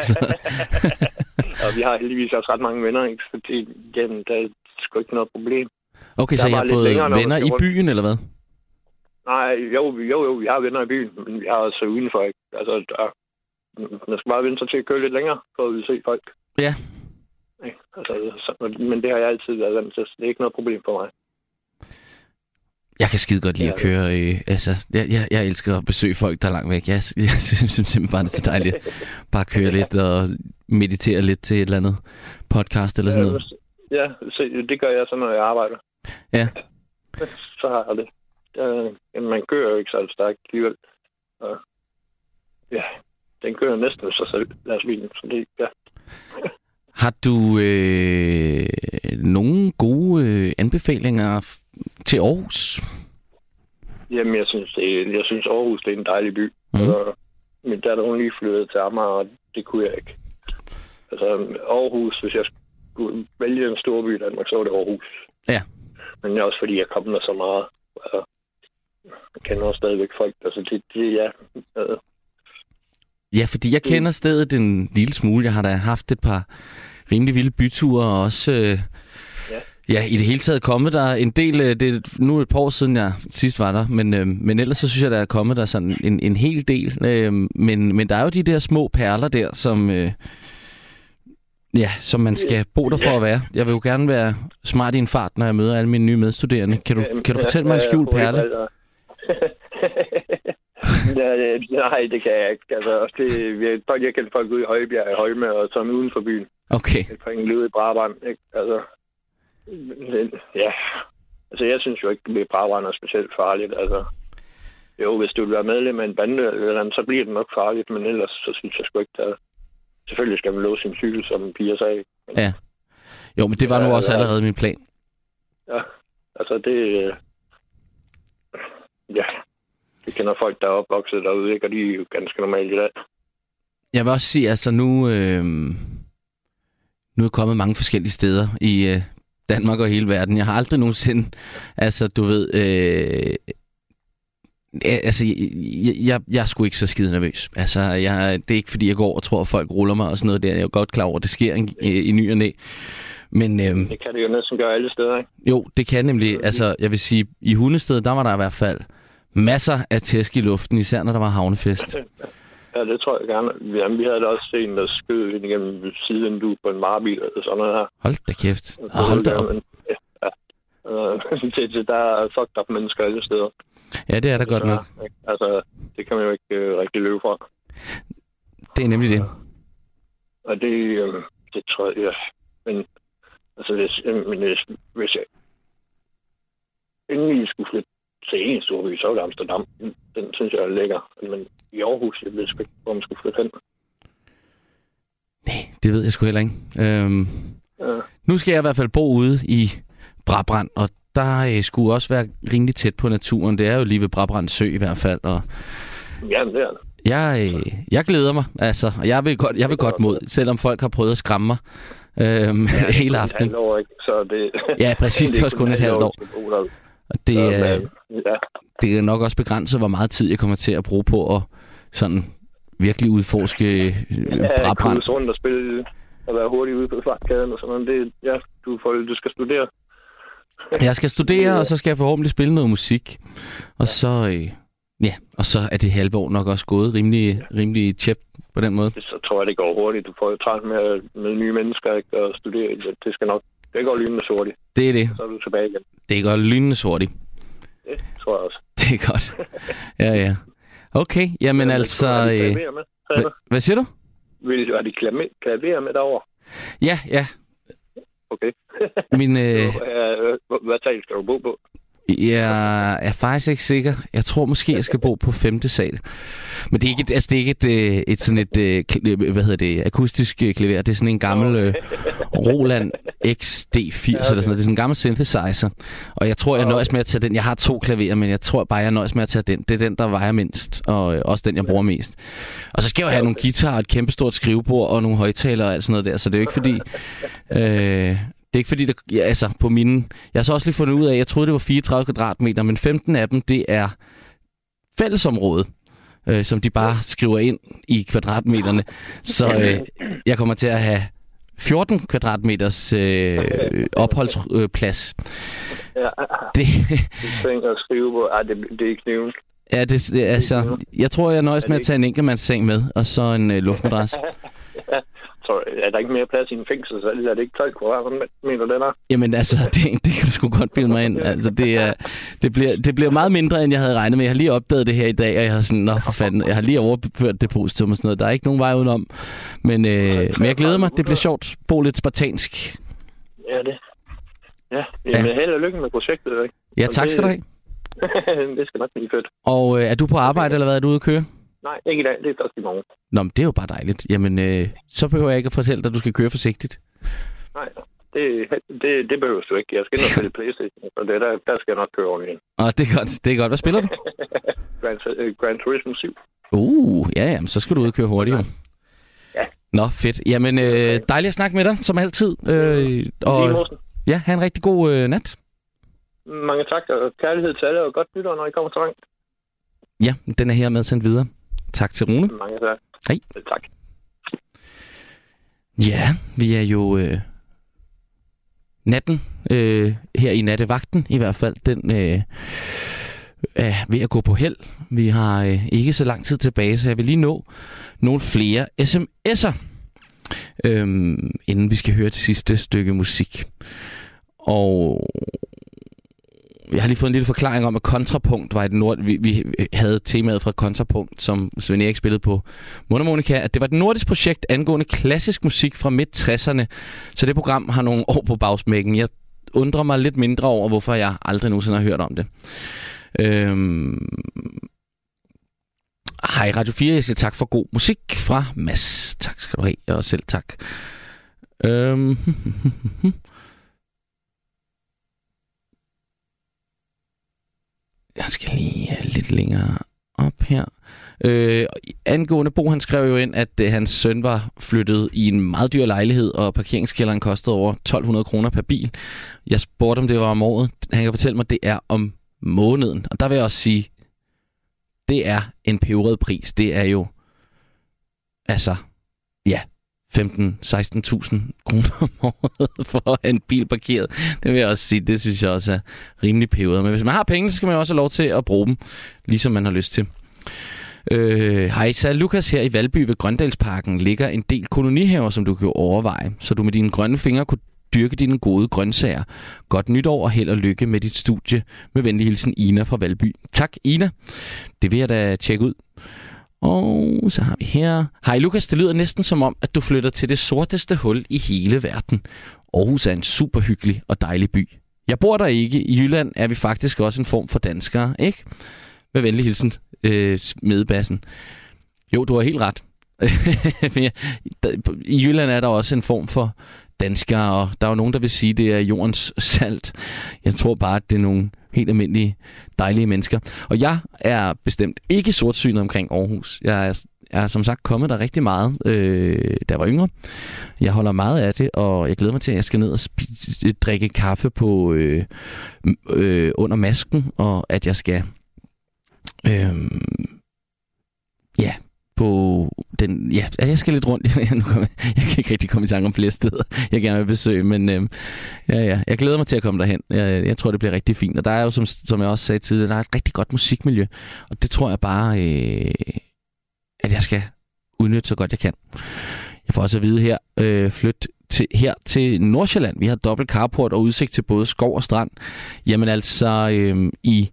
Og vi har heldigvis også ret mange venner, ikke? Fordi igen, der er sgu ikke noget problem. Okay, så jeg har fået venner i byen, eller hvad? Nej, jo, vi har venner i byen, men vi har også udenfor, ikke? Altså, man skal bare vente sig til at køre lidt længere, for at vi se folk. Ja. Altså, men det har jeg altid været vant til, så det er ikke noget problem for mig. Jeg kan skide godt lide at køre. Jeg elsker at besøge folk, der er langt væk. Jeg synes simpelthen bare, det er dejligt. Bare køre lidt og meditere lidt til et eller andet podcast eller sådan noget. Ja, det gør jeg så, når jeg arbejder. Ja. Så har jeg det. Man kører jo ikke så stærkt alligevel. Ja, den kører næsten sig selv, lastbilen. Så det, ja. Har du nogle gode anbefalinger til Aarhus? Jamen, jeg synes Aarhus det er en dejlig by. Min datter, hun lige flyttede til Amager, og det kunne jeg ikke. Altså, Aarhus, hvis jeg skulle vælge en stor by i Danmark, så var det Aarhus. Ja. Men det er også fordi, jeg kom der så meget. Jeg kender også stadigvæk folk. Altså, ja. Ja, fordi jeg kender stedet en lille smule. Jeg har da haft et par rimelig vilde byture, og også i det hele taget kommet der en del. Det er nu et par år siden, jeg sidst var der, men ellers så synes jeg, der er kommet der sådan en hel del. Men der er jo de der små perler der, som man skal bo der for at være. Jeg vil jo gerne være smart i en fart, når jeg møder alle mine nye medstuderende. Kan du fortælle mig en skjult perle? Nej, det kan jeg ikke. Altså, jeg kender folk ude i Højbjerg, Højme og sådan uden for byen. Okay. Et par liv i Brabrand, ikke? Altså, ja. Altså, jeg synes jo ikke, at Brabrand er specielt farligt. Altså, jo, hvis du vil være medlem af en bande, eller andet, så bliver det nok farligt, men ellers så synes jeg sgu ikke, at selvfølgelig skal man låse sin cykel, som Pia sagde. Ja. Jo, men det var nu også allerede min plan. Ja, altså det... Ja, jeg kender folk, der er opvokset derude, ikke? Og de er jo ganske normalt i dag. Jeg vil også sige, altså nu er jeg kommet mange forskellige steder i Danmark og hele verden. Jeg har aldrig nogensinde, altså du ved, jeg er sgu ikke så skide nervøs. Altså, det er ikke fordi, jeg går og tror, at folk ruller mig og sådan noget der. Jeg er jo godt klar over, at det sker i ny og næ. Men, det kan det jo næsten gøre alle steder, ikke? Jo, det kan nemlig. Altså, jeg vil sige, i Hundested, der var der i hvert fald masser af tæsk i luften, især når der var havnefest. Ja, det tror jeg gerne. Jamen, vi havde da også set en, der skød ind igennem siden du på en varebil eller sådan noget her. Hold da kæft. Hold da op. Ja. Der er fucked up mennesker alle steder. Ja, det er der godt nok. Altså, det kan man jo ikke rigtig løbe fra. Det er nemlig det. Og det tror jeg, ja. Men altså, hvis jeg endelig skulle flytte til en storby, så var det Amsterdam. Den synes jeg er lækker. Men i Aarhus, jeg ved sgu ikke, hvor man skulle flytte hen. Nej, det ved jeg sgu heller ikke. Nu skal jeg i hvert fald bo ude i Brabrand, og der skulle også være rimelig tæt på naturen. Det er jo lige ved Brabrand Sø i hvert fald. Og jamen, det er det. Jeg glæder mig, altså. Jeg vil godt mod, selvom folk har prøvet at skræmme mig hele aftenen. Så det, ja, præcis. Det er også kun et halvt år. Og det er nok også begrænset, hvor meget tid jeg kommer til at bruge på at sådan virkelig udforske Brabrand. Ja, rundt og spille og være hurtig ude på fartgaden og sådan noget. Du skal studere. Jeg skal studere, og så skal jeg forhåbentlig spille noget musik. Og så, og så er det halve år nok også gået rimelig tjep på den måde. Så tror jeg, det går hurtigt. Du får jo træt med nye mennesker, ikke, og studere. Det går lynende hurtigt. Det er det. Så er du tilbage igen. Det går lynende hurtigt. Det tror jeg også. Det er godt. Ja. Okay, jamen altså... Hvad siger du? Har de klaver med derovre? Ja. Okay. Hvad tal skal du bo på? Jeg er faktisk ikke sikker. Jeg tror måske, jeg skal bo på 5. sal. Men det er ikke et sådan et akustisk klaver. Det er sådan en gammel Roland XD80 eller sådan noget. Det er sådan en gammel synthesizer. Og jeg tror, jeg nøjes med at tage den. Jeg har 2 klaverer, men jeg tror bare, jeg nøjes med at tage den. Det er den, der vejer mindst, og også den, jeg bruger mest. Og så skal jeg jo have nogle guitarer, et kæmpestort skrivebord og nogle højtalere og alt sådan noget der. Så det er jo ikke fordi... Det er ikke fordi, på mine... Jeg har så også lige fundet ud af, at jeg troede, det var 34 kvadratmeter, men 15 af dem, det er fællesområde, som de bare skriver ind i kvadratmeterne. Så jeg kommer til at have 14 kvadratmeters opholdsplads. Ja, det tænker at skrive på. Det er kniven. Ja, det altså... Jeg tror, jeg nøjes med at tage en enkeltmandsseng med, og så en luftmadras. Så er der ikke mere plads i en fængsel, så er det ikke 12 kvadratmeter, den er? Jamen altså, det kan du sgu godt bilde mig ind. Altså, det bliver meget mindre, end jeg havde regnet med. Jeg har lige opdaget det her i dag, og jeg har sådan, for fanden, jeg har lige overført depositum og sådan noget. Der er ikke nogen vej udenom. Men jeg glæder mig. Det bliver sjovt. Bo lidt spartansk. Ja, det. Ja, jamen, held og lykke med projektet, ikke? Ja, tak skal du have. Det skal nok blive fedt. Og er du på arbejde, eller hvad er du ude at køre? Nej, ikke i dag. Det er først i morgen. Nå, men det er jo bare dejligt. Jamen, så behøver jeg ikke at fortælle dig, at du skal køre forsigtigt. Nej, det behøver du ikke. Jeg skal nok spille PlayStation, og der skal jeg nok køre ordentligt. Det er godt. Det er godt. Hvad spiller du? Gran Turismo 7. Ja, så skal du ud og køre hurtigt, jo. Ja. Nå, fedt. Jamen, dejligt at snakke med dig, som altid. Ja, have en rigtig god nat. Mange tak, og kærlighed til alle, og godt nytår, når I kommer så langt. Ja, den er her med sendt videre. Tak til Rune. Mange tak. Hej. Tak. Ja, vi er jo natten her i nattevagten i hvert fald. Den er ved at gå på held. Vi har ikke så lang tid tilbage, så jeg vil lige nå nogle flere sms'er, inden vi skal høre det sidste stykke musik. Og jeg har lige fået en lille forklaring om, at Kontrapunkt var vi havde temaet fra Kontrapunkt, som Svend Erik spillede på mundharmonika, at det var et nordisk projekt angående klassisk musik fra midt-60'erne. Så det program har nogle år på bagsmækken. Jeg undrer mig lidt mindre over, hvorfor jeg aldrig nogensinde har hørt om det. Hej Radio 4, jeg siger tak for god musik fra Mads. Tak skal du have, og selv tak. Jeg skal lige lidt længere op her. Angående Bo, han skrev jo ind, at hans søn var flyttet i en meget dyr lejlighed, og parkeringskælderen kostede over 1.200 kroner per bil. Jeg spurgte, om det var om året. Han kan fortælle mig, at det er om måneden. Og der vil jeg også sige, det er en peberet pris. Det er jo, altså, ja, 15-16.000 kroner om året for at have en bil parkeret. Det vil jeg også sige, det synes jeg også er rimelig peberet. Men hvis man har penge, så skal man jo også have lov til at bruge dem, ligesom man har lyst til. Hej, så Lukas, her i Valby ved Grøndalsparken ligger en del kolonihaver, som du kan overveje, så du med dine grønne fingre kunne dyrke dine gode grøntsager. Godt nytår og held og lykke med dit studie. Med venlig hilsen, Ina fra Valby. Tak, Ina. Det vil jeg da tjekke ud. Og så har vi her. Hej Lukas, det lyder næsten som om, at du flytter til det sorteste hul i hele verden. Aarhus er en super hyggelig og dejlig by. Jeg bor der ikke. I Jylland er vi faktisk også en form for danskere, ikke? Med venlig hilsen, Smedebassen. Jo, du har helt ret. I Jylland er der også en form for danskere, og der er jo nogen, der vil sige, at det er jordens salt. Jeg tror bare, at det er nogle helt almindelige, dejlige mennesker. Og jeg er bestemt ikke sortsynet omkring Aarhus. Jeg er som sagt kommet der rigtig meget, da jeg var yngre. Jeg holder meget af det, og jeg glæder mig til, at jeg skal ned og drikke kaffe på under masken, og at jeg skal jeg skal lidt rundt. Jeg kan ikke rigtig komme i tanke om flere steder, jeg gerne vil besøge, men jeg glæder mig til at komme derhen. Jeg tror, det bliver rigtig fint. Og der er jo, som jeg også sagde tidligere, der er et rigtig godt musikmiljø, og det tror jeg bare, at jeg skal udnytte så godt jeg kan. Jeg får også at vide her, flyt her til Nordsjælland. Vi har dobbelt carport og udsigt til både skov og strand. Jamen altså, i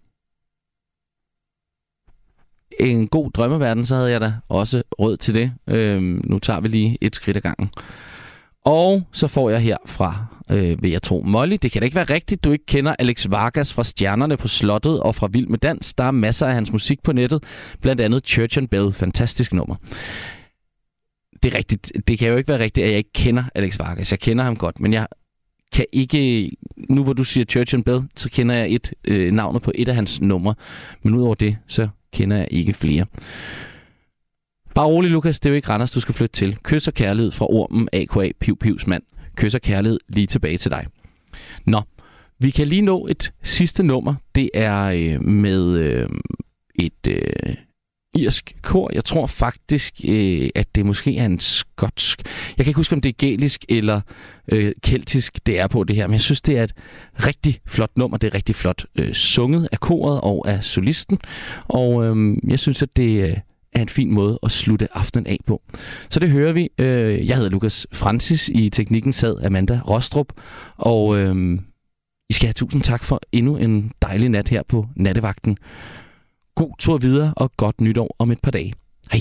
en god drømmeverden, så havde jeg da også råd til det. Nu tager vi lige et skridt ad gangen. Og så får jeg her fra, vil jeg tro, Molly. Det kan da ikke være rigtigt, du ikke kender Alex Vargas fra Stjernerne på Slottet og fra Vild med Dans. Der er masser af hans musik på nettet, blandt andet Church and Bell. Fantastisk nummer. Det er rigtigt. Det kan jo ikke være rigtigt, at jeg ikke kender Alex Vargas. Jeg kender ham godt, men jeg kan ikke... Nu hvor du siger Church and Bell, så kender jeg navnet på et af hans numre. Men udover det, så kender jeg ikke flere. Bare rolig, Lukas. Det er jo ikke Randers, du skal flytte til. Kys og kærlighed fra Ormen, AKA Piv Pivs mand. Kys og kærlighed lige tilbage til dig. Nå, vi kan lige nå et sidste nummer. Det er med et irsk kor. Jeg tror faktisk, at det måske er en skotsk. Jeg kan ikke huske, om det er gælisk eller keltisk, det er på det her. Men jeg synes, det er et rigtig flot nummer. Det er rigtig flot sunget af koret og af solisten. Og jeg synes, at det er en fin måde at slutte aftenen af på. Så det hører vi. Jeg hedder Lukas Francis. I teknikken sad Amanda Rostrup. Og I skal have tusind tak for endnu en dejlig nat her på Nattevagten. God tur videre og godt nytår om et par dage. Hej.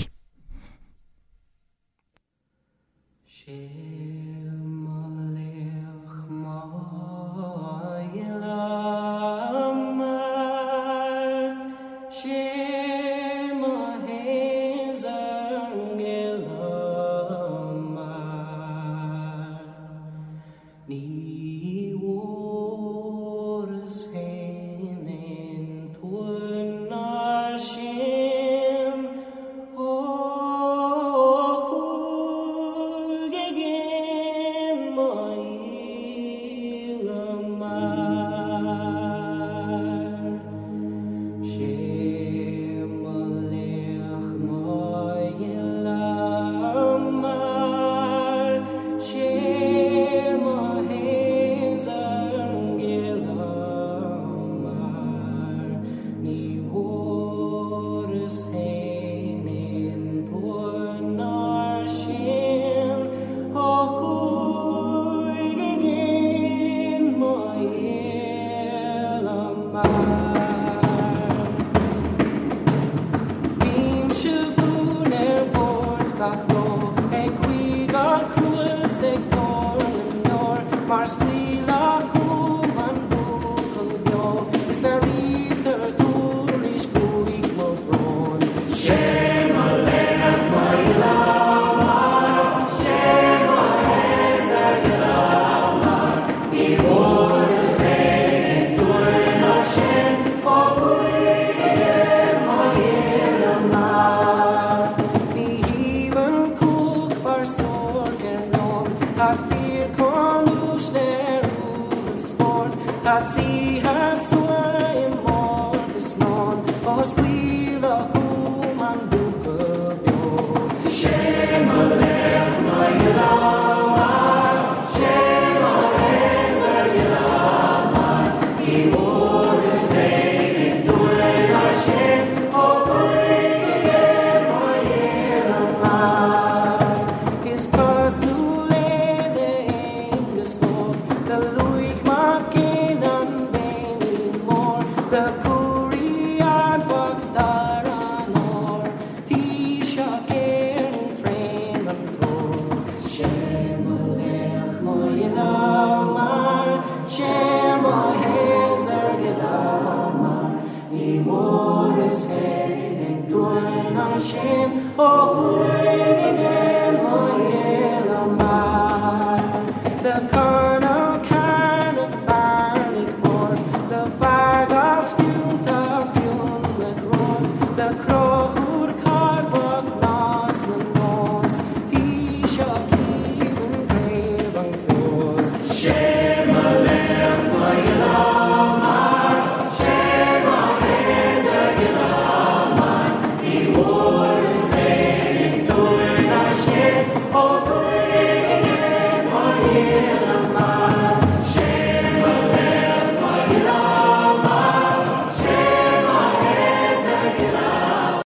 Oh,